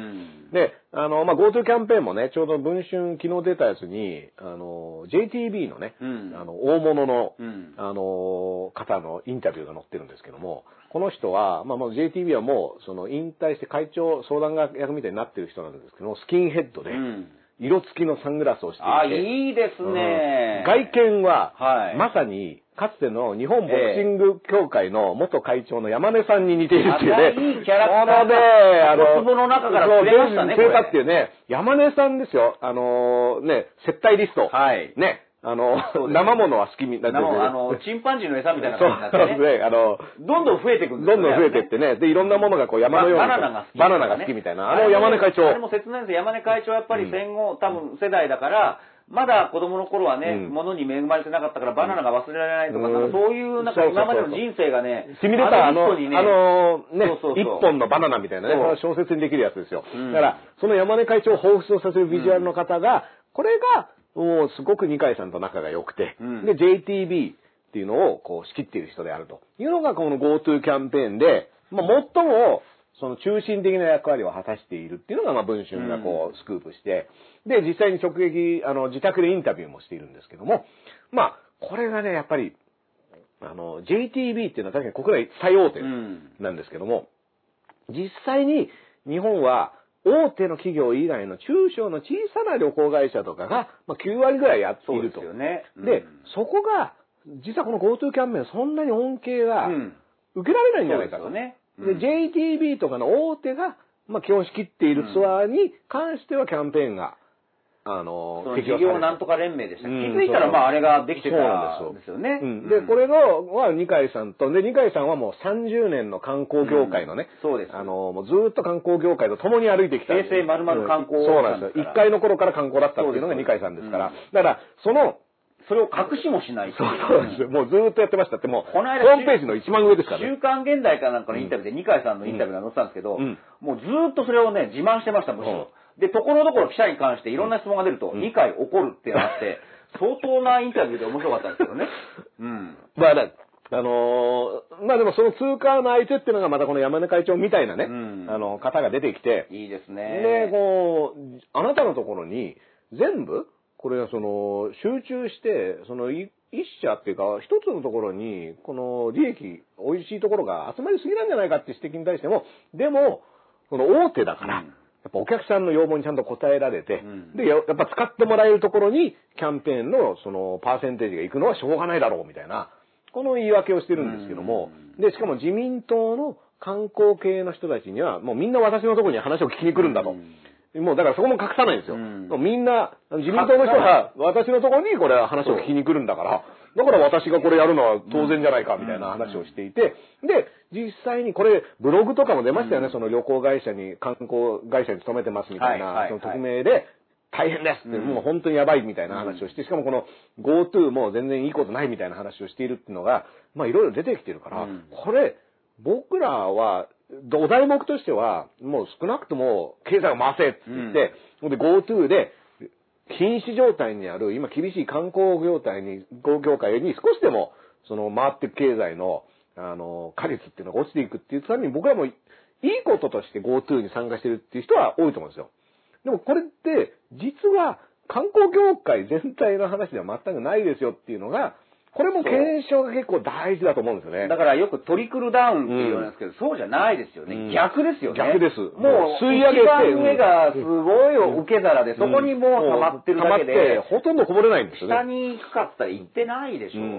Speaker 2: で、あの、まあ、GoTo キャンペーンもね、ちょうど文春昨日出たやつに、あの、ジェイティービー のね、うん、あの、大物の、うん、あの、方のインタビューが載ってるんですけども、この人は、まあ、もう ジェイティービー はもう、その、引退して会長、相談役みたいになってる人なんですけども、スキンヘッドで、うん色付きのサングラスをしていて。
Speaker 3: あ、いいですね。
Speaker 2: うん、外見は、はい、まさに、かつての日本ボクシング協会の元会長の山根さんに似ているっていうね。
Speaker 3: いいキャラクター
Speaker 2: で、あの、
Speaker 3: 壺の中から触れましたね。
Speaker 2: 触れたっていうね、山根さんですよ。あのー、ね、接待リスト。
Speaker 3: はい。
Speaker 2: ね。あの、生物は好きみたいな。
Speaker 3: あの、チンパンジーの餌みたいな感じになってね。
Speaker 2: そうですね。あの、
Speaker 3: どんどん増えていくんですよ
Speaker 2: ね。どんどん増えていってね。で、いろんなものがこう山のように。
Speaker 3: バナナが好き。
Speaker 2: バナナが好きみたいな。あの山根会長。
Speaker 3: あれも切ないですよ。山根会長はやっぱり戦後、多分世代だから、まだ子供の頃はね、ものに恵まれてなかったからバナナが忘れられないとか、なんかそういう、なんか今までの人生がね、
Speaker 2: シミュレーター、あの、あの、ね、一本のバナナみたいなね、小説にできるやつですよ。だから、その山根会長を彷彿とさせるビジュアルの方が、これが、もうすごく二階さんと仲が良くて、うん、で、ジェイティービー っていうのをこう仕切っている人であるというのがこの GoTo キャンペーンで、まあ、最もその中心的な役割を果たしているっていうのが、まあ、文春がこうスクープして、で、実際に直撃、あの、自宅でインタビューもしているんですけども、まあ、これがね、やっぱり、あの、ジェイティービー っていうのは確かに国内最大手なんですけども、うん、実際に日本は、大手の企業以外の中小の小さな旅行会社とかが、まあ、きゅうわりぐらいやっていると。
Speaker 3: そうですよね。
Speaker 2: うん、で、そこが、実はこの GoTo キャンペーンそんなに恩恵は受けられないんじゃないかと。
Speaker 3: うん、そうですよね。
Speaker 2: うん、で、ジェイティービー とかの大手が、まあ、基本仕切っているツアーに関してはキャンペーンが、あの、
Speaker 3: その事業なんとか連盟でした。うん、気づいたら、まあ、あれができてたんですよね。
Speaker 2: うん、で、これのは二階さんと、で、二階さんはもうさんじゅうねんの観光業界のね、
Speaker 3: うん、そうです。
Speaker 2: あの、もうずっと観光業界と共に歩いてきた。
Speaker 3: 平成丸々観光、
Speaker 2: うん、そうなんですよ。いっかいの頃から観光だったっていうのが二階さんですから。だから、その、
Speaker 3: それを隠しもしない。
Speaker 2: そうそうなんですよ。もうずっとやってましたって、もう、この間ホームページの一番上ですからね。
Speaker 3: 週刊現代かなんかのインタビューで、二階さんのインタビューが載ってたんですけど、うん、もうずっとそれをね、自慢してました、むしろ。うんで、ところどころ記者に関していろんな質問が出ると、にかい怒るってなって、相当なインタビューで面白かったんですけどね。うん。
Speaker 2: まあ、だあのー、まあでもその通貨の相手っていうのがまたこの山根会長みたいなね、うん、あの、方が出てきて、
Speaker 3: いいですね。
Speaker 2: で、こう、あなたのところに全部、これはその、集中して、その、一社っていうか、一つのところに、この利益、美味しいところが集まりすぎなんじゃないかっていう指摘に対しても、でも、この大手だから、うんやっぱお客さんの要望にちゃんと応えられて、うん、で、やっぱ使ってもらえるところに、キャンペーンのそのパーセンテージがいくのはしょうがないだろうみたいな、この言い訳をしてるんですけども、うん、で、しかも自民党の観光系の人たちには、もうみんな私のところに話を聞きに来るんだと。うん、もうだからそこも隠さないんですよ。うん、みんな、自民党の人が私のところにこれ話を聞きに来るんだから、だから私がこれやるのは当然じゃないかみたいな話をしていて、で、実際にこれ、ブログとかも出ましたよね、うん、その旅行会社に、観光会社に勤めてますみたいな、はいはいはい、その匿名で、大変ですって、うん、もう本当にやばいみたいな話をして、しかもこの GoTo も全然いいことないみたいな話をしているっていうのが、まあいろいろ出てきてるから、うん、これ、僕らは、お題目としては、もう少なくとも経済を回せって言って、うん、で GoTo で、瀕死状態にある、今厳しい観光業態に、業界に少しでも、その回っていく経済の、あの、果実っていうのが落ちていくっていうために僕らもいいこととして GoTo に参加してるっていう人は多いと思うんですよ。でもこれって、実は観光業界全体の話では全くないですよっていうのが、これも検証が結構大事だと思うんですよね。
Speaker 3: だからよくトリクルダウンって言われるんですけど、うん、そうじゃないですよね。うん、逆ですよね。
Speaker 2: 逆です。
Speaker 3: もう吸い上げて。一番上がすごい受け皿で、うん、そこにもう溜まってるだけで、
Speaker 2: ほとんどこぼれないんですよね。
Speaker 3: 下に行くかって言ったら行ってないでしょ。うんうんうん、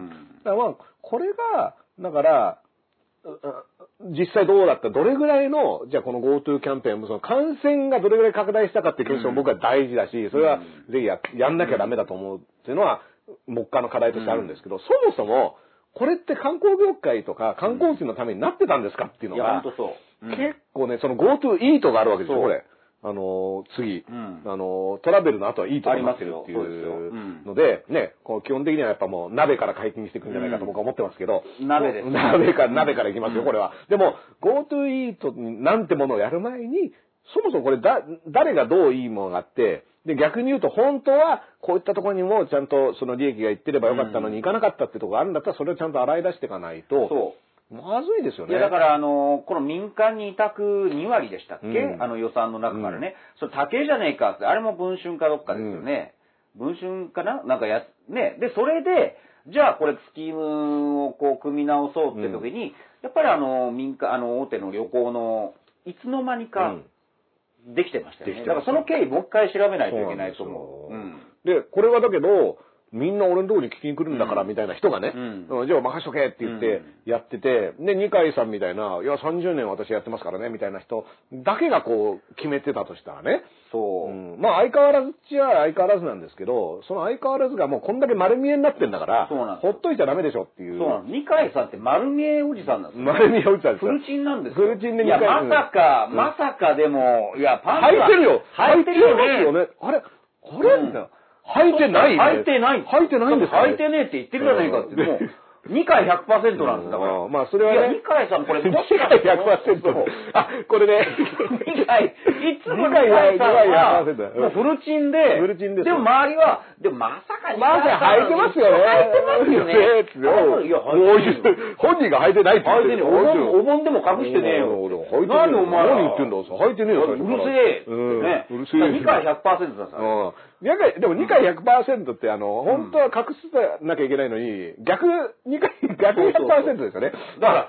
Speaker 2: だからまあ、これが、だから、実際どうだったどれぐらいの、じゃあこの GoTo キャンペーンもその感染がどれぐらい拡大したかっていう検証も僕は大事だし、それはぜひ や, やんなきゃダメだと思うっていうのは、目下の課題としてあるんですけど、うん、そもそも、これって観光業界とか観光地のためになってたんですかっていうのが、
Speaker 3: うん、いや、本当そう。
Speaker 2: うん、結構ね、その GoTo イートがあるわけですよ、これ。 あの、次、うん、あの、トラベルの後はいいとこになってるっていうので、ね、こう基本的にはやっぱもう鍋から解禁していくんじゃないかと僕は思ってますけど、
Speaker 3: うん、鍋です。
Speaker 2: 鍋から、鍋からいきますよ、これは。でも、GoTo イートなんてものをやる前に、そもそもこれだ、誰がどういいものがあって、で、逆に言うと本当はこういったところにもちゃんとその利益がいってればよかったのに行かなかったってところがあるんだったら、それをちゃんと洗い出していかないと、そう。まずいですよね。
Speaker 3: いや、だから、あの、この民間に委託に割でしたっけ、うん、あの予算の中からね。うん、それ、竹じゃねえかって、あれも文春かどっかですよね。うん、文春かななんかや、ね。で、それで、じゃあこれスキームをこう組み直そうって時に、うん、やっぱりあの、民間、あの、大手の旅行の、いつの間にか、できてましたよね。だからその経緯もう一回調べないといけないと思う。うん、
Speaker 2: で、これはだけど、みんな俺のところに聞きに来るんだからみたいな人がね、うん、じゃあ任しとけって言ってやってて、で、二階さんみたいな、いや、さんじゅうねん私やってますからね、みたいな人だけがこう決めてたとしたらね。そう。うん、まあ相変わらずっちゃ相変わらずなんですけど、その相変わらずがもうこんだけ丸見えになってんだから、ほっといちゃダメでしょっていう。
Speaker 3: そうなんです。二階さんって丸見えおじさんなんですよ、ね。
Speaker 2: 丸見えおじさんです
Speaker 3: よ。フルチンなんですよ。
Speaker 2: フルチンで
Speaker 3: 二階さん。いや、まさか、まさかでも、いや、パンツ
Speaker 2: 履いてるよ。
Speaker 3: 履いてるよね。
Speaker 2: あれあれみたいな。履いてない
Speaker 3: 履いてない。
Speaker 2: 履いてないんですか、
Speaker 3: 履いてねえって言ってるじゃないかって。もう、二階 ひゃくパーセント なんですだから。
Speaker 2: まあ、それはね。
Speaker 3: いや、二階さんこれ、
Speaker 2: 二階 ひゃくパーセント。あ、これね。
Speaker 3: 二階、いつも二階さんは、もうフルチンで、
Speaker 2: フルチンです。
Speaker 3: でも周りは、でもまさかに。
Speaker 2: まさか履いてますよね。
Speaker 3: 履いてますよね。
Speaker 2: いや、本人が履いてないって言って
Speaker 3: る。お盆、お盆でも隠してねえよ。何お前。
Speaker 2: 何言ってんだ、履いてねえよ、
Speaker 3: うるせえ。うるせえ。二階 ひゃくパーセント ださ。
Speaker 2: でも二階 ひゃくパーセント ってあの、本当は隠さなきゃいけないのに、逆、二階、逆 ひゃくパーセント ですよね。
Speaker 3: だから、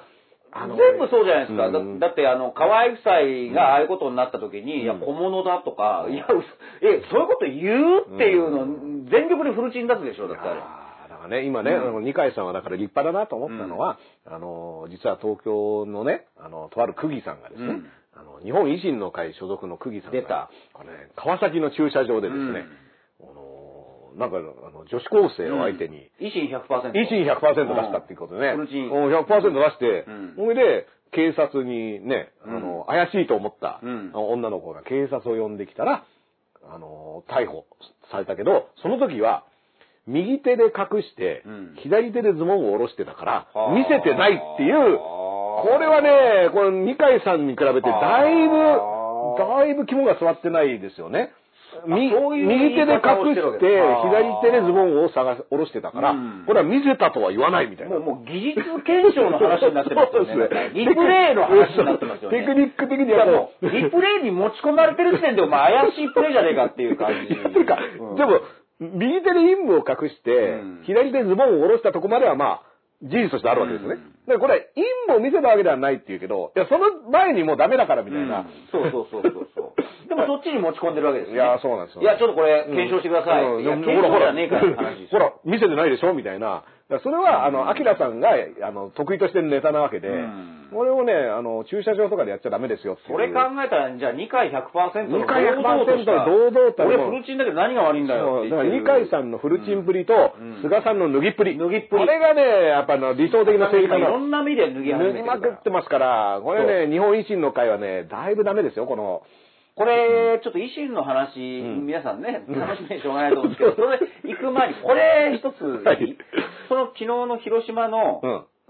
Speaker 3: 全部そうじゃないですか。だってあの、河合夫妻がああいうことになった時に、いや、小物だとか、いや、え、そういうこと言うっていうの、全力でフルチン出すでしょ、だってあれ。
Speaker 2: だからね、今ね、二階さんはだから立派だなと思ったのは、あの、実は東京のね、あの、とある区議さんがですね、あの、日本維新の会所属の区議さんが、
Speaker 3: 出た。
Speaker 2: あのね、川崎の駐車場でですね、あの、なんか、あの、女子高生を相手に、
Speaker 3: 維新 ひゃくパーセント。
Speaker 2: 維新 ひゃくパーセント 出したっていうことでね、
Speaker 3: フルチン。
Speaker 2: ひゃくパーセント 出して、それで、警察にね、あの、怪しいと思った女の子が警察を呼んできたら、あの、逮捕されたけど、その時は、右手で隠して、左手でズボンを下ろしてたから、見せてないっていう、これはね、これ二階さんに比べてだいぶ、だいぶ肝が座ってないですよね。右手で隠して、左手でズボンを下ろしてたから、これは見せたとは言わないみたいな。
Speaker 3: もう、もう技術検証の話になってますよね。リプレイの話になってますよね。
Speaker 2: テクニック的にはも
Speaker 3: う。リプレイに持ち込まれてる時点で、お前怪しいプレイじゃねえかっていう感じ。
Speaker 2: というか、でも、右手で陰部を隠して、左手でズボンを下ろしたとこまではまあ、事実としてあるわけですよね。で、これ、陰部を見せたわけではないっていうけど、いや、その前にもうダメだからみたいな。
Speaker 3: そうそうそうそうそう。でもそっちに持ち込んでるわけですね。
Speaker 2: いや、そうなんですよ。
Speaker 3: いや、ちょっとこれ、検証してください。いや、検証じゃねえから話です。
Speaker 2: ほら、見せてないでしょみたいな。それは、あの、アキラさんが、あの、得意としてるネタなわけで、これをね、あの、駐車場とかでやっちゃダメですよっていう。
Speaker 3: それ考えたら、じゃあ二階 ひゃくパーセント の
Speaker 2: 二階 ひゃくパーセント 堂々と。
Speaker 3: 俺フルチンだけど何が悪いんだよって
Speaker 2: だから二階さんのフルチンぶりと、菅さんの脱ぎっぷり。
Speaker 3: 脱ぎっぷり。
Speaker 2: これがね、やっぱの理想的な政治家の。
Speaker 3: いろんな意味で脱ぎ始めてる。
Speaker 2: 脱ぎまくってますから、これね、日本維新の会はね、だいぶダメですよ、この。
Speaker 3: これ、ちょっと維新の話、皆さんね、楽しみにしょうがないと思うんですけど、それ行く前に、これ一つ、その昨日の広島の、うん、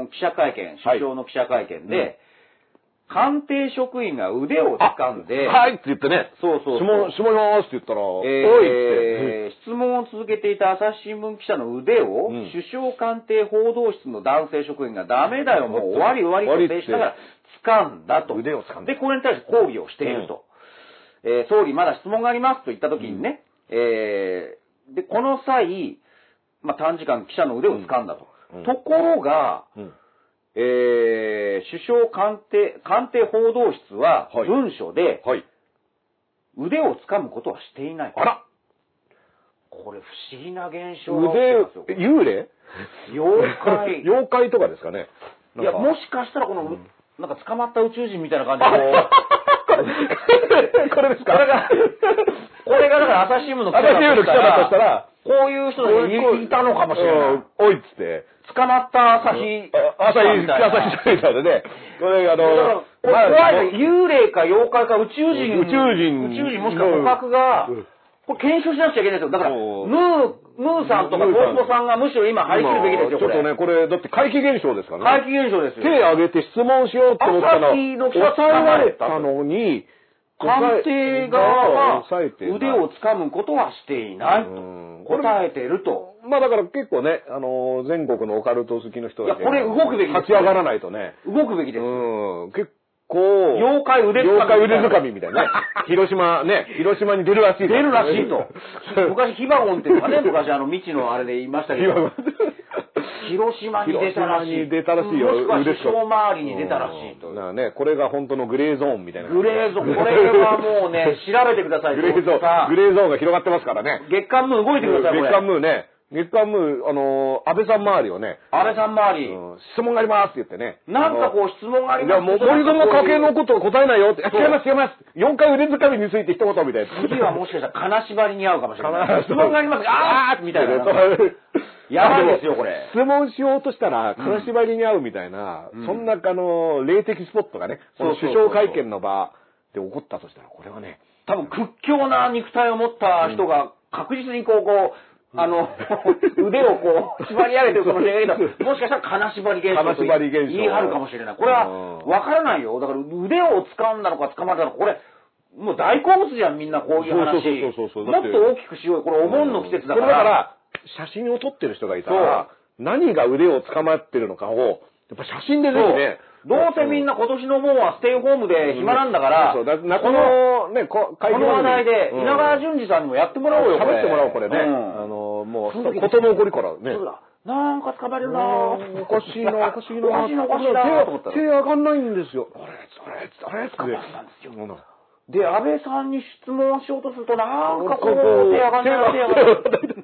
Speaker 3: 記者会見、首相の記者会見で、官邸職員が腕を掴んで、
Speaker 2: はいって言ってね、
Speaker 3: そうそう。
Speaker 2: 質問、質問しますって言ったら、
Speaker 3: おいって。質問を続けていた朝日新聞記者の腕を、首相官邸報道室の男性職員がダメだよ、もう終わり終わりと制しながら掴んだと。
Speaker 2: 腕を掴んだ。
Speaker 3: で、これに対して抗議をしていると。えー、総理まだ質問がありますと言ったときにね、うん、えー、で、この際、まあ、短時間記者の腕を掴んだと。うん、ところが、うん、えー、首相官邸、官邸報道室は文書で、はいはい、腕を掴むことはしていない。
Speaker 2: あら
Speaker 3: これ不思議な現象が起きてますよ。
Speaker 2: 腕、幽霊
Speaker 3: 妖怪。
Speaker 2: 妖怪とかですかね。
Speaker 3: いや、もしかしたらこの、うん、なんか捕まった宇宙人みたいな感じで、
Speaker 2: これですか
Speaker 3: これが、これがだから朝日新聞の記
Speaker 2: 者だとしたら、
Speaker 3: こういう人がいたのかもしれない。
Speaker 2: おいっつって。
Speaker 3: 捕まった朝日。
Speaker 2: 朝日、朝日サイダーでね。これ、あの、
Speaker 3: 怖い幽霊か妖怪か宇宙人。
Speaker 2: 宇宙人。
Speaker 3: 宇宙人もしくは捕獲が、これ検証しなくちゃいけないですよ。だから、ムー、ムーさんとか大久保さんがむしろ今張り切るべきですよ、
Speaker 2: ちょっとね、これ、だって怪奇現象ですから
Speaker 3: ね。怪奇現象ですよ。
Speaker 2: 手挙げて質問しようって思ったら、
Speaker 3: 朝日の記者
Speaker 2: 抑えられたのに、
Speaker 3: 官邸側は腕を掴むことはしていないと答えていると。
Speaker 2: まあだから結構ね、あの、全国のオカルト好きの人が、
Speaker 3: いや、これ動くべきです。
Speaker 2: 立ち上がらないとね。
Speaker 3: 動くべきです。
Speaker 2: うん。結構、
Speaker 3: 妖怪腕掴み。
Speaker 2: 妖怪腕掴みみたいなね。広島ね、広島に出るらしい。
Speaker 3: 出るらしいと。昔、ヒバゴンっていうのがね、昔あの、未知のあれで言いましたけど。広島に出たらしい。
Speaker 2: 広島に出たらしいよ。
Speaker 3: もしくは首相周りに出たらしいと。
Speaker 2: だからね、これが本当のグレーゾーンみたいな。
Speaker 3: グレーゾーン。これはもうね、調べてください。
Speaker 2: グレーゾーン。グレーゾーンが広がってますからね。
Speaker 3: 月刊ムー動いてください、これ。
Speaker 2: 月刊ムーね。月刊ムー、あの、安倍さん周りをね。
Speaker 3: 安倍さん周り。
Speaker 2: 質問がありますって言ってね。
Speaker 3: なんかこう質問があります。
Speaker 2: いや、もう森友家系のことを答えないよって。違います違います。よんかい腕掴みについて一言みたいな。
Speaker 3: 次はもしかしたら金縛りに合うかもしれない。質問があります。あーみたいな。やばいですよ、これ。
Speaker 2: 質問しようとしたら、金縛りに合うみたいな、そんな、あの、霊的スポットがね、首相会見の場で起こったとしたら、これはね、
Speaker 3: 多分屈強な肉体を持った人が確実にこう、こう、あの、腕をこう、縛り上げてるかもしれないけど、もしかしたら金縛り現象と言い張るかもしれない。これは、わからないよ。だから腕を掴んだのか掴まれたのか、これ、もう大好物じゃん、みんなこういう話。もっと大きくしようよ。これお盆の季節だから。
Speaker 2: だから、写真を撮ってる人がいたら、何が腕を捕まってるのかを、やっぱ写真でぜひね、
Speaker 3: どうせみんな今年の盆はステイホームで暇なんだから、
Speaker 2: このね、こ
Speaker 3: の話題で稲川淳二さんにもやってもらおうよ、
Speaker 2: 喋ってもらおう、これね。あの、もう、ことの起こりからね。
Speaker 3: そうだ。なんか捕まれるな
Speaker 2: ぁ。おかしいな、おかしいな。
Speaker 3: おかしいな、おかしいなと思ったら。
Speaker 2: 手上がんないんですよ。あれ、あれ、あれ、
Speaker 3: 捕まったんですよ。で、安倍さんに質問しようとすると、なんかこう、手上がんない、手上がんない。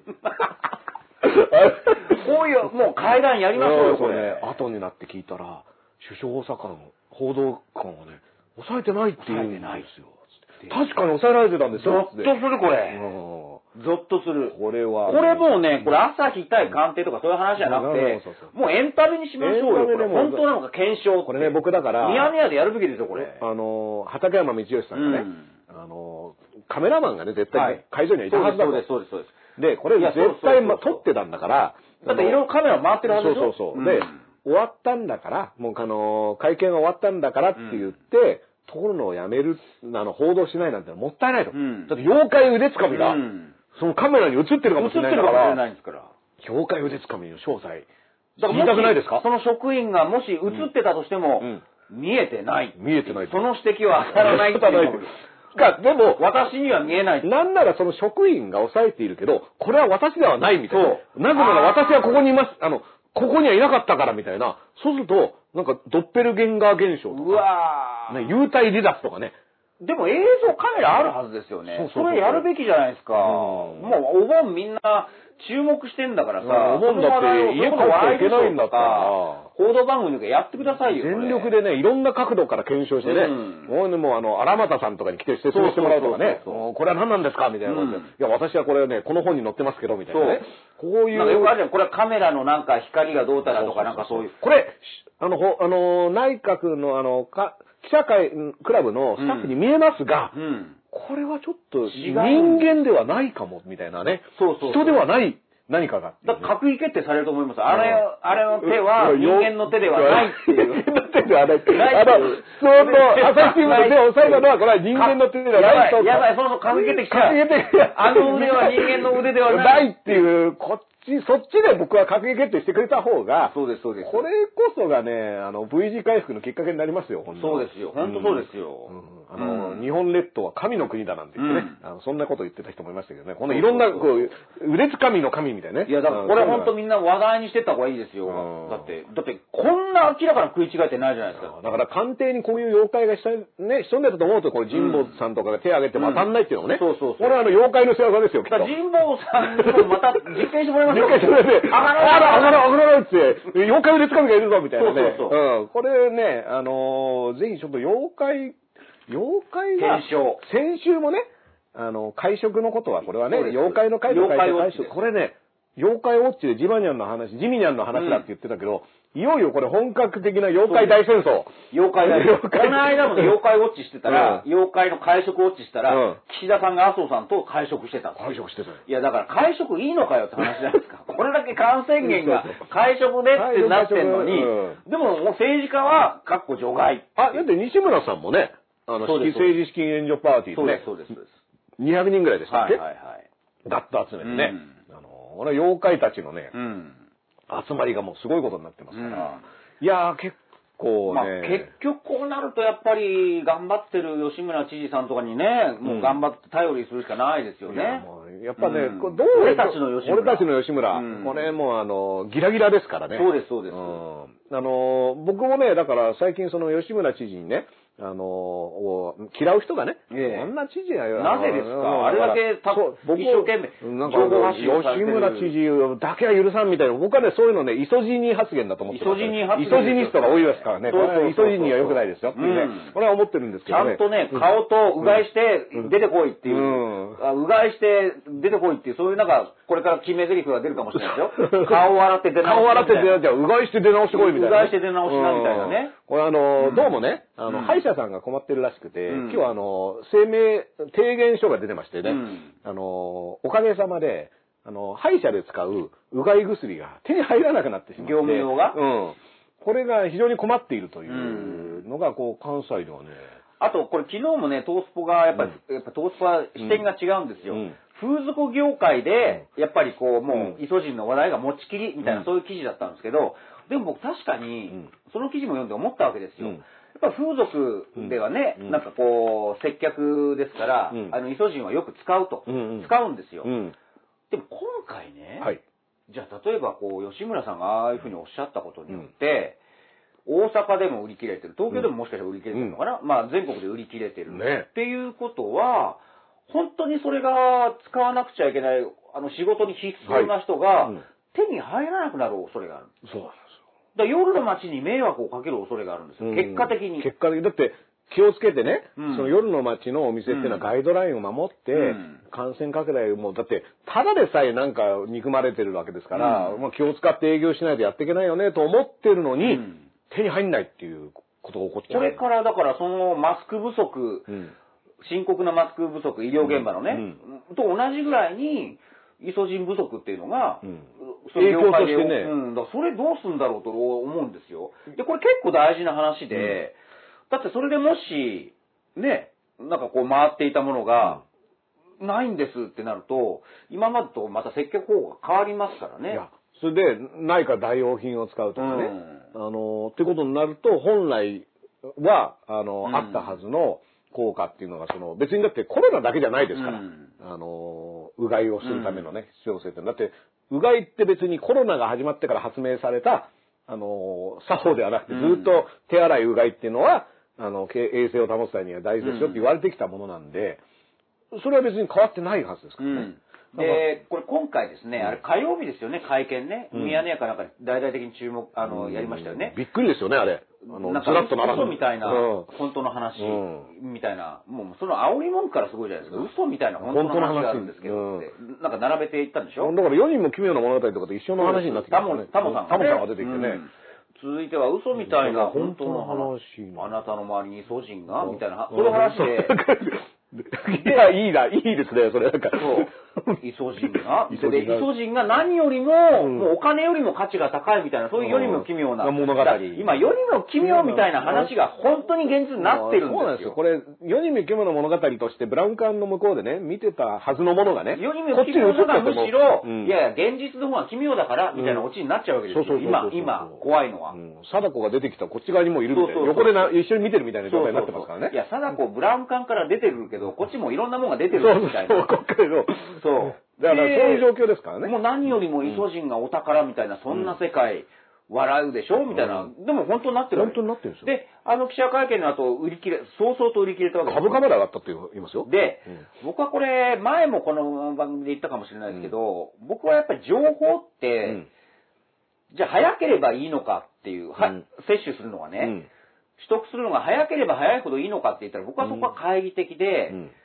Speaker 3: こういう、もう階段やりましょうよ、これ。
Speaker 2: 後になって聞いたら、首相大阪の報道官はね、抑えてないって言うんですよ。確かに抑えられてたんですよ。
Speaker 3: ゾッとする、これ。ゾッとする。
Speaker 2: これは。
Speaker 3: これもうね、これ朝日対官邸とかそういう話じゃなくて、もうエンタメにしましょうよ。これ本当なのか検証。
Speaker 2: これね、僕だから。
Speaker 3: ミヤネ屋でやるべきですよ、これ。
Speaker 2: あの、畠山道義さんがね、あの、カメラマンがね、絶対会場にはいたはずだと。
Speaker 3: そうです、そうです、そうです。
Speaker 2: で、これ絶対撮ってたんだから、
Speaker 3: だっていろいろカメラ回ってるはずでしょ。
Speaker 2: そうそうそう。で、終わったんだから、もうあの、会見が終わったんだからって言って、撮るのをやめる、あの、報道しないなんてもったいないと。だって妖怪腕つかみが、そのカメラに映ってるかもしれないから。
Speaker 3: 映ってるかもしれないんですから。
Speaker 2: 妖怪腕つかみの詳細。知りたくないですか？
Speaker 3: その職員がもし映ってたとしても、見えてない。
Speaker 2: 見えてない。
Speaker 3: その指摘は当たらないっていう。
Speaker 2: が、でも、
Speaker 3: 私には見えない。
Speaker 2: なんならその職員が抑えているけど、これは私ではないみたいな。なぜなら私はここにいます、あの、ここにはいなかったからみたいな。そうすると、なんかドッペルゲンガー現象とか。
Speaker 3: うわ
Speaker 2: ね、幽体離脱とかね。
Speaker 3: でも映像カメラあるはずですよね。そうそうそう。それやるべきじゃないですか。もうお盆みんな注目してんだからさ。
Speaker 2: お盆だって家帰っちゃいけないんだったら。
Speaker 3: 報道番組とかやってくださいよ。
Speaker 2: 全力でね、いろんな角度から検証してね。もうね、もうあの、荒俣さんとかに来て説明してもらうとかね。これは何なんですかみたいなことで。いや、私はこれね、この本に載ってますけど、みたいなね。こういう。
Speaker 3: なんかよくあるじゃん。これはカメラのなんか光がどうたらとかなんかそういう。
Speaker 2: これ、あの、あの、内閣のあの、か、記者会、クラブのスタッフに見えますが、うんうん、これはちょっと人間ではないかも、みたいなね。
Speaker 3: そうそうそう。
Speaker 2: 人ではない何かが。
Speaker 3: だから閣議決定されると思います。あれ、あれの手は人間の手ではないっていう。
Speaker 2: 人間の手ではない。あの、その、朝日新聞の手を押さえたのは、これは人間の手ではないと。
Speaker 3: やばい、その閣議決定来た。閣議決定あの腕は人間の腕ではない。
Speaker 2: ないっていう、こっち、そっちで僕は閣議決定してくれた方が、
Speaker 3: そうです、そうです。
Speaker 2: これこそがね、あの、V 字回復のきっかけになりますよ、本
Speaker 3: 当そうですよ。本当そうですよ。
Speaker 2: あの、日本列島は神の国だなんて言ってね、あのそんなこと言ってた人もいましたけどね、このいろんな、こう、腕つかみの神みたいなね。
Speaker 3: いや、だからこれ本当みんな話題にしてった方がいいですよ。だって、だって、こんな明らかな食い違いってないじゃないですか。
Speaker 2: だから官邸にこういう妖怪がしたね、潜んでたと思うと、これ神保さんとかが手を挙げても当たんないっていうのもね。
Speaker 3: そうそうそう。
Speaker 2: これはあの、妖怪の仕業ですよ、きっと。
Speaker 3: 神保さんにもまた実験してもらいましょう。
Speaker 2: 実験してもらって、上がらない上がらない上がらないって、妖怪腕つかみがいるぞ、みたいなね。
Speaker 3: そうそうそう。
Speaker 2: うん。これね、あの、ぜひちょっと妖怪、妖怪が、先週もね、 あの、会食のことは、これはね、
Speaker 3: そうです
Speaker 2: 妖怪の会と書いて
Speaker 3: 妖怪ウォッ
Speaker 2: 会食。
Speaker 3: チです
Speaker 2: これね、妖怪ウォッチでジバニャンの話、ジミニャンの話だって言ってたけど、いよいよこれ本格的な妖怪大戦争。
Speaker 3: 妖怪大戦争。この間も妖怪ウォッチしてたら、
Speaker 2: うん
Speaker 3: 妖怪の会食ウォッチしたら、
Speaker 2: うん
Speaker 3: 岸田さんが麻生さんと会食してたんですよ。
Speaker 2: 会食してたよ。
Speaker 3: いや、だから会食いいのかよって話じゃないですか。これだけ感染源が会食でってなってんのに、
Speaker 2: う
Speaker 3: でももう政治家は、かっこ除外。
Speaker 2: あ、だって西村さんもね、あの、
Speaker 3: そうです
Speaker 2: 政治資金援助パーティーでね
Speaker 3: そうです、、そうです、そうです。
Speaker 2: にひゃくにんぐらいでしたっけ、
Speaker 3: はいはいはい。
Speaker 2: ガッと集めてね、
Speaker 3: うん
Speaker 2: あの、これは妖怪たちのね、
Speaker 3: うん。
Speaker 2: 集まりがもうすごいことになってますから、
Speaker 3: うん
Speaker 2: いやー結構ね、
Speaker 3: まあ、結局こうなるとやっぱり頑張ってる吉村知事さんとかにね、もう頑張って頼りするしかないですよ
Speaker 2: いや
Speaker 3: ね。
Speaker 2: もうやっぱね、
Speaker 3: うん
Speaker 2: これどう
Speaker 3: 俺たちの吉村
Speaker 2: 俺たちの吉村、
Speaker 3: うん
Speaker 2: これもうあの、ギラギラですからね。
Speaker 3: そうです、そうです。
Speaker 2: うんあの、僕もね、だから最近その吉村知事にね、あの、を嫌う人がね、
Speaker 3: ええ
Speaker 2: こんな知事やよ。
Speaker 3: なぜですか
Speaker 2: うん
Speaker 3: あれだけた
Speaker 2: そう僕
Speaker 3: 一生懸命
Speaker 2: なんか
Speaker 3: 情報発信をされてる
Speaker 2: 吉村知事だけは許さんみたいな、僕はね、そういうのね、イソジニー発言だと思ってます。
Speaker 3: イソジニー発言
Speaker 2: イソジニストが多いですからね、こ
Speaker 3: そうそうそう
Speaker 2: れはイソジニーは良くないですよっていうね、
Speaker 3: うん
Speaker 2: これは思ってるんですけどね。
Speaker 3: ちゃんとね、顔とうがいして出てこいっていう、
Speaker 2: うん
Speaker 3: あうがいして出てこいっていう、そういうなんか、これから決め台詞が出るかもしれないですよ。顔を洗って出直し
Speaker 2: 顔洗って出直して、うがいして出直してこいみたいな、
Speaker 3: うがいして出直しなみたいなね。
Speaker 2: うんこれあの、
Speaker 3: うん
Speaker 2: どうもね、あの、
Speaker 3: うん
Speaker 2: 歯医者さんが困ってるらしくて、
Speaker 3: うん
Speaker 2: 今日はあの、声明、提言書が出てましてね、
Speaker 3: うん
Speaker 2: あの、おかげさまで、あの、歯医者で使ううがい薬が手に入らなくなってしまって。
Speaker 3: 業務用が
Speaker 2: うん。これが非常に困っているというのが、こう、関西ではね、
Speaker 3: あと、これ昨日もね、トースポが、やっぱり、やっぱトースポは視点が違うんですよ。
Speaker 2: うん
Speaker 3: 風俗業界で、やっぱりこう、も
Speaker 2: う
Speaker 3: う、イソジンの話題が持ちきりみたいな、
Speaker 2: うん
Speaker 3: そういう記事だったんですけど、でも僕確かに
Speaker 2: うん、
Speaker 3: その記事も読んで思ったわけですよ。
Speaker 2: うん
Speaker 3: やっぱ風俗ではね、
Speaker 2: うん
Speaker 3: なんかこう、接客ですから、
Speaker 2: うん
Speaker 3: あの、イソジンはよく使うと。
Speaker 2: うんうん
Speaker 3: 使うんですよ。
Speaker 2: うん。
Speaker 3: でも今回ね、
Speaker 2: はい。
Speaker 3: じゃあ例えばこう、吉村さんがああいうふうにおっしゃったことによって、大阪でも売り切れてる、東京でももしかしたら売り切れてるのかな、まあ全国で売り切れてる、
Speaker 2: ね
Speaker 3: っていうことは、本当にそれが使わなくちゃいけない、あの仕事に必須な人が
Speaker 2: はいうん
Speaker 3: 手に入らなくなる恐れがある。
Speaker 2: そうなんですよ。
Speaker 3: だから夜の街に迷惑をかける恐れがあるんですよ。
Speaker 2: うん
Speaker 3: 結果的に。
Speaker 2: 結果的に。だって、気をつけてね、
Speaker 3: うん
Speaker 2: その夜の街のお店っていうのはガイドラインを守って、
Speaker 3: うん
Speaker 2: 感染拡大をもう、だって、ただでさえなんか憎まれてるわけですから、
Speaker 3: うん
Speaker 2: まあ気を使って営業しないとやっていけないよねと思ってるのに、
Speaker 3: うん
Speaker 2: 手に入んないっていうことが起こっちゃう。
Speaker 3: これからだからそのマスク不足、
Speaker 2: うん
Speaker 3: 深刻なマスク不足、医療現場のね、
Speaker 2: うん
Speaker 3: と同じぐらいに、イソジン不足っていうのが、
Speaker 2: うん
Speaker 3: その業界で
Speaker 2: 影響としてね
Speaker 3: うん、だからそれどうすんだろうと思うんですよ。で、これ結構大事な話で、だってそれでもし、ね、なんかこう回っていたものが、ないんですってなると、今までとまた接客方法が変わりますからね。
Speaker 2: いや、それで、ないか代用品を使うとかね、あの、ってことになると、本来は、あの、
Speaker 3: うん
Speaker 2: あったはずの効果っていうのが、その、別にだってコロナだけじゃないですから、
Speaker 3: うん
Speaker 2: あの、うがいをするためのね、必要性って。だって、うがいって別にコロナが始まってから発明された、あの、作法ではなくて、ずっと手洗いうがいっていうのは、あの、け衛生を保つためには大事ですよって言われてきたものなんで、それは別に変わってないはずですからね。
Speaker 3: うんで、これ今回ですね、あれ火曜日ですよね、会見ね。
Speaker 2: うん
Speaker 3: ミヤネ屋かなんか大々的に注目、あの、やりましたよね。
Speaker 2: びっくりですよね、あれ。あの、
Speaker 3: なんか
Speaker 2: ずらっと並んで
Speaker 3: 嘘みたいな、
Speaker 2: うん
Speaker 3: 本当の話、
Speaker 2: う
Speaker 3: みたいな、もうその煽り文句からすごいじゃないですか。嘘みたいな本当の話があるんですけど、
Speaker 2: 本
Speaker 3: ってなんか並べていったんでしょ。
Speaker 2: だから世にも奇妙な物語とかと一緒の話になってきましたね。
Speaker 3: タモさんがね
Speaker 2: タモさんが出てきてね。
Speaker 3: うん続いては嘘みたいな本当の話。
Speaker 2: 本当の話
Speaker 3: あなたの周りにイソジンがみたいな、そういう話で。
Speaker 2: いや、いいな、いいですね、それなんか。
Speaker 3: そう。イソジンが。
Speaker 2: イソ
Speaker 3: で、イ
Speaker 2: ジンが
Speaker 3: ソジンが何よりも、
Speaker 2: うん
Speaker 3: もうお金よりも価値が高いみたいな、そういう世にも奇妙な。
Speaker 2: うん物語
Speaker 3: だから今、世にも奇妙みたいな話が本当に現実になってるんですよ。
Speaker 2: そうなんですよ。これ、世にも奇妙な物語として、ブラウン管の向こうでね、見てたはずのものがね、
Speaker 3: 世にも奇妙なむしろ、
Speaker 2: うん
Speaker 3: いやいや、現実の方が奇妙だから、みたいなオチになっちゃうわけですよ。
Speaker 2: そうそうそうそう
Speaker 3: 今、今、怖いのは。
Speaker 2: うん貞子が出てきたこっち側にもいるみたいな。
Speaker 3: そうそうそう
Speaker 2: 横でな一緒に見てるみたいな状態になってますからね。
Speaker 3: いや、貞子、ブラウン管から出てるけど、こっちもいろんなものが出て
Speaker 2: そう
Speaker 3: るみたいな。
Speaker 2: そう、こっからの。
Speaker 3: そう。
Speaker 2: だからそういう状況ですから
Speaker 3: もう
Speaker 2: ね。
Speaker 3: 何よりもイソジンがお宝みたいな、そんな世界、笑うでしょみたいな。でも本当になってるわけ
Speaker 2: 本当になってるんですよ。
Speaker 3: で、あの記者会見の後、売り切れ、早々と売り切れたわけですよ
Speaker 2: 株価まで上がったって言いますよ。
Speaker 3: で、
Speaker 2: うん
Speaker 3: 僕はこれ、前もこの番組で言ったかもしれないですけど、僕はやっぱり情報って、
Speaker 2: うん
Speaker 3: じゃあ早ければいいのかっていう、は
Speaker 2: うん
Speaker 3: 摂取するのがね、
Speaker 2: うん
Speaker 3: 取得するのが早ければ早いほどいいのかって言ったら、僕はそこは懐疑的で、
Speaker 2: うん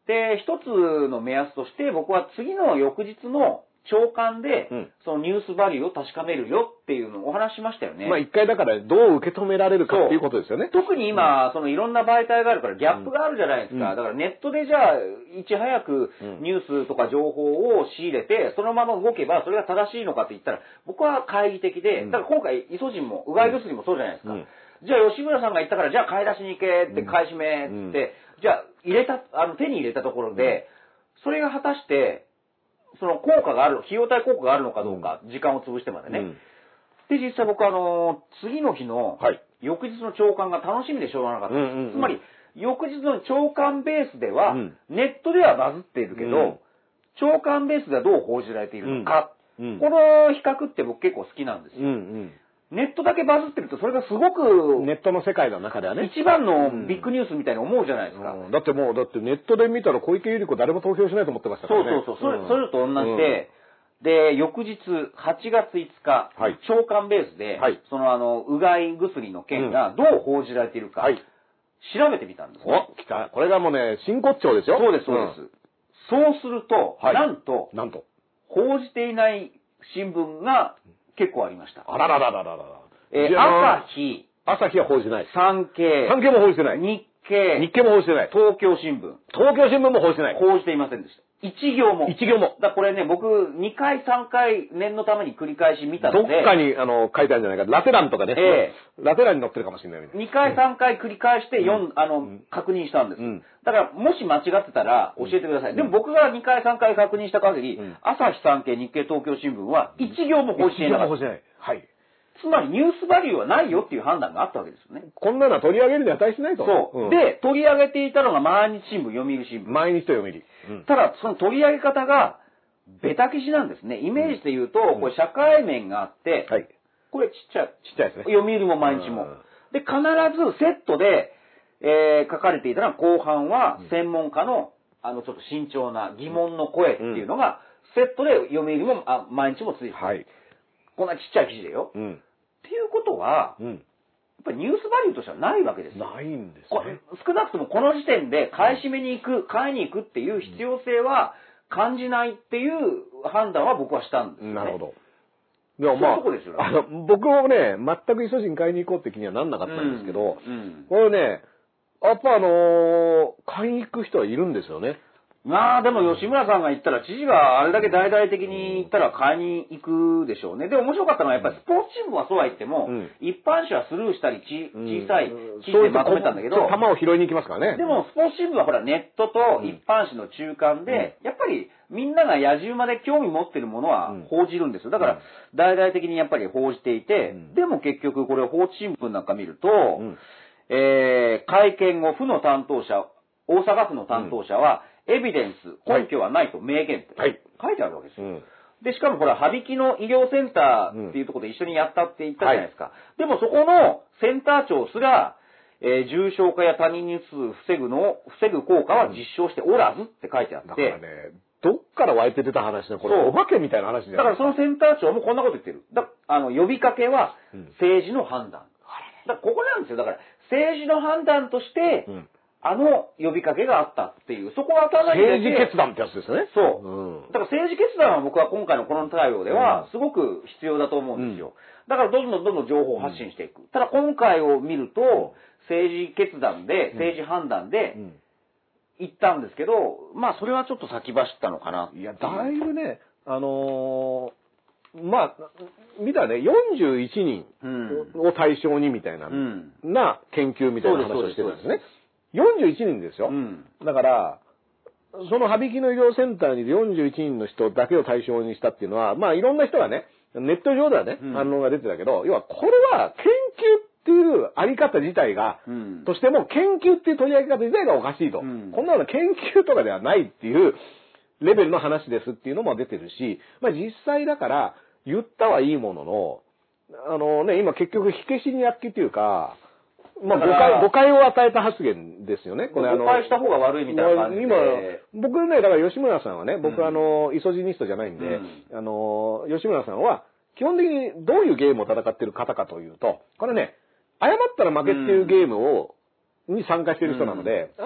Speaker 3: で、一つの目安として僕は次の翌日の朝刊で、うん、そのニュースバリューを確かめるよっていうのをお話しましたよね。
Speaker 2: まあ一回だからどう受け止められるかっていうことですよね。
Speaker 3: 特に今、うん、そのいろんな媒体があるからギャップがあるじゃないですか。うん、だからネットでじゃあ、いち早くニュースとか情報を仕入れて、そのまま動けばそれが正しいのかって言ったら、僕は懐疑的で、だから今回イソジンも、うがい薬もそうじゃないですか。うん、じゃあ吉村さんが言ったから、じゃあ買い出しに行けって買い占めって、うん、じゃあ入れた、あの手に入れたところで、それが果たして、その効果がある、費用対効果があるのかどうか、うん、時間を潰してまでね。うん、で、実際僕あの、次の日の、翌日の朝刊が楽しみでしょうがなかったです。つまり、翌日の朝刊ベースでは、うん、ネットではバズっているけど、うん、朝刊ベースではどう報じられているのか、うん、この比較って僕結構好きなんですよ。うんうんネットだけバズってると、それがすごく、
Speaker 2: ネットの世界の中ではね。
Speaker 3: 一番のビッグニュースみたいに思うじゃないですか。
Speaker 2: うん、だってもう、だってネットで見たら小池百合子誰も投票しないと思ってましたからね。
Speaker 3: そうそうそう。それ、それと同じで、うん、で、翌日、はちがついつか、はい、朝刊ベースで、はい、そのあの、うがい薬の件がどう報じられているか、はい、調べてみたんですね。
Speaker 2: お、来た。これがもうね、真骨頂ですよ。
Speaker 3: そうです、そうです。うん、そうすると、はい、なんと、
Speaker 2: なんと、
Speaker 3: 報じていない新聞が結構ありました。
Speaker 2: あらららららら。
Speaker 3: えー、朝日。
Speaker 2: 朝日は報じてない。
Speaker 3: 産経。
Speaker 2: 産経も報じてない。
Speaker 3: 日経。
Speaker 2: 日経も報じてない。
Speaker 3: 東京新聞。
Speaker 2: 東京新聞も報じてない。
Speaker 3: 報じていませんでした。一行も。
Speaker 2: 一行も。
Speaker 3: だこれね、僕、にかいさんかい念のために繰り返し見たので。
Speaker 2: どっかに、あの、書いてあるんじゃないか。ラテ欄とかね。ええー。ラテ欄に載ってるかもしれないみたいな。
Speaker 3: にかいさんかい繰り返して、読ん、あの、うん、確認したんです。うん、だから、もし間違ってたら教えてください。うん、でも僕がにかいさんかい確認した限り、うん、朝日産経、日経東京新聞は一行も報じていなかった。
Speaker 2: 一行も報じてない。はい。
Speaker 3: つまりニュースバリューはないよっていう判断があったわけですよね。
Speaker 2: こんなのは取り上げるに値しないと。
Speaker 3: そう。うん、で、取り上げていたのが毎日新聞、読売新聞。
Speaker 2: 毎日と読売。
Speaker 3: うん、ただ、その取り上げ方が、ベタ記事なんですね。イメージで言うと、うん、これ社会面があって、はい、これちっちゃい。
Speaker 2: ちっちゃいですね。
Speaker 3: 読売も毎日も。で、必ずセットで、えー、書かれていたのは、後半は専門家の、あの、ちょっと慎重な疑問の声っていうのが、セットで読売も、あ毎日もついてる。はい。こんなちっちゃい記事でよ。うん。っていうことは、うん、やっぱりニュースバリューとしてはないわけですよ。
Speaker 2: ないんですね。
Speaker 3: 少なくともこの時点で買い占めに行く、買いに行くっていう必要性は感じないっていう判断は僕はしたんですよね。
Speaker 2: なるほど。でもまあ、
Speaker 3: そういうとこですよね。
Speaker 2: あの僕もね、全くイソジン買いに行こうって気にはなんなかったんですけど、うんうん、これね、やっぱあのー、買いに行く人はいるんですよね。
Speaker 3: まあでも吉村さんが言ったら、知事があれだけ大々的に言ったら買いに行くでしょうね。でも面白かったのはやっぱりスポーツ新聞はそうは言っても、うん、一般紙はスルーしたりち、小さい記事でまとめたんだけど、
Speaker 2: 球を拾いに行きますからね。
Speaker 3: でもスポーツ新聞はほらネットと一般紙の中間で、うん、やっぱりみんなが野じ馬で興味持ってるものは報じるんですよ。だから大々的にやっぱり報じていて、うん、でも結局これ放置新聞なんか見ると、うん、えー、会見後府の担当者、大阪府の担当者は、うんエビデンス、根拠はないと明言って書いてあるわけですよ。はいうん、で、しかもこれは、羽曳の医療センターっていうところで一緒にやったって言ったじゃないですか。はい、でもそこのセンター長すら、えー、重症化や他人にうつ防ぐの、防ぐ効果は実証しておらずって書いてあって。だから
Speaker 2: ね、どっから湧いて出た話ね、これお化けみたいな話じゃない
Speaker 3: ですか。だからそのセンター長もこんなこと言ってる。だあの、呼びかけは政治の判断。うん、だからここなんですよ。だから政治の判断として、うんあの呼びかけがあったっていう、そこはかなり
Speaker 2: 政治決断ってやつですね。
Speaker 3: そう。うん、だから政治決断は僕は今回のこの対応ではすごく必要だと思うんですよ。うん、だからどんどんどんどん情報を発信していく。うん、ただ今回を見ると、政治決断で、政治判断で行ったんですけど、まあそれはちょっと先走ったのかな。
Speaker 2: いや、だいぶね、あのー、まあ、見たらね、よんじゅういちにんを対象にみたいな、うん、な研究みたいな話をしてるんですね。よんじゅういちにんですよ。うん、だから、その羽曳の医療センターにいるよんじゅういちにんの人だけを対象にしたっていうのは、まあいろんな人がね、ネット上ではね、うん、反応が出てたけど、要はこれは研究っていうあり方自体が、うん、としても研究っていう取り上げ方自体がおかしいと。うん、こんなの研究とかではないっていうレベルの話ですっていうのも出てるし、まあ実際だから言ったはいいものの、あのね、今結局火消しに焼きっていうか、まあ、誤解、誤解を与えた発言ですよね。
Speaker 3: これあの誤解した方が悪いみたいな感じで。今、
Speaker 2: 僕ね、だから吉村さんはね、僕、うん、あの、イソジニストじゃないんで、うん、あの、吉村さんは、基本的にどういうゲームを戦っている方かというと、これね、謝ったら負けっていうゲームを、うん、に参加している人なので、うん、謝る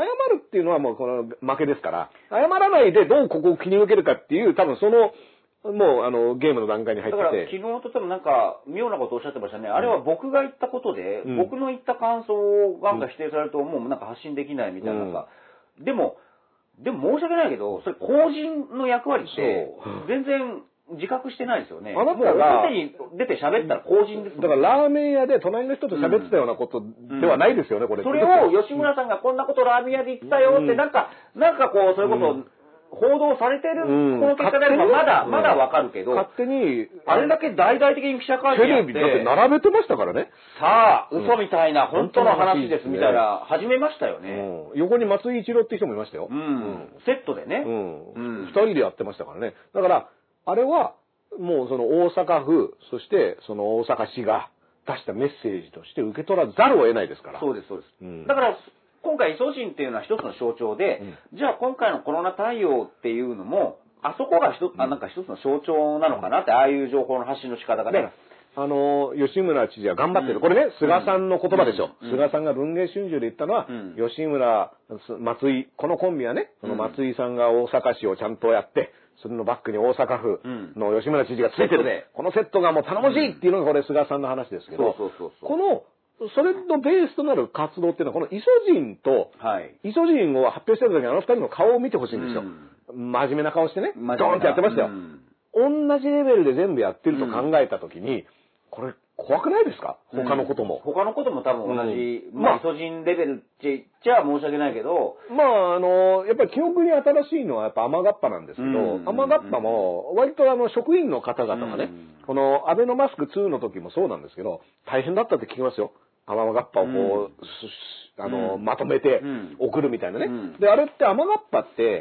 Speaker 2: っていうのはもうこの負けですから、謝らないでどうここを切り抜けるかっていう、多分その、もうあの、ゲームの段階に入ってて。
Speaker 3: だから昨日と多分なんか、妙なことをおっしゃってましたね。あれは僕が言ったことで、うん、僕の言った感想をガンガン否定されると、もうなんか発信できないみたいな、なんか、うん、でも、でも申し訳ないけど、それ公人の役割って、全然自覚してないですよね。あなたが、表に出て喋ったら公人ですもん。
Speaker 2: だからラーメン屋で隣の人と喋ってたようなことではないですよね、うん、これ。
Speaker 3: それを吉村さんがこんなことラーメン屋で言ったよって、なんか、なんかこう、そういうことを、うん報道されてる、この結果であればまだ、まだわかるけど、
Speaker 2: 勝手に、
Speaker 3: あれだけ大々的に記者会見やって、
Speaker 2: テレビだって並べてましたからね。
Speaker 3: さあ、嘘みたいな、本当の話ですみたいな、始めましたよね。
Speaker 2: 横に松井一郎って人もいましたよ。
Speaker 3: うん。セットでね。
Speaker 2: うん。二人でやってましたからね。だから、あれは、もうその大阪府、そしてその大阪市が出したメッセージとして受け取らざるを得ないですから。
Speaker 3: そうです、そうです。だから、今回、イソジンっていうのは一つの象徴で、うん、じゃあ今回のコロナ対応っていうのも、あそこが一つ、うん、あなんか一つの象徴なのかなって、ああいう情報の発信の仕方がね。
Speaker 2: あの、吉村知事は頑張ってる。うん、これね、菅さんの言葉でしょ。うん、菅さんが文藝春秋で言ったのは、うん、吉村、松井、このコンビはね、この松井さんが大阪市をちゃんとやって、それのバックに大阪府の吉村知事がついてるね。このセットがもう頼もしいっていうのがこれ菅さんの話ですけど、この、それのベースとなる活動っていうのは、このイソジンと、はい、イソジンを発表してる時にあの二人の顔を見てほしいんですよ。うん、真面目な顔してね、ドーンってやってましたよ。うん、同じレベルで全部やってると考えた時に、これ怖くないですか？他のことも。
Speaker 3: うん、他のことも多分同じ、うん、まあ、イソジンレベルって言っちゃ申し訳ないけど、
Speaker 2: まあ、あの、やっぱり記憶に新しいのはやっぱ雨がっぱなんですけど、雨がっぱも、割とあの、職員の方々がね、うん、このアベノマスクツーの時もそうなんですけど、大変だったって聞きますよ。雨がっぱをこう、うん、あの、うん、まとめて送るみたいなね。うん、で、あれって雨がっぱって、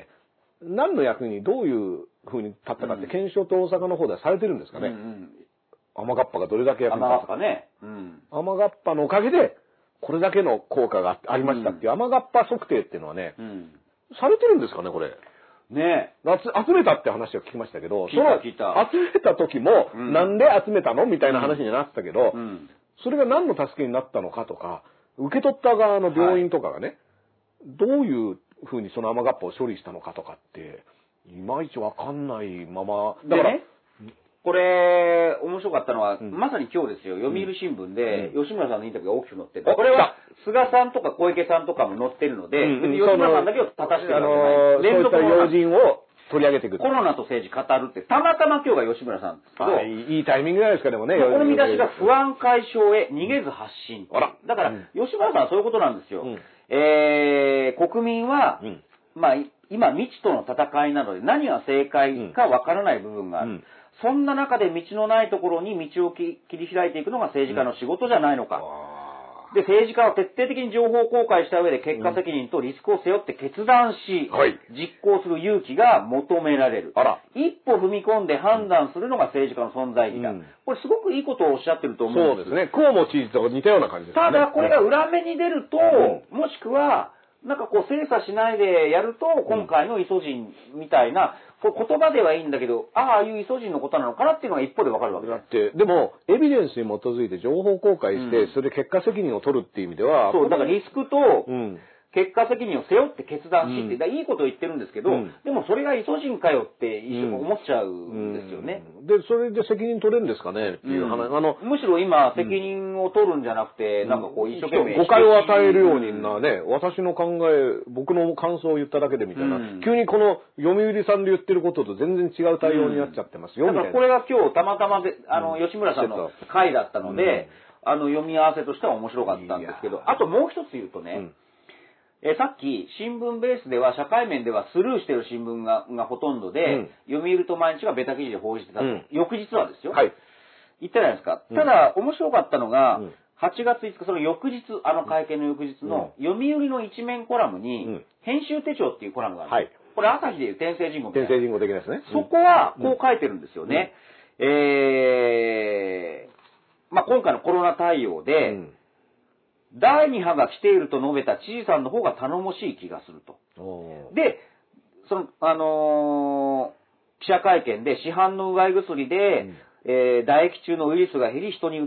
Speaker 2: 何の役にどういう風に立ったかって検証と大阪の方ではされてるんですかね。うんうん雨がっぱがどれだけ役に立ったか。
Speaker 3: 雨がっぱね。うん。
Speaker 2: 雨がっぱのおかげで、これだけの効果がありましたっていう、雨がっぱ測定っていうのはね、うん、されてるんですかね、これ。
Speaker 3: ね
Speaker 2: え。集めたって話を聞きましたけど、
Speaker 3: 聞いた聞いた
Speaker 2: 集めた時も、うん、なんで集めたのみたいな話になってたけど、うん、それが何の助けになったのかとか、受け取った側の病院とかがね、はい、どういう風にその雨がっぱを処理したのかとかって、いまいちわかんないまま、だから、
Speaker 3: ねこれ、面白かったのは、うん、まさに今日ですよ、読売新聞で、うん、吉村さんのインタビューが大きく載ってる。これは、菅さんとか小池さんとかも載ってるので、うん、吉村さんだけを立たしてるわけじゃない。
Speaker 2: 連続の要人を取り上げていく。
Speaker 3: コロナと政治語るって、たまたま今日が吉村さんですけど、
Speaker 2: はい、いいタイミングじゃないですか、でもね。
Speaker 3: この見出しが不安解消へ逃げず発信。あら。だから、吉村さんはそういうことなんですよ。うん、えー、国民は、うん、まあ、今、未知との戦いなので、何が正解かわからない部分がある。うんそんな中で道のないところに道を切り開いていくのが政治家の仕事じゃないのか。うん、で、政治家は徹底的に情報公開した上で結果責任とリスクを背負って決断し、うんはい、実行する勇気が求められる。あら一歩踏み込んで判断するのが政治家の存在意義だ。うん、これすごくいいことをおっしゃってると思うんです。
Speaker 2: そうですね。河野知事と似たような感じですね。
Speaker 3: ただ、これが裏目に出ると、うん、もしくは、なんかこう精査しないでやると、今回のイソジンみたいな、これ言葉ではいいんだけど、ああ、ああいうイソジンのことなのかなっていうのが一方でわかるわけ
Speaker 2: だって、でも、エビデンスに基づいて情報公開して、うん、それで結果責任を取るっていう意味では、
Speaker 3: そう、だからリスクと、うん結果責任を背負って決断しって、うん、だいいことを言ってるんですけど、うん、でもそれがイソジンかよって一緒に思っちゃうんですよね、
Speaker 2: うんうん。で、それで責任取れるんですかねっていう話、うん、あの
Speaker 3: むしろ今、責任を取るんじゃなくて、なんかこう一生懸命
Speaker 2: 誤解を与えるようになね、私の考え、僕の感想を言っただけでみたいな、急にこの読売さんで言ってることと全然違う対応になっちゃってますよ、みたいな。
Speaker 3: だからこれが今日たまたまで、あの、吉村さんの回だったので、あの、読み合わせとしては面白かったんですけど、あともう一つ言うとね、えさっき新聞ベースでは社会面ではスルーしてる新聞ががほとんどで、うん、読売と毎日がベタ記事で報じてた、うん、翌日はですよ、はい、言ってないですか、うん、ただ面白かったのが、うん、はちがついつかその翌日あの会見の翌日の読売の一面コラムに、うん、編集手帳っていうコラムがあるんです、はい、これ朝日でいう天聖人語みたいな
Speaker 2: 天聖人語的なですね、
Speaker 3: そこはこう書いてるんですよね、うん、えー、まあ今回のコロナ対応で、うんだいに波が来ていると述べた知事さんの方が頼もしい気がすると。で、その、あのー、記者会見で市販のうがい薬で、うんえー、唾液中のウイルスが減り人にうつし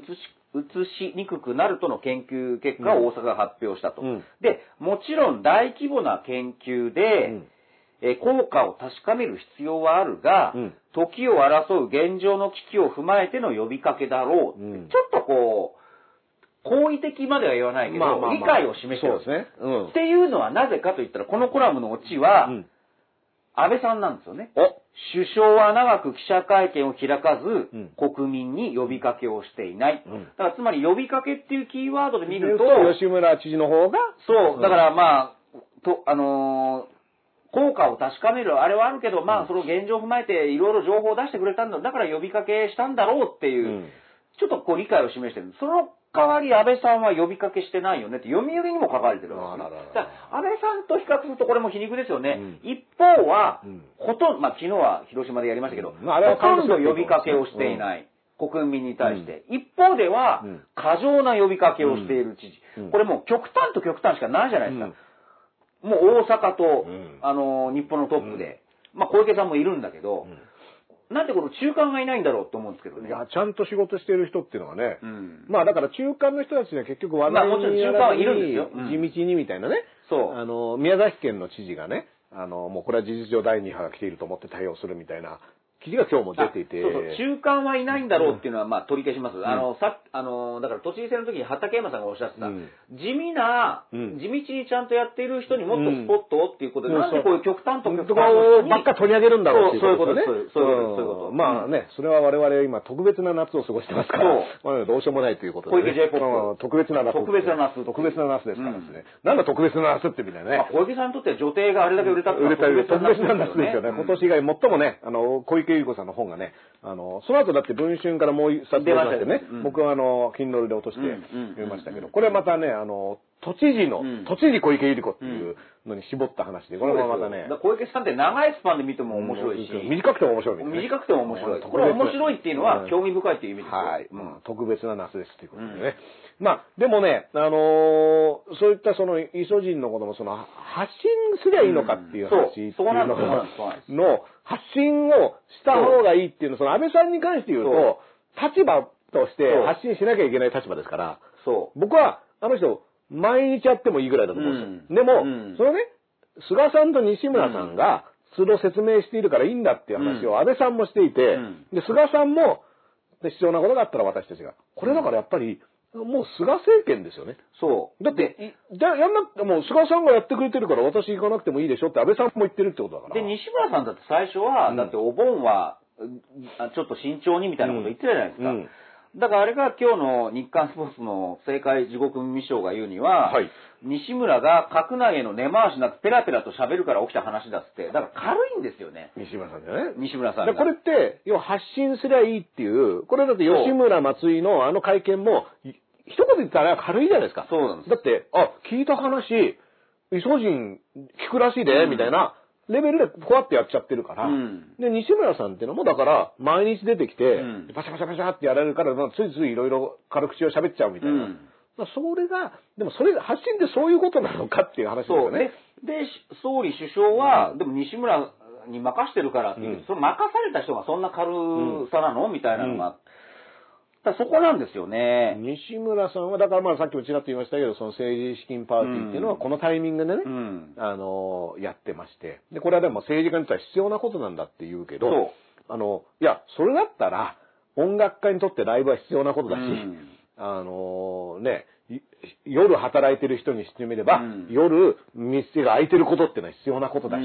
Speaker 3: 移しにくくなるとの研究結果を大阪が発表したと。うん、で、もちろん大規模な研究で、うんえ効果を確かめる必要はあるが、うん、時を争う現状の危機を踏まえての呼びかけだろう。うん、ちょっとこう、好意的までは言わないけど、まあまあまあ、理解を示してるんですね、うん。っていうのはなぜかといったら、このコラムのオチは、うん、安倍さんなんですよね。首相は長く記者会見を開かず、うん、国民に呼びかけをしていない。うん、だからつまり呼びかけっていうキーワードで見ると、
Speaker 2: 吉村知事の方が、
Speaker 3: そう、だからまあ、と、あのー、効果を確かめる、あれはあるけど、まあ、その現状を踏まえていろいろ情報を出してくれたんだ、だから呼びかけしたんだろうっていう、うん、ちょっとこう理解を示してる。その代わり安倍さんは呼びかけしてないよねって読売にも書かれてるわけです。だから安倍さんと比較するとこれも皮肉ですよね。うん、一方は、うん、ほとんど、まあ昨日は広島でやりましたけど、うんまあ、ほとんど呼びかけをしていない。うん、国民に対して。うん、一方では、過剰な呼びかけをしている知事。うん、これもう極端と極端しかないじゃないですか。うんもう大阪と、うん、あの、日本のトップで、うん、まあ小池さんもいるんだけど、うん、なんでこの中間がいないんだろうと思うんですけどね。
Speaker 2: いや、ちゃんと仕事してる人っていうのはね、うん、まあだから中間の人たちには結局話題に
Speaker 3: まあもちろん中間はいるんですよ。
Speaker 2: 地道にみたいなね。そう。あの、宮崎県の知事がね、あの、もうこれは事実上だいに波が来ていると思って対応するみたいな。記事が今日も出ていて。
Speaker 3: そうそう、中間はいないんだろうっていうのは、まあ、取り消します。うん、あの、さあの、だから、都知事選の時に畠山さんがおっしゃってた、うん、地味な、うん、地道にちゃんとやっている人にもっとスポットをっていうことで、うん、なんでこういう極端と極端
Speaker 2: をばっか取り上げるんだろうっていうこと
Speaker 3: ね。そういうことです。そういうこと。
Speaker 2: まあね、それは我々今特別な夏を過ごしてますから、まあ、どうしようもないということで、ね。
Speaker 3: 小池 J-ポップ。
Speaker 2: 特別な夏。
Speaker 3: 特別な夏。
Speaker 2: 特別な夏ですからですね。なんだ特別な夏ってみたいなね。
Speaker 3: 小池さんにとっては女帝があれだけ売れたって
Speaker 2: 売れた特別な夏ですよね。今年以外最もね、あの、小池百合子さんの本がね、あの、その後だって文春からもう一冊出ましてね、うん、僕はあの、Kindleで落として読みましたけど、これはまたね、あの、都知事の、うん、都知事小池百合子っていうのに絞った話で、これもまたね。
Speaker 3: 小池さんって長いスパンで見ても面白いし、
Speaker 2: うん、短くても面白い、ね。
Speaker 3: 短くても面白い。これ面白いっていうのは興味深いっていう意味ですよ。
Speaker 2: はい、うん。特別な夏ですっていうことでね。うん、まあ、でもね、あのー、そういったその、イソジンのこともその、発信すりゃいいのかっていう話っていうのの、発信をした方がいいっていうのは、その安倍さんに関して言うと、立場として発信しなきゃいけない立場ですから、そう僕は、あの人、毎日やってもいいぐらいだと思うんですよ。うん、でも、うん、そのね、菅さんと西村さんが、それを説明しているからいいんだっていう話を安倍さんもしていて、うん、で、菅さんも、必要なことがあったら私たちが。これだからやっぱり、もう菅政権ですよね。そう。だって、じゃやんなくても菅さんがやってくれてるから私行かなくてもいいでしょって安倍さんも言ってるってことだから。
Speaker 3: で、西村さんだって最初は、うん、だってお盆は、ちょっと慎重にみたいなこと言ってたじゃないですか。うんうんだからあれが今日の日刊スポーツの政界地獄未章が言うには、はい、西村が閣内への根回しなくペラペラと喋るから起きた話だっつって、だから軽いんですよね。
Speaker 2: 西村さんじゃね。
Speaker 3: 西村さんが。
Speaker 2: これって、要は発信すりゃいいっていう、これだって吉村松井のあの会見も、一言言ったら軽いじゃないですか。
Speaker 3: そうなんです。
Speaker 2: だって、あ、聞いた話、イソジン聞くらしいで、うん、みたいな。レベルでこうやってやっちゃってるから、うん、で、西村さんっていうのもだから、毎日出てきて、うん、パシャパシャパシャってやられるから、ついついいろいろ軽口を喋っちゃうみたいな。うん、それが、でもそれ、発信ってそういうことなのかっていう話ですよね。
Speaker 3: で、で総理首相は、うん、でも西村に任してるからっていう、うん、その任された人がそんな軽さなのみたいなのが、だそこなんですよね。
Speaker 2: 西村さんは、だからまあさっきもちらっと言いましたけど、その政治資金パーティーっていうのはこのタイミングでね、うん、あの、やってまして。で、これはでも政治家にとっては必要なことなんだって言うけど、あの、いや、それだったら音楽家にとってライブは必要なことだし、うん、あのね、夜働いてる人にしてみれば、うん、夜店が開いてることっていうのは必要なことだし、うん、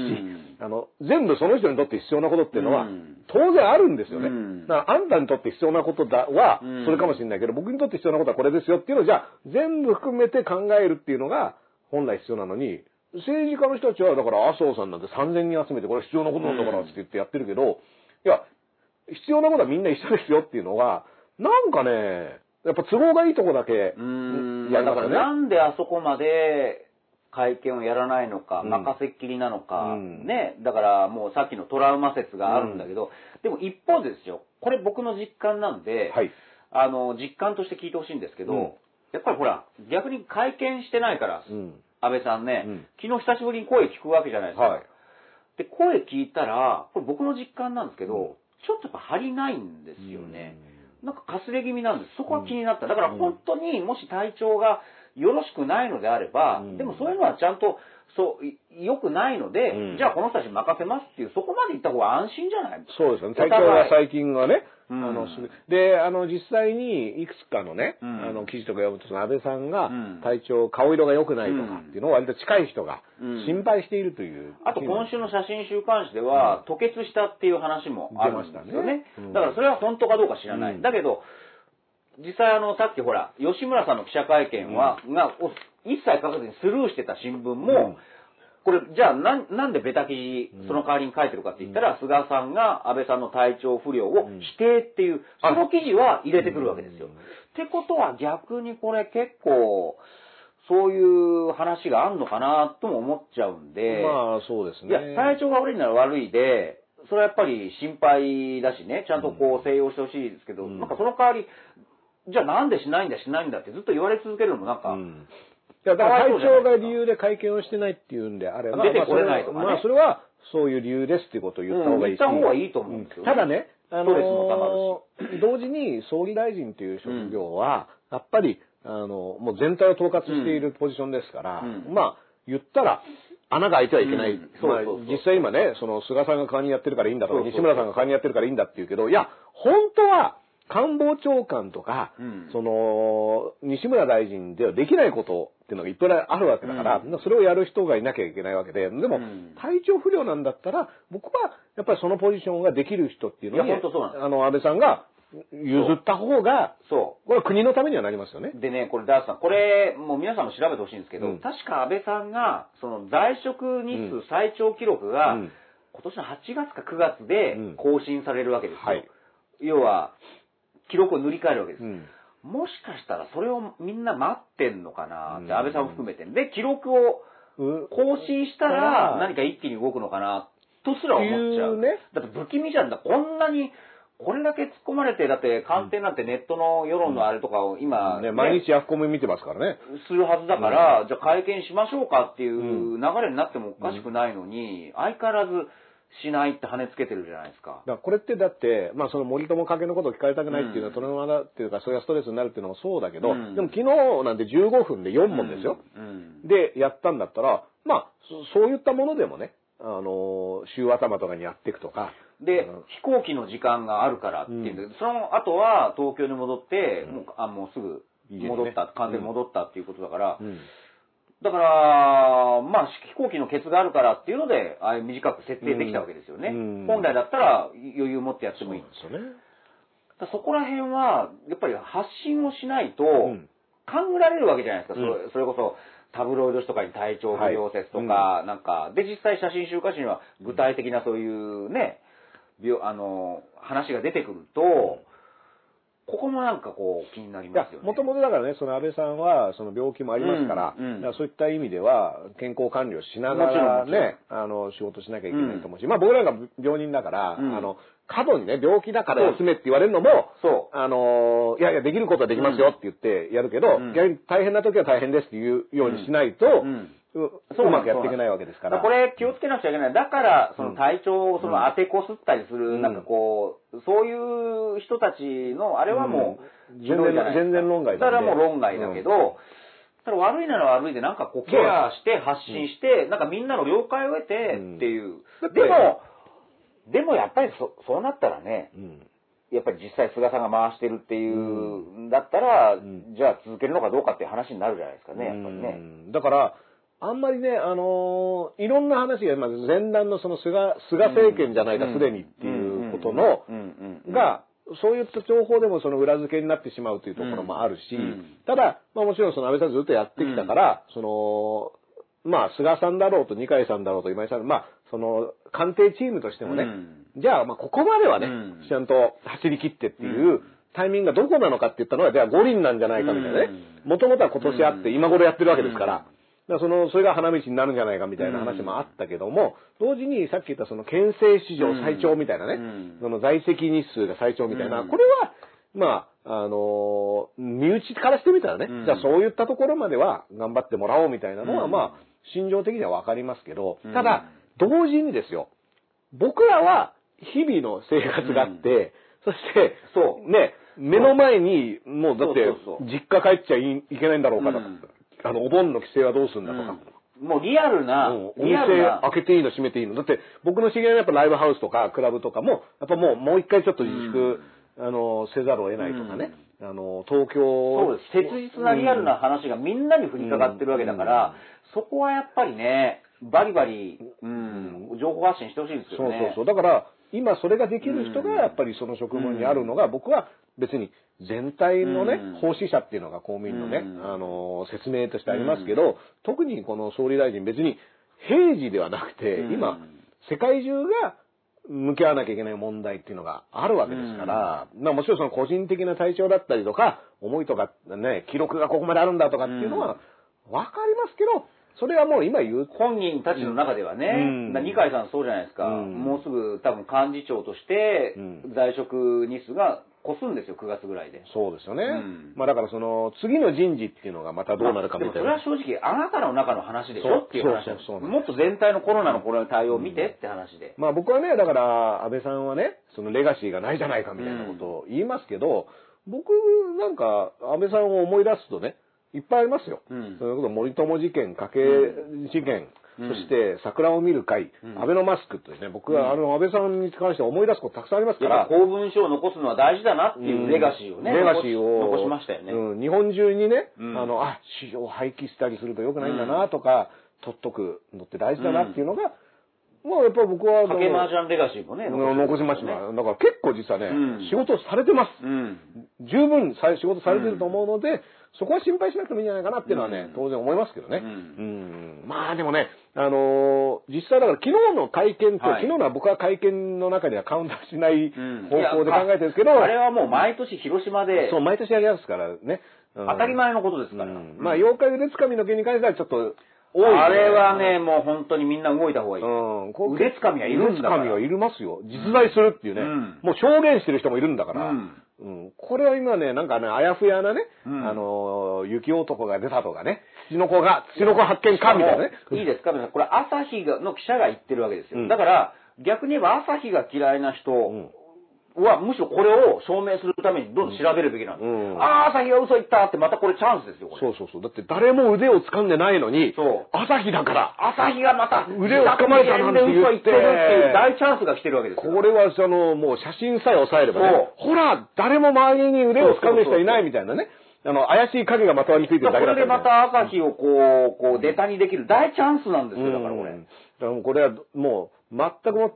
Speaker 2: あの全部その人にとって必要なことっていうのは、うん、当然あるんですよね。うん、だからあんたにとって必要なことだはそれかもしれないけど、僕にとって必要なことはこれですよっていうのをじゃあ全部含めて考えるっていうのが本来必要なのに、政治家の人たちはだから麻生さんなんてさんぜんにん集めてこれ必要なことなんだからって言ってやってるけど、いや必要なことはみんな一緒ですよっていうのがなんかね。やっぱ都合がいいとこだけやりますよね。
Speaker 3: だからなんであそこまで会見をやらないのか、うん、任せっきりなのか、うん、ね。だからもうさっきのトラウマ説があるんだけど、うん、でも一方でですよ、これ僕の実感なんで、はい、あの、実感として聞いてほしいんですけど、うん、やっぱりほら、逆に会見してないから、うん、安倍さんね、うん、昨日久しぶりに声聞くわけじゃないですか。はい、で、声聞いたら、これ僕の実感なんですけど、ちょっとやっぱ張りないんですよね。 なんかかすれ気味なんです。そこは気になった。だから本当にもし体調がよろしくないのであれば、でもそういうのはちゃんと、そう、良くないので、うん、じゃあこの人たちに任せますっていう、そこまで言った方が安心じゃない？
Speaker 2: そうですよね。体調が最近はね、うん、あの、で、あの、実際にいくつかのね、うん、あの、記事とか読むと、安倍さんが体調、顔色が良くないとかっていうのを割と近い人が心配しているという。
Speaker 3: うん、あと今週の写真週刊誌では、吐血したっていう話もあるんですよね。ね、だからそれは本当かどうか知らない。うん、だけど、実際あの、さっきほら、吉村さんの記者会見は、うん、が、一切書かずにスルーしてた新聞も、うんこれ、じゃあ、なん、なんでベタ記事、その代わりに書いてるかって言ったら、うん、菅さんが安倍さんの体調不良を否定っていう、その記事は入れてくるわけですよ。うん、ってことは逆にこれ結構、そういう話があるのかなとも思っちゃうんで。
Speaker 2: まあ、そうですね。
Speaker 3: いや、体調が悪いなら悪いで、それはやっぱり心配だしね、ちゃんとこう静養してほしいですけど、うん、なんかその代わり、じゃあなんでしないんだしないんだってずっと言われ続けるのもなんか、うん
Speaker 2: いやだから体調が理由で会見をしてないっていうんであれば、
Speaker 3: 出てこれないとかね。
Speaker 2: まあそれはそういう理由ですっていうことを言った方がいいし。
Speaker 3: うん、言った方がいいと思うんですよ、ね。
Speaker 2: ただね、あのー、同時に総理大臣という職業は、やっぱり、あの、もう全体を統括しているポジションですから、うん、まあ言ったら、穴が開いてはいけない。うん、まあ実際今ね、その菅さんが代わりにやってるからいいんだとか、西村さんが代わりにやってるからいいんだって言うけど、いや、本当は、官房長官とか、うん、その、西村大臣ではできないことっていうのがいっぱいあるわけだから、うん、それをやる人がいなきゃいけないわけで、でも、うん、体調不良なんだったら、僕はやっぱりそのポジションができる人っていうのに、あの、安倍さんが譲った方が、そう。これは国のためにはなりますよね。
Speaker 3: でね、これダースさん、これ、もう皆さんも調べてほしいんですけど、うん、確か安倍さんが、その在職日数最長記録が、うん、今年のはちがつかくがつで更新されるわけですよ。うんはい、要は、記録を塗り替えるわけです。うん、もしかしたらそれをみんな待ってんのかなって、安倍さんも含めて。で、記録を更新したら何か一気に動くのかなとすら思っちゃう。ね、だって不気味じゃんだ。こんなに、これだけ突っ込まれて、だって官邸なんてネットの世論のあれとかを今、
Speaker 2: うんね、毎日ヤフコメ見てますからね。
Speaker 3: するはずだから、うん、じゃあ会見しましょうかっていう流れになってもおかしくないのに、相変わらず、しないって跳ねつけてるじゃないですか。
Speaker 2: だからこれってだって、まあその森友家計のことを聞かれたくないっていうのはトラウマだっていうか、それがストレスになるっていうのもそうだけど、うん、でも昨日なんてじゅうごふんでよんもんですよ。うんうん、で、やったんだったら、まあそ、そういったものでもね、あの、週頭とかにやっていくとか。
Speaker 3: で、うん、飛行機の時間があるからっていうんで、うん、その後は東京に戻って、もう、あ、もうすぐ戻った、完全に戻ったっていうことだから、うんだから、まあ、飛行機のケツがあるからっていうので、ああいう短く設定できたわけですよね。うん、本来だったら余裕持ってやってもいい。
Speaker 2: そうですよね。
Speaker 3: だそこら辺は、やっぱり発信をしないと、勘ぐられるわけじゃないですか。うん、それそれこそ、タブロイド紙とかに体調不良説とか、はいうん、なんか、で、実際写真週刊誌には具体的なそういうね、病あの、話が出てくると、ここもなんかこう気になりますよね。
Speaker 2: もともとだからね、その安倍さんはその病気もありますから、うんうん、だからそういった意味では健康管理をしながらね、あの仕事しなきゃいけないと思うし、うん、まあ僕らが病人だから、うん、あの過度にね病気だから休めって言われるのも、そう、あのいやいやできることはできますよって言ってやるけど、うん、逆に大変な時は大変ですっていうようにしないと。うんうんうまくやっていけないわけですから。
Speaker 3: これ気をつけなくちゃいけない。だから、その体調をその当てこすったりする、うん、なんかこう、そういう人たちの、あれはもう、
Speaker 2: 全然、全然論外
Speaker 3: だ。だからもう論外だけど、うん、ただ悪いなら悪いで、なんかこう、ケアして発信して、うん、なんかみんなの了解を得てっていう。うん、でも、でもやっぱりそ、そうなったらね、うんやっぱり実際菅さんが回してるっていうんだったら、うん、じゃあ続けるのかどうかっていう話になるじゃないですかね、やっぱりね。
Speaker 2: だから、あんまりね、あのー、いろんな話が、まず前段のその菅、菅政権じゃないか、すでにっていうことの、が、そういった情報でもその裏付けになってしまうというところもあるし、ただ、まあもちろんその安倍さんずっとやってきたから、その、まあ菅さんだろうと二階さんだろうと今井さん、まあその官邸チームとしてもね、じゃあまあここまではね、ちゃんと走り切ってっていうタイミングがどこなのかって言ったのは、じゃあ五輪なんじゃないかみたいなね、もともとは今年あって今頃やってるわけですから、だからその、それが花道になるんじゃないかみたいな話もあったけども、同時にさっき言ったその憲政史上最長みたいなね、その在籍日数が最長みたいな、これは、まあ、あの、身内からしてみたらね、じゃあそういったところまでは頑張ってもらおうみたいなのは、まあ、心情的にはわかりますけど、ただ、同時にですよ、僕らは日々の生活があって、そして、そう、ね、 目の前に、もうだって、実家帰っちゃいけないんだろうかとか、あの、お盆の規制はどうするんだとか。
Speaker 3: もうリアルな、お
Speaker 2: 店開けていいの閉めていいの。だって、僕の知り合いのやっぱライブハウスとかクラブとかも、やっぱもう、もう一回ちょっと自粛、あの、せざるを得ないとかね。あの、東京。
Speaker 3: そうです。切実なリアルな話がみんなに降りかかってるわけだから、そこはやっぱりね、バリバリ、うん、情報発信してほしいですよね。
Speaker 2: そうそうそう。だから、今それができる人がやっぱりその職務にあるのが、僕は別に全体のね、奉仕者っていうのが公務員のね、あの、説明としてありますけど、特にこの総理大臣別に平時ではなくて、今、世界中が向き合わなきゃいけない問題っていうのがあるわけですから、まあもちろんその個人的な体調だったりとか、思いとかね、記録がここまであるんだとかっていうのはわかりますけど、それはもう今言う。
Speaker 3: 本人たちの中ではね、うん、二階さんそうじゃないですか、うん、もうすぐ多分幹事長として在職日数が越すんですよ、くがつぐらいで。
Speaker 2: そうですよね。うん、まあだからその次の人事っていうのがまたどうなるかみたいな。
Speaker 3: まあ、でもそれは正直あなたの中の話でしょっていう話なんです。もっと全体のコロナのこの対応を見てって話で。
Speaker 2: うん、まあ僕はね、だから安倍さんはね、そのレガシーがないじゃないかみたいなことを言いますけど、うん、僕なんか安倍さんを思い出すとね、いっぱいありますよ。うん、それこそ森友事件、加計事件、うん、そして桜を見る会、うん、安倍のマスクとですね、僕はあの安倍さんに関して思い出すことたくさんありますから。
Speaker 3: 公文書を残すのは大事だなっていうレガシーをね、
Speaker 2: レガシーを
Speaker 3: 残しましたよね。
Speaker 2: うん、日本中にね、うん、あの、あ、市場を廃棄したりすると良くないんだなとか、うん、取っとくのって大事だなっていうのが、まあやっぱり僕は。
Speaker 3: 賭け麻雀レガシーもね、
Speaker 2: 残しました。だから結構実はね、うん、仕事されてます。うん、十分仕事されてると思うので、そこは心配しなくてもいいんじゃないかなっていうのはね、当然思いますけどね。うん。まあでもね、あのー、実際だから昨日の会見と、はい、昨日のは僕は会見の中ではカウンターしない方向で考えてるんですけど、
Speaker 3: うん、あれはもう毎年広島で。
Speaker 2: そう、毎年やりますからね。
Speaker 3: うん、当たり前のことですから。うん、
Speaker 2: まあ妖怪腕つかみの件に関してはちょっと、
Speaker 3: 多い、ね、あれはね、もう本当にみんな動いた方がいい。うん、腕つかみはいるんだから。
Speaker 2: 腕つかみはいりますよ。実在するっていうね。うん、もう証言してる人もいるんだから。うんうん、これは今ね、なんかね、あやふやなね、うん、あのー、雪男が出たとかね、土の子が、土の子発見かみたいなね。
Speaker 3: いいですか皆さん、これ朝日がの記者が言ってるわけですよ。うん、だから、逆に言えば朝日が嫌いな人は、むしろこれを証明するためにどんどん調べるべきなんです。うん、ああ、朝日が嘘言ったってまたこれチャンスですよ、これ。
Speaker 2: そうそうそう。だって誰も腕を掴んでないのに、そう朝日だから。
Speaker 3: 朝日がまた
Speaker 2: 腕を掴まれたなんて言って。
Speaker 3: 嘘言ってるっていう大チャンスが来てるわけですよ。
Speaker 2: これはその、もう写真さえ押さえればね。ほら、誰も周りに腕を掴んでる人いないみたいなね。あの、怪しい影がまとわりついてるだけだった、
Speaker 3: ね。それでまた朝日をこう、こう、ネタにできる大チャンスなんですよ、だからこれ。だ
Speaker 2: からこれはもう、全くもって、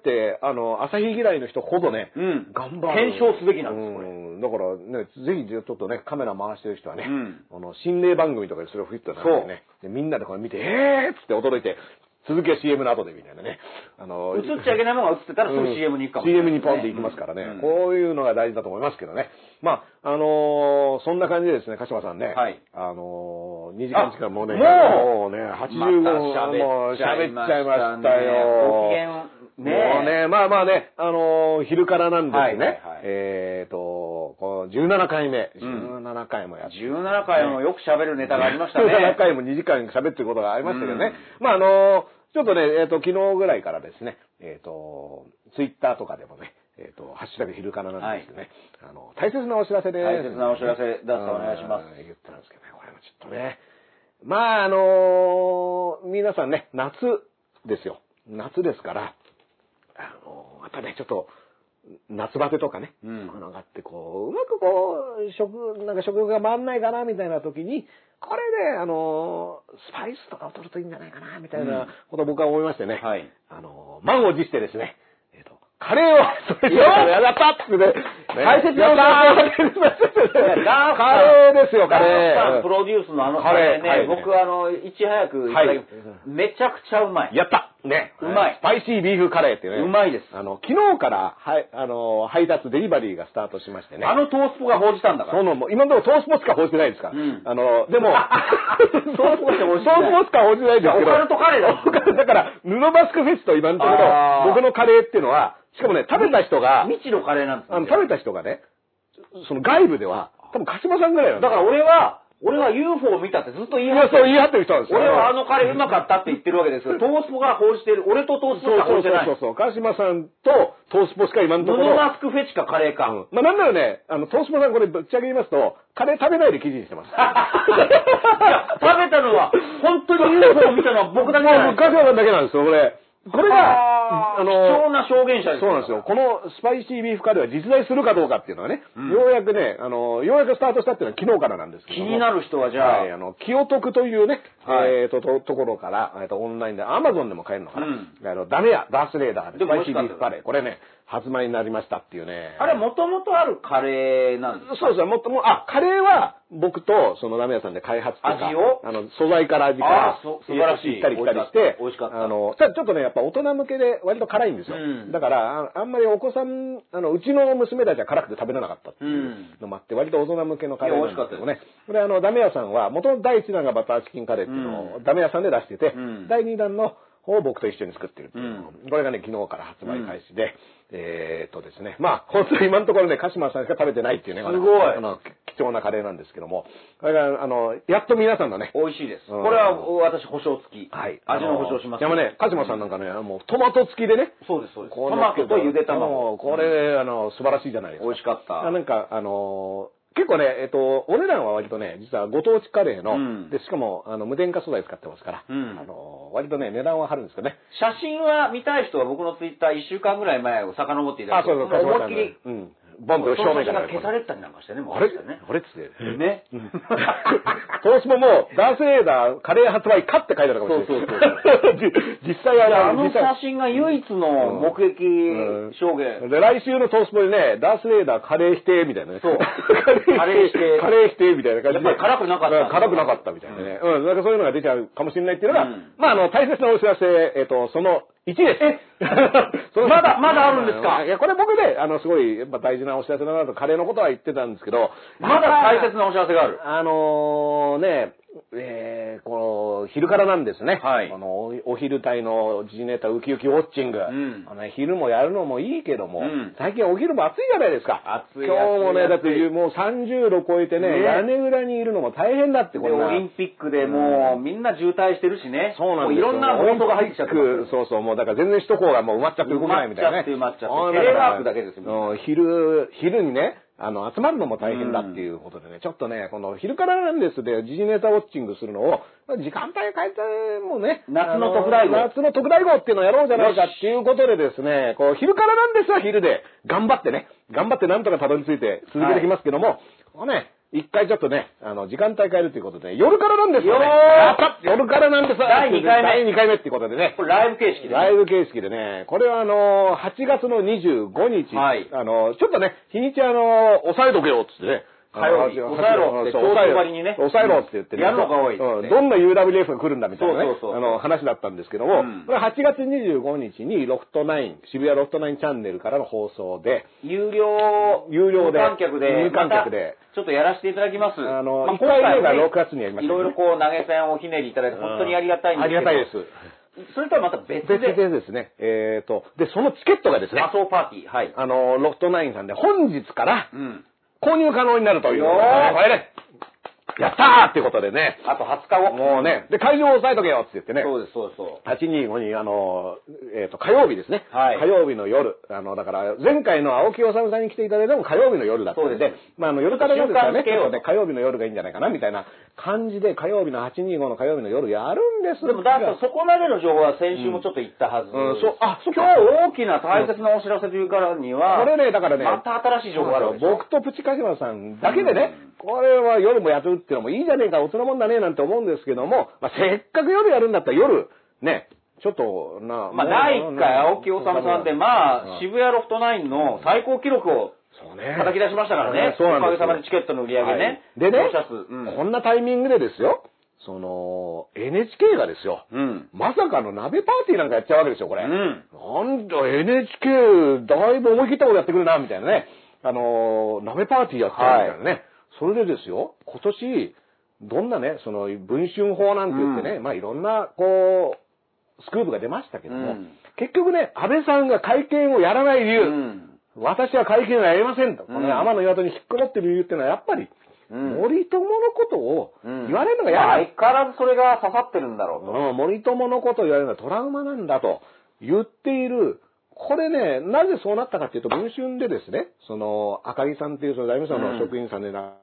Speaker 2: あの、朝日嫌いの人ほどね、うん、頑張
Speaker 3: る。検証すべきなんです、これ。
Speaker 2: うん、だからね、ぜひちょっとね、カメラ回してる人はね、うん、あの、心霊番組とかでそれを振ってたらね、でみんなでこれ見て、えーっつって驚いて、続きは シーエム の後でみたいなね。
Speaker 3: あの、映っちゃいけないものが映ってたらすぐ シーエム に行くかもしれない、
Speaker 2: ね。シーエム にポンって行きますからね、うん。こういうのが大事だと思いますけどね。まあ、あのー、そんな感じでですね、鹿島さんね。はい。あのー、にじかん近くもうね、もうね、はちじゅうごふん、もう喋っちゃいましたよ。
Speaker 3: ご機嫌
Speaker 2: ね、もうね、まあまあね、あのー、昼からなんですね。はいはいはい、えーと、このじゅうななかいめ、じゅうななかいもやって、
Speaker 3: じゅうななかいもよく喋るネタがありましたね。
Speaker 2: じゅうななかいもにじかん喋ってることがありましたけどね。うん、まああのー、ちょっとね、えっ、ー、と、昨日ぐらいからですね、えっ、ー、と、ツイッターとかでもね、えっ、ー、と、ハッシュタグ昼からなんですけどね、はい、あの、大切なお知らせです。
Speaker 3: 大切なお知らせだとお願いします。
Speaker 2: 言ってたんですけどね、これもちょっとね。まああのー、皆さんね、夏ですよ。夏ですから、あのー、やっぱね、ちょっと、夏バテとかね、うん、上がってこう、うまくこう、食、なんか食が回んないかなみたいな時に、これで、あの、スパイスとかを取るといいんじゃないかな、みたいなことを僕は思いましてね、うん、はい、あの、満を持してですね、えっと、カレーを、それやったってね、
Speaker 3: 大切な
Speaker 2: カレーですよ、カレー。
Speaker 3: プロデュースのあのカレーね、僕あの、いち早くいただき、めちゃくちゃうまい。
Speaker 2: やったね。
Speaker 3: うまい。
Speaker 2: スパイシービーフカレーってね。
Speaker 3: うまいです。
Speaker 2: あの、昨日から、はい、あの、配達、デリバリーがスタートしましてね。
Speaker 3: あのトースポが報じたんだから。
Speaker 2: その、今のところトースポしか報じてないですから。うん、あの、でも、
Speaker 3: トースポしか報じてない。
Speaker 2: トースポしか報じてないですけど。
Speaker 3: オカルトカレーだ。
Speaker 2: だから、布マスクフェスと今のところ、僕のカレーっていうのは、しかもね、食べた人が、
Speaker 3: 未知のカレーなんですよ。
Speaker 2: あの、食べた人がね、その外部では、多分鹿島さんぐらいなん
Speaker 3: だから俺は、俺は ユーフォー を見たってずっと言い張ってる。
Speaker 2: そう言い張ってる人なんですよ。
Speaker 3: 俺はあのカレーうまかったって言ってるわけですよ。トースポが報じてる。俺とトースポが報じてない。
Speaker 2: そうそうそう。鹿島さんと、 トースポしか今のところ。
Speaker 3: 布マスクフェチかカレーか。うん、
Speaker 2: まあなんならね、あの、トースポさんこれぶっちゃけ言いますと、カレー食べないで記事にしてます。い
Speaker 3: や、食べたのは、本当に ユーフォー を見たのは僕だけじゃないですか。
Speaker 2: もう、ガさんだけなんですよ、これ。これが、
Speaker 3: あの、貴重な証言者です。
Speaker 2: そうなんですよ。このスパイシービーフカレーは実在するかどうかっていうのはね、うん、ようやくね、あの、ようやくスタートしたっていうのは昨日からなんですけど。
Speaker 3: 気になる人はじゃあ、はい、
Speaker 2: あの、清徳というね、はい、えっ、ー、と、と、ところから、えっ、ー、と、オンラインで、アマゾンでも買えるのかな。うん、あの、ダメや、ダースレーダーで、スパイシービーフカレー。これね、発売になりましたっていうね。
Speaker 3: あれもともとあるカレーなんですか？
Speaker 2: そうですね、もっとも、あ、カレーは僕とそのラーメン屋さんで開発とか、
Speaker 3: 味を
Speaker 2: あの、素材から味から、
Speaker 3: あ、素晴らしい。
Speaker 2: 行ったり来たりして、
Speaker 3: 美味しかった。
Speaker 2: あの、ただちょっとね、やっぱ大人向けで割と辛いんですよ。うん、だからあ、あんまりお子さん、あの、うちの娘たちは辛くて食べれなかったっていうのもあって、割と大人向けのカレーなんですけどね。これあの、ダメ屋さんは、元のだいいちだんがバターチキンカレーっていうのをダメ屋さんで出してて、うん、だいにだんのを僕と一緒に作ってるっていう、うん、これがね、昨日から発売開始で、うん、えーっとですね、まあ、本当に今のところね、鹿島さんしか食べてないっていうね、
Speaker 3: すごい。
Speaker 2: あの、貴重なカレーなんですけども、これが、あの、やっと皆さんのね、
Speaker 3: 美味しいです。うん、これは私保証付き。
Speaker 2: はい。
Speaker 3: 味の保証します。
Speaker 2: でもね、鹿島さんなんかね、もうトマト付きでね。
Speaker 3: そうです、そうです。トマトとゆで卵。
Speaker 2: これ、あの、素晴らしいじゃないですか。
Speaker 3: 美味しかった。
Speaker 2: なんか、あの、結構ね、えっと、お値段は割とね、実はご当地カレーの、うん、で、しかも、あの、無添加素材使ってますから、うん、あの、割とね、値段は張るんですけどね。
Speaker 3: 写真は見たい人は僕のツイッターいっしゅうかんぐらい前を遡っていただくと、あ、そうそう、思いっきり、うん。
Speaker 2: ボンと正面から。
Speaker 3: 消されたりなんかしてね、もう。
Speaker 2: あれあれっつって。
Speaker 3: ね。
Speaker 2: トースポも、ダースレーダー、カレー発売かって書いてあるかもしれない。そうそうそう。実際は、
Speaker 3: あの写真が唯一の目撃証言。
Speaker 2: で、来週のトースポでね、ダースレーダー、カレー否定みたいなね。
Speaker 3: そう。カレー否定。
Speaker 2: カレー否定みたいな感じで。
Speaker 3: やっぱり辛くなかった。
Speaker 2: 辛くなかったみたいなね。うん。なんかそういうのが出ちゃうかもしれないっていうのが、まあ、あの、大切なお知らせ、えっと、そのいちです。え
Speaker 3: まだ、まだあるんですか？
Speaker 2: いや、これ僕ね、あの、すごい、やっぱ大事なお知らせだなと、カレーのことは言ってたんですけど、
Speaker 3: まだ大切なお知らせがある。
Speaker 2: あのー、ね、えー、この、昼からなんですね。はい。あの、お昼帯の時事ネタウキウキウォッチング。うん。あの、ね、昼もやるのもいいけども、うん、最近お昼も暑いじゃないですか。
Speaker 3: 暑い。
Speaker 2: 今日もね、だってもうさんじゅうど超えてね、ね、屋根裏にいるのも大変だって、これ。
Speaker 3: オリンピックでもう、みんな渋滞してるしね。
Speaker 2: そうなんですよ。
Speaker 3: いろんな放送が入ってきちゃってる。
Speaker 2: そうそう、もうだから全然首都高がもう埋まっちゃって動かないみたいなね。
Speaker 3: 埋まっちゃって、埋まっちゃって。テレワークだけですよ。
Speaker 2: 昼、昼にね、あの、集まるのも大変だっていうことでね、うん、ちょっとね、この昼からなんですで、時事ネタウォッチングするのを、時間帯変えてもね、
Speaker 3: 夏の特大号。
Speaker 2: 夏の特大号っていうのをやろうじゃないかっていうことでですね、こう、昼からなんですは昼で、頑張ってね、頑張ってなんとかたどり着いて続けてきますけども、はい、このね、一回ちょっとね、あの、時間帯変えるということで、夜からなんですよね。やった夜からなんです
Speaker 3: だいにかいめ。
Speaker 2: だいにかいめっていうことでね。
Speaker 3: これライブ形式で、ね。
Speaker 2: ライブ形式でね。これはあの、はちがつのにじゅうごにち。はい。あの、ちょっとね、日にちあの、抑えとけよっつってね。
Speaker 3: 火曜日、抑えろって、東京割にね。
Speaker 2: 抑えろって言ってね。
Speaker 3: やるのが多い。
Speaker 2: うん。どんな ユーダブリューエフ が来るんだみたいなね。そうそうそう。あの、話だったんですけども、うん、これはちがつにじゅうごにちにロフトナイン、渋谷ロフトナインチャンネルからの放送で、
Speaker 3: 有料、
Speaker 2: 有料で、
Speaker 3: 無観客で、
Speaker 2: 無観客で、
Speaker 3: ちょっとやらせていただきます。
Speaker 2: あの、まあ、いっかいめがろくがつにやりました、
Speaker 3: ね。いろいろこう投げ銭をひねりいただいて、本当にありがたいんですけど。
Speaker 2: ありがたいです。
Speaker 3: それとはまた別で。
Speaker 2: 別でですね。えっと、で、そのチケットがですね。
Speaker 3: 仮想パーティー。はい。
Speaker 2: あの、ロフトナインさんで本日から、うん。購入可能になるという。これね。やったーっていうことでね。
Speaker 3: あとはつかご。
Speaker 2: もうね。で、会場を押さえとけよって言ってね。
Speaker 3: そうです、そうです、そう。
Speaker 2: はちにーごに、あの、えっと、火曜日ですね。
Speaker 3: はい。
Speaker 2: 火曜日の夜。あの、だから、前回の青木治さんに来ていただいたのも火曜日の夜だったんで、まあ、あの、夜からなんですからね。ちょっとね、火曜日の夜がいいんじゃないかな、みたいな感じで、火曜日のはちにーごの火曜日の夜やるんです。
Speaker 3: でも、だからそこまでの情報は先週もちょっと言ったはず。うん、
Speaker 2: うん、そう、あ、
Speaker 3: そう。今日大きな大切なお知らせというからには、
Speaker 2: これね、だからね、
Speaker 3: また新しい情報があるんですよ。
Speaker 2: 僕とプチカジマさんだけでね、うん、これは夜もやるっていうのもいいじゃねえか、大人もんだね、なんて思うんですけども、まあ、せっかく夜やるんだったら夜、ね、ちょっとな、
Speaker 3: まあ、だいいっかい青木治さんって、まあ、渋谷ロフトナインの最高記録を叩き出しましたからね。
Speaker 2: そうなんです。
Speaker 3: おかげさまでチケットの売り上げね。
Speaker 2: はい、でね、うん、こんなタイミングでですよ、その、エヌエイチケー がですよ、うん、まさかの鍋パーティーなんかやっちゃうわけですよ、これ。うん、なんだ、エヌエイチケー、だいぶ思い切ったことやってくるな、みたいなね。あの、鍋パーティーやっちゃうみたいなね。はい、それでですよ、今年、どんなね、その、文春法なんて言ってね、うん、まあいろんな、こう、スクープが出ましたけども、うん、結局ね、安倍さんが会見をやらない理由、うん、私は会見をやりませんと、この、ね、天の岩戸に引っかかってる理由っていうのはやっぱり、うん、森友のことを言われるのが嫌だ、
Speaker 3: うん。相変わらずそれが刺さってるんだろうと。
Speaker 2: うん、森友のことを言われるのはトラウマなんだと言っているこれね、なぜそうなったかっていうと、文春でですね、その、赤木さんっていうその財務省の職員さんでな、うん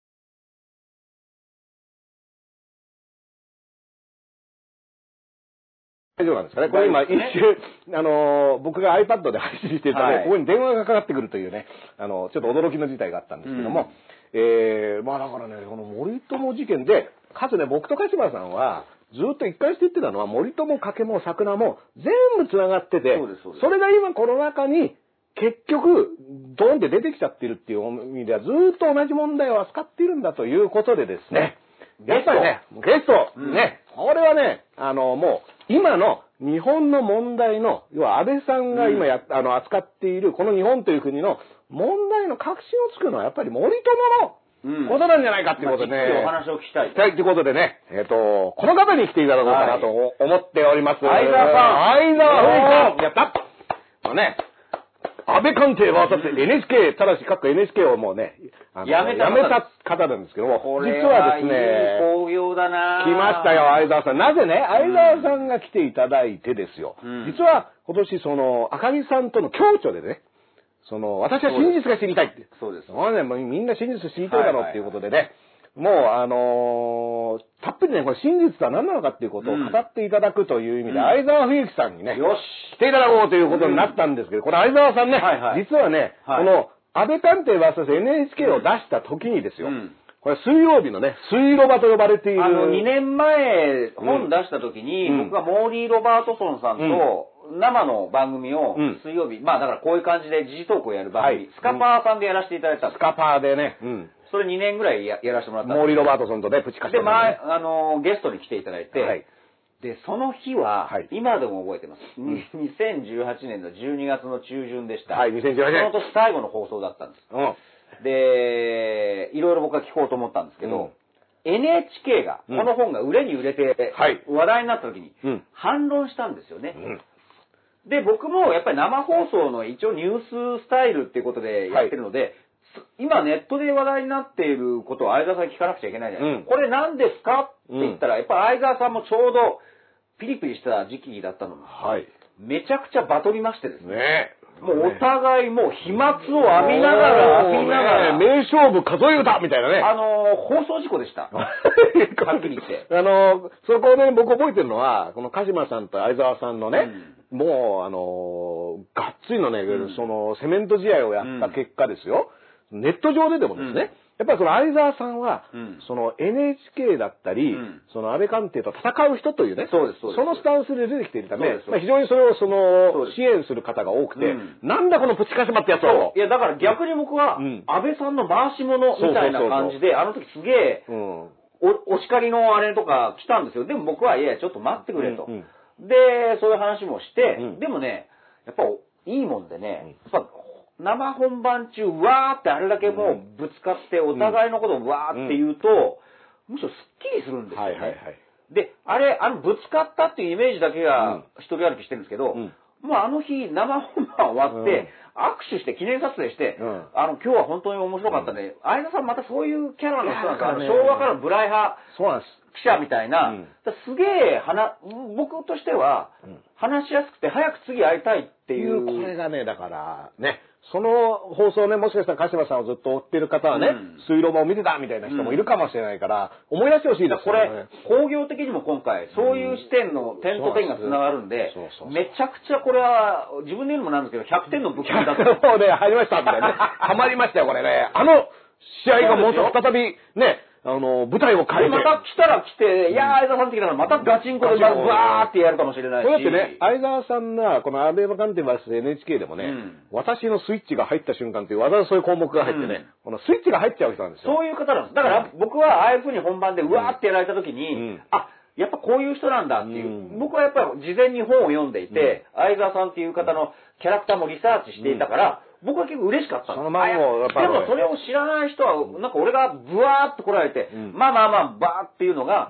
Speaker 2: 大丈夫なんですかね。これ今一瞬、あの、僕が iPad で配信していたので、はい、ここに電話がかかってくるというね、あの、ちょっと驚きの事態があったんですけども、うん、えー、まあだからね、この森友事件で、かつね、僕と鹿島さんは、ずっと一貫して言ってたのは、森友、加計も桜も全部繋がってて、そ, それが今この中に、結局、ドーンって出てきちゃってるっていう意味では、ずっと同じ問題を扱っているんだということでですね、やっぱりね、ゲスト、うん、ね、これはね、あの、もう、今の日本の問題の、要は安倍さんが今や、うん、あの、扱っている、この日本という国の問題の核心をつくのは、やっぱり森友のことなんじゃないかっていうことでね。
Speaker 3: うんまあ、お話を聞きたい。
Speaker 2: はい、ということでね、えっ、ー、と、この方に来ていただこうかなと思っております。
Speaker 3: 相沢さん。
Speaker 2: 相沢さん。やったもうね、安倍官邸 ブイエスエヌエイチケー、ただし各 エヌエイチケー をもうね、あの
Speaker 3: やめた
Speaker 2: やめた方なんですけども、
Speaker 3: 実はですね、工業だな
Speaker 2: 来ましたよ、相沢さん。なぜね、相沢さんが来ていただいてですよ。うん、実は今年その、赤木さんとの共著でね、その、私は真実が知りたいって。
Speaker 3: そうです。
Speaker 2: そうね、もうみんな真実知りたいだろうっていうことでね、はいはいもう、あのー、たっぷりね、これ真実とは何なのかっていうことを語っていただくという意味で、うん、相沢冬樹さんにね、
Speaker 3: よし
Speaker 2: 来ていただこうということになったんですけど、これ相沢さんね、はいはい、実はね、はい、この安倍官邸 ブイエスエヌエイチケー を出した時にですよ、うん、これ水曜日のね、水路場と呼ばれている。
Speaker 3: あの、にねんまえ本出した時に、うん、僕がモーリー・ロバートソンさんと、生の番組を水曜日、うん、まあだからこういう感じで時事トークをやる番組、はい、スカパーさんでやらせていただいたんです。
Speaker 2: スカパーでね。うん、
Speaker 3: それにねんぐらい や, やらせてもらったんです。
Speaker 2: モーリー・ロバートソンとね、プチカシ、
Speaker 3: ね、で、前、あの、ゲストに来ていただいて、はい、で、その日は、はい、今でも覚えてます。うん、にせんじゅうはちねんのじゅうにがつの中旬でした。
Speaker 2: はい、にせんじゅうはちねん。
Speaker 3: その年最後の放送だったんです。うん、で、いろいろ僕は聞こうと思ったんですけど、うんエヌエイチケー が、この本が売れに売れて、話題になった時に、反論したんですよね。うんで、僕もやっぱり生放送の一応ニューススタイルっていうことでやってるので、はい、今ネットで話題になっていることを相沢さんに聞かなくちゃいけないじゃないですか。うん、これ何ですかって言ったら、やっぱり相沢さんもちょうどピリピリした時期だったのに、はい、めちゃくちゃバトりましてですね。ねもうお互いもう飛沫を浴びながら、浴びながら。
Speaker 2: 名勝負数え歌みたいなね。
Speaker 3: あのー、放送事故でした。はっきり言って。
Speaker 2: あのー、そこをね、僕覚えてるのは、この鹿島さんと相沢さんのね、うん、もう、あのー、がっつりのね、うん、その、セメント試合をやった結果ですよ。うん、ネット上ででもですね、うんやっぱりその相沢さんは、うん、その エヌエイチケー だったり、うん、その安倍官邸と戦う人というね、
Speaker 3: そうですそうです
Speaker 2: そのスタンスで出てきているため、まあ、非常にそれをその支援する方が多くて、うん、なんだこのプチカシマってやつを。
Speaker 3: いやだから逆に僕は、うん、安倍さんの回し物みたいな感じで、あの時すげえ、うん、お、お叱りのあれとか来たんですよ。でも僕は、いやちょっと待ってくれと。うんうん、で、そういう話もして、うん、でもね、やっぱいいもんでね、やっぱ生本番中、わーってあれだけもうぶつかって、お互いのことをわーって言うと、むしろスッキリするんですよね。はいはいはい、で、あれ、あの、ぶつかったっていうイメージだけが一人歩きしてるんですけど、うん、もうあの日、生本番終わって、うん、握手して記念撮影して、うん、あの、今日は本当に面白かったね。相田さんまたそういうキャラの人なんですか、ね、昭和からのブライ派。
Speaker 2: そうなんです。
Speaker 3: 記者みたいな、うん、すげえ話、僕としては、話しやすくて早く次会いたいっていう。
Speaker 2: これがね、だから、ね、その放送ね、もしかしたら鹿島さんをずっと追ってる方はね、うん、水路場を見てたみたいな人もいるかもしれないから、うん、思い出してほしいです
Speaker 3: よね。これ、工業的にも今回、そういう視点の点と点が繋がるんで、めちゃくちゃこれは、自分で言うのもなんですけど、ひゃくてんの武器だった。
Speaker 2: そうね、入りましたみたいなね。ハマりましたよ、これね。あの試合がもう再び、ね、あの、舞台を変えて。
Speaker 3: また来たら来て、いやー、相沢さんって来たらまたガチンコでバーってやるかもしれないし。
Speaker 2: そうやってね、相沢さんが、この安倍官邸 ブイエスエヌエイチケー でもね、うん、私のスイッチが入った瞬間っていう、わざわざそういう項目が入ってね、うん、このスイッチが入っちゃう人なんですよ。
Speaker 3: そういう方なんです。だから僕はああいう風に本番でうわーってやられた時に、うん、あ、やっぱこういう人なんだっていう。うん、僕はやっぱり事前に本を読んでいて、うん、相沢さんっていう方のキャラクターもリサーチしていたから、うん僕は結構嬉しかったんです。その前もやっぱり。でもそれを知らない人は、なんか俺がブワーって来られて、うん、まあまあまあ、バーっていうのが、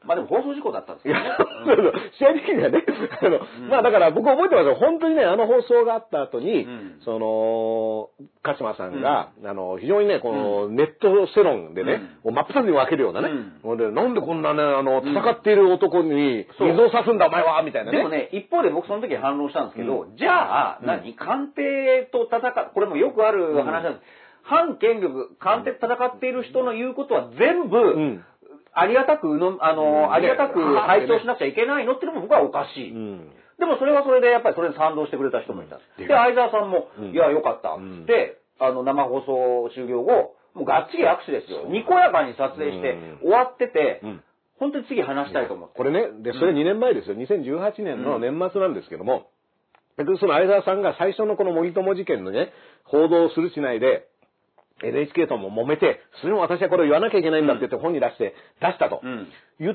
Speaker 3: まあでも放送事故だったんですけどね。
Speaker 2: 試合的にはね。あの、まあだから僕覚えてますよ。本当にね、あの放送があった後に、その、鹿島さんが、あの、非常にね、このネット世論でね、真っ二つに分けるようなね、なんでこんなね、あの、戦っている男に水を差すんだお前は、みたいなね。
Speaker 3: でもね、一方で僕その時反論したんですけど、じゃあ、何官邸と戦う、これもよくある話なんです。反権力、官邸と戦っている人の言うことは全部、ありがたく、あの、ありがたく拝聴しなくちゃいけないのっていうのも僕はおかしい。でもそれはそれで、やっぱりそれに賛同してくれた人もいた。で、相沢さんも、いや、よかった。で、あの、生放送終了後、もうがっちり握手ですよ。にこやかに撮影して、終わってて、本当に次話したいと思って。
Speaker 2: これね、で、それにねんまえですよ。にせんじゅうはちねんの年末なんですけども、その相沢さんが最初のこの森友事件のね、報道をするしないで、エヌエイチケー とも揉めて、それも私はこれを言わなきゃいけないんだって言って本に出して、出したと。言って、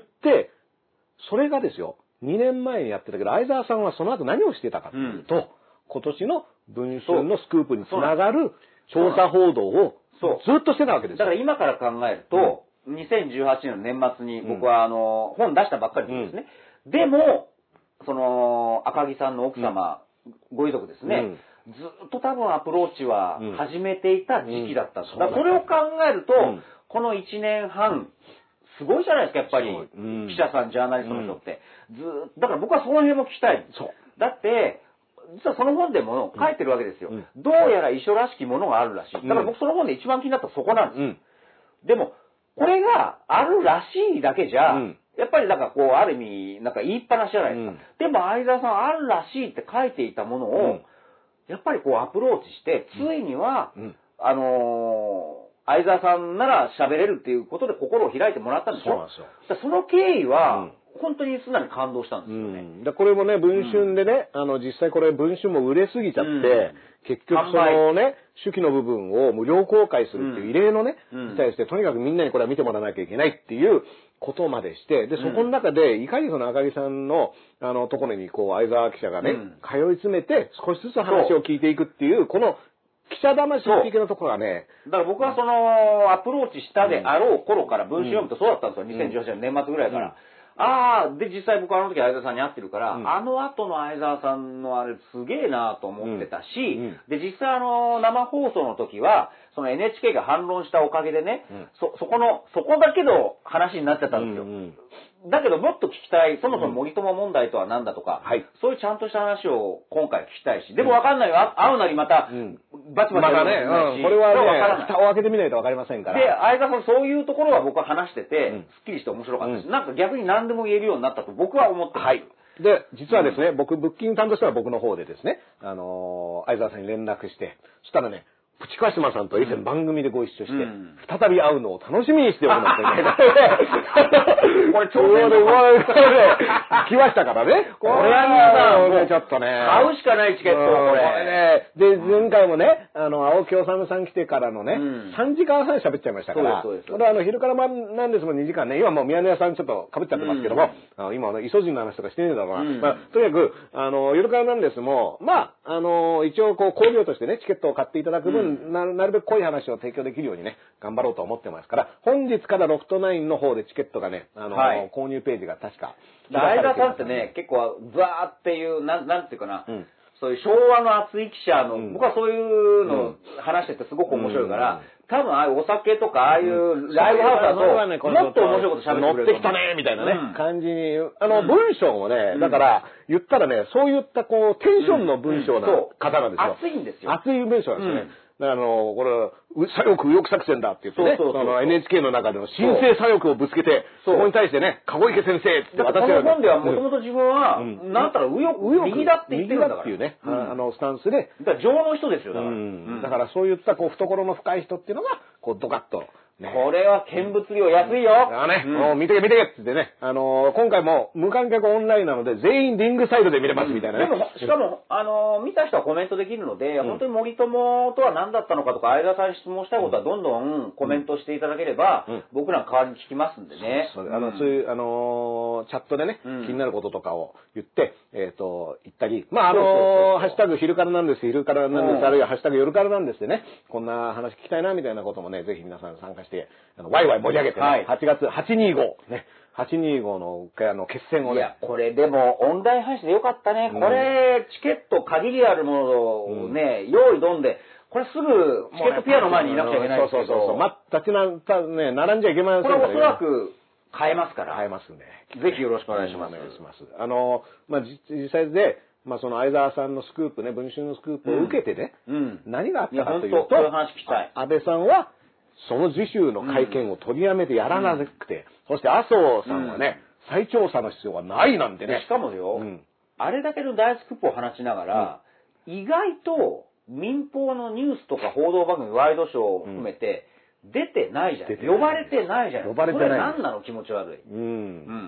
Speaker 2: それがですよ、にねんまえにやってたけど、相沢さんはその後何をしてたかというと、今年の文春のスクープにつながる調査報道をずっとしてたわけですよ。
Speaker 3: だから今から考えると、にせんじゅうはちねんの年末に僕はあの、本出したばっかりですね。でも、その、赤木さんの奥様、ご遺族ですね。ずっと多分アプローチは始めていた時期だったんです。だからそれを考えると、このいちねんはん、すごいじゃないですか、やっぱり。記者さん、ジャーナリストの人って。ずだから僕はその辺も聞きたい。だって、実はその本でも書いてるわけですよ。どうやら遺書らしきものがあるらしい。だから僕その本で一番気になったのはそこなんですよ。でも、これがあるらしいだけじゃ、やっぱりなんかこう、ある意味、なんか言いっぱなしじゃないですか。でも相沢さん、あるらしいって書いていたものを、やっぱりこうアプローチして、ついには、うん、あのー、相沢さんなら喋れるっていうことで心を開いてもらったんでしょ。そうなんですよ。その経緯は、うん、本当に素直に感動したんですよね。うん、
Speaker 2: でこれもね、文春でね、うん、あの、実際これ文春も売れすぎちゃって、うん、結局そのね、手記の部分を無料公開するっていう異例のね、に対して、とにかくみんなにこれは見てもらわなきゃいけないっていうことまでして、で、そこの中で、いかにその赤木さんの、あの、ところに、こう、相沢記者がね、うん、通い詰めて、少しずつ話を聞いていくっていう、この、記者魂的なところがね。
Speaker 3: だから僕はその、アプローチしたであろう頃から文春読むとそうだったんですよ。にせんじゅうはちねんの年末ぐらいから。うんああ、で、実際僕あの時相沢さんに会ってるから、うん、あの後の相沢さんのあれすげえなと思ってたし、うんうん、で、実際あの、生放送の時は、その エヌエイチケー が反論したおかげでね、うん、そ、そこの、そこだけの話になっちゃったんですよ。うんうんだけどもっと聞きたい、そもそも森友問題とは何だとか、うん、そういうちゃんとした話を今回聞きたいし、でも分かんないよ、会うなりまた、うん、バチバチやる
Speaker 2: ね、うん、これはね、蓋を開けてみないと分かりませんから。
Speaker 3: で、相沢さんそういうところは僕は話してて、うん、すっきりして面白かったです、うん。なんか逆に何でも言えるようになったと僕は思ってます。はい。
Speaker 2: で、実はですね、うん、僕、ブッキング担当したら僕の方でですね、あのー、相沢さんに連絡して、そしたらね、プチカシマさんと以前番組でご一緒して、うん、再び会うのを楽しみにしておりますみたいな。これ、ちょうどね、来ましたからね。
Speaker 3: これは皆さん、
Speaker 2: ね、ちょっとね。
Speaker 3: 買うしかないチケット、これ。これ
Speaker 2: ね。で、前回もね、あの、青木治さん来てからのね、うん、さんじかんはん喋っちゃいましたから。そうです、そうです。これはあの、昼からなんですもんにじかんね、今もう宮根屋さんちょっと被っちゃってますけども、うん、あの今あの、イソジンの話とかしてねえだろうな。うん、まあ、とにかく、あの、夜からなんですも、まあ、あの、一応こう、工業としてね、チケットを買っていただく分、うん、な, なるべく濃い話を提供できるようにね、頑張ろうと思ってますから、本日からロフトナインの方でチケットがね、あの、はい、購入ページが確か。
Speaker 3: 相田さんってね、結構、ザーっていう、なん、なんていうかな、うん、そういう昭和の熱い記者の、うん、僕はそういうの話しててすごく面白いから、うん、多分ああいうお酒とか、ああいうライブハウスだと、ね、もっと面白いこと喋ってくれる。
Speaker 2: 乗ってきたね、みたいなね、うん、感じに、あの、文章もね、だから、言ったらね、そういったこう、テンションの文章な方なんですよ。
Speaker 3: 熱いんですよ。
Speaker 2: 熱い文章なんですよね。あの、これ、左翼右翼作戦だって言ってね、そうそうそうそう エヌエイチケー の中での新生左翼をぶつけて、そこに対してね、籠池先生って
Speaker 3: 私が。この本ではもともと自分は、うん、なんたら右翼、右だって言ってるんだから。
Speaker 2: 右だっていうね、うん、あの、スタンスで。
Speaker 3: だから情の人ですよ、だから。うん、
Speaker 2: だからそういったこう、懐の深い人っていうのが、こう、ドカッと。
Speaker 3: ね、これは見物料安いよ。
Speaker 2: あね、うん、もう見てけ見てけって言ってね、あのー、今回も無観客オンラインなので全員リングサイドで見れますみたいなね。
Speaker 3: うん、でもしかも、あのー、見た人はコメントできるので、うん、本当に森友とは何だったのかとか、相田さんに質問したいことはどんどんコメントしていただければ、うん、僕らの代わりに聞きますんでね。
Speaker 2: そうそう、あの、そういう、あのー、チャットでね、うん、気になることとかを言って、えっ、ー、と、言ったり、まあ、あのー、ハッシュタグ昼からなんです、昼からなんです、あるいはハッシュタグ夜からなんですでね、こんな話聞きたいなみたいなこともね、ぜひ皆さん参加して 、あの、ワイワイ盛り上げてね、
Speaker 3: はい、
Speaker 2: はちがつはちにーご、ね、はちにーごの、あの、決戦をね。
Speaker 3: いや、これでも、オンライン配信でよかったね。これ、チケット限りあるものをね、うん、用意どんで、これすぐ、チケットピアの前にいなくちゃいけないんですけど。そうそうそう。ま、
Speaker 2: 立ちな、ね、並んじゃいけませんからね。
Speaker 3: これおそらく、買えますから。
Speaker 2: 買えますんで。
Speaker 3: ぜひよろしくお願いします。
Speaker 2: お願いします。あの、まあ、実際で、まあ、その相沢さんのスクープね、文春のスクープを受けてね、うん、何があったかというと、
Speaker 3: そういう話聞きたい。
Speaker 2: 安倍さんは、その次週の会見を取りやめてやらなくて、うん、そして麻生さんはね、うん、再調査の必要がないなんてね。
Speaker 3: しかもよ、うん、あれだけの大スクープを話しながら、うん、意外と民放のニュースとか報道番組、ワイドショーを含めて、出てないじゃん。呼ばれてないじゃん。
Speaker 2: 呼ばれてない。
Speaker 3: それ何なの気持ち悪い。
Speaker 2: うん。うん。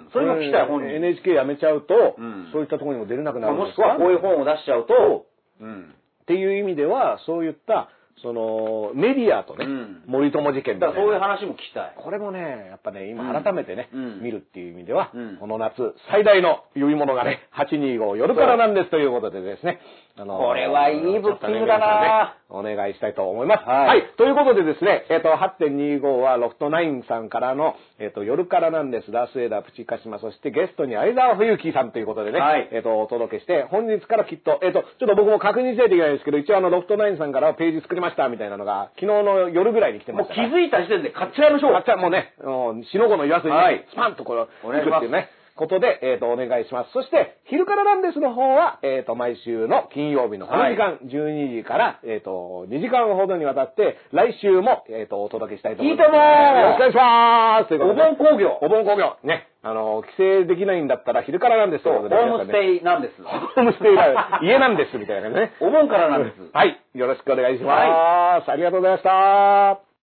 Speaker 3: それも聞きたい本人。
Speaker 2: エヌエイチケー 辞めちゃうと、うん、そういったところにも出れなくなるんですか、
Speaker 3: もしくはこういう本を出しちゃうと、
Speaker 2: うん。っていう意味では、そういった、その、メディアとね、うん、森友事件みたいな。
Speaker 3: だからそういう話も聞きたい。
Speaker 2: これもね、やっぱね、今改めてね、うん、見るっていう意味では、うん、この夏、最大の呼び物がね、はちにーご夜からなんですということでですね、
Speaker 3: あのー、これはいいブッキングだな、
Speaker 2: ね、お願いしたいと思います。はい。はい、ということでですね、えっ、ー、と、はちてんにーご はロフトナインさんからの、えっ、ー、と、夜からなんです、ダースエーダー、プチカシマ、そしてゲストに相沢冬樹さんということでね、はい、えっ、ー、と、お届けして、本日からきっと、えっ、と、ちょっと僕も確認しないといけないんですけど、一応あの、ロフトナインさんからページ作りましたみたいなのが、昨日の夜ぐらいに来てましたから。
Speaker 3: もう気づいた時点で買っちゃいましょう。
Speaker 2: 買っちゃう、もうね、しのごの言わずに、はい、スパンとこれ、
Speaker 3: お願いします。
Speaker 2: ね。ことで、えっ、ー、と、お願いします。そして、昼からなんですの方は、えっ、ー、と、毎週の金曜日のこの時間、はい、じゅうにじから、えっ、ー、と、にじかんほどにわたって、来週も、えっ、と、お届けしたいと思います。
Speaker 3: いいともー、
Speaker 2: よろしくお願いしますということで、
Speaker 3: お盆工業。
Speaker 2: お盆工業。ね。あの、帰省できないんだったら昼からなんですということで。
Speaker 3: ホームステイなんです。
Speaker 2: ホームステイだ。家なんです、みたいなね。
Speaker 3: お盆からなんです。
Speaker 2: はい。よろしくお願いします。はい、ありがとうございました。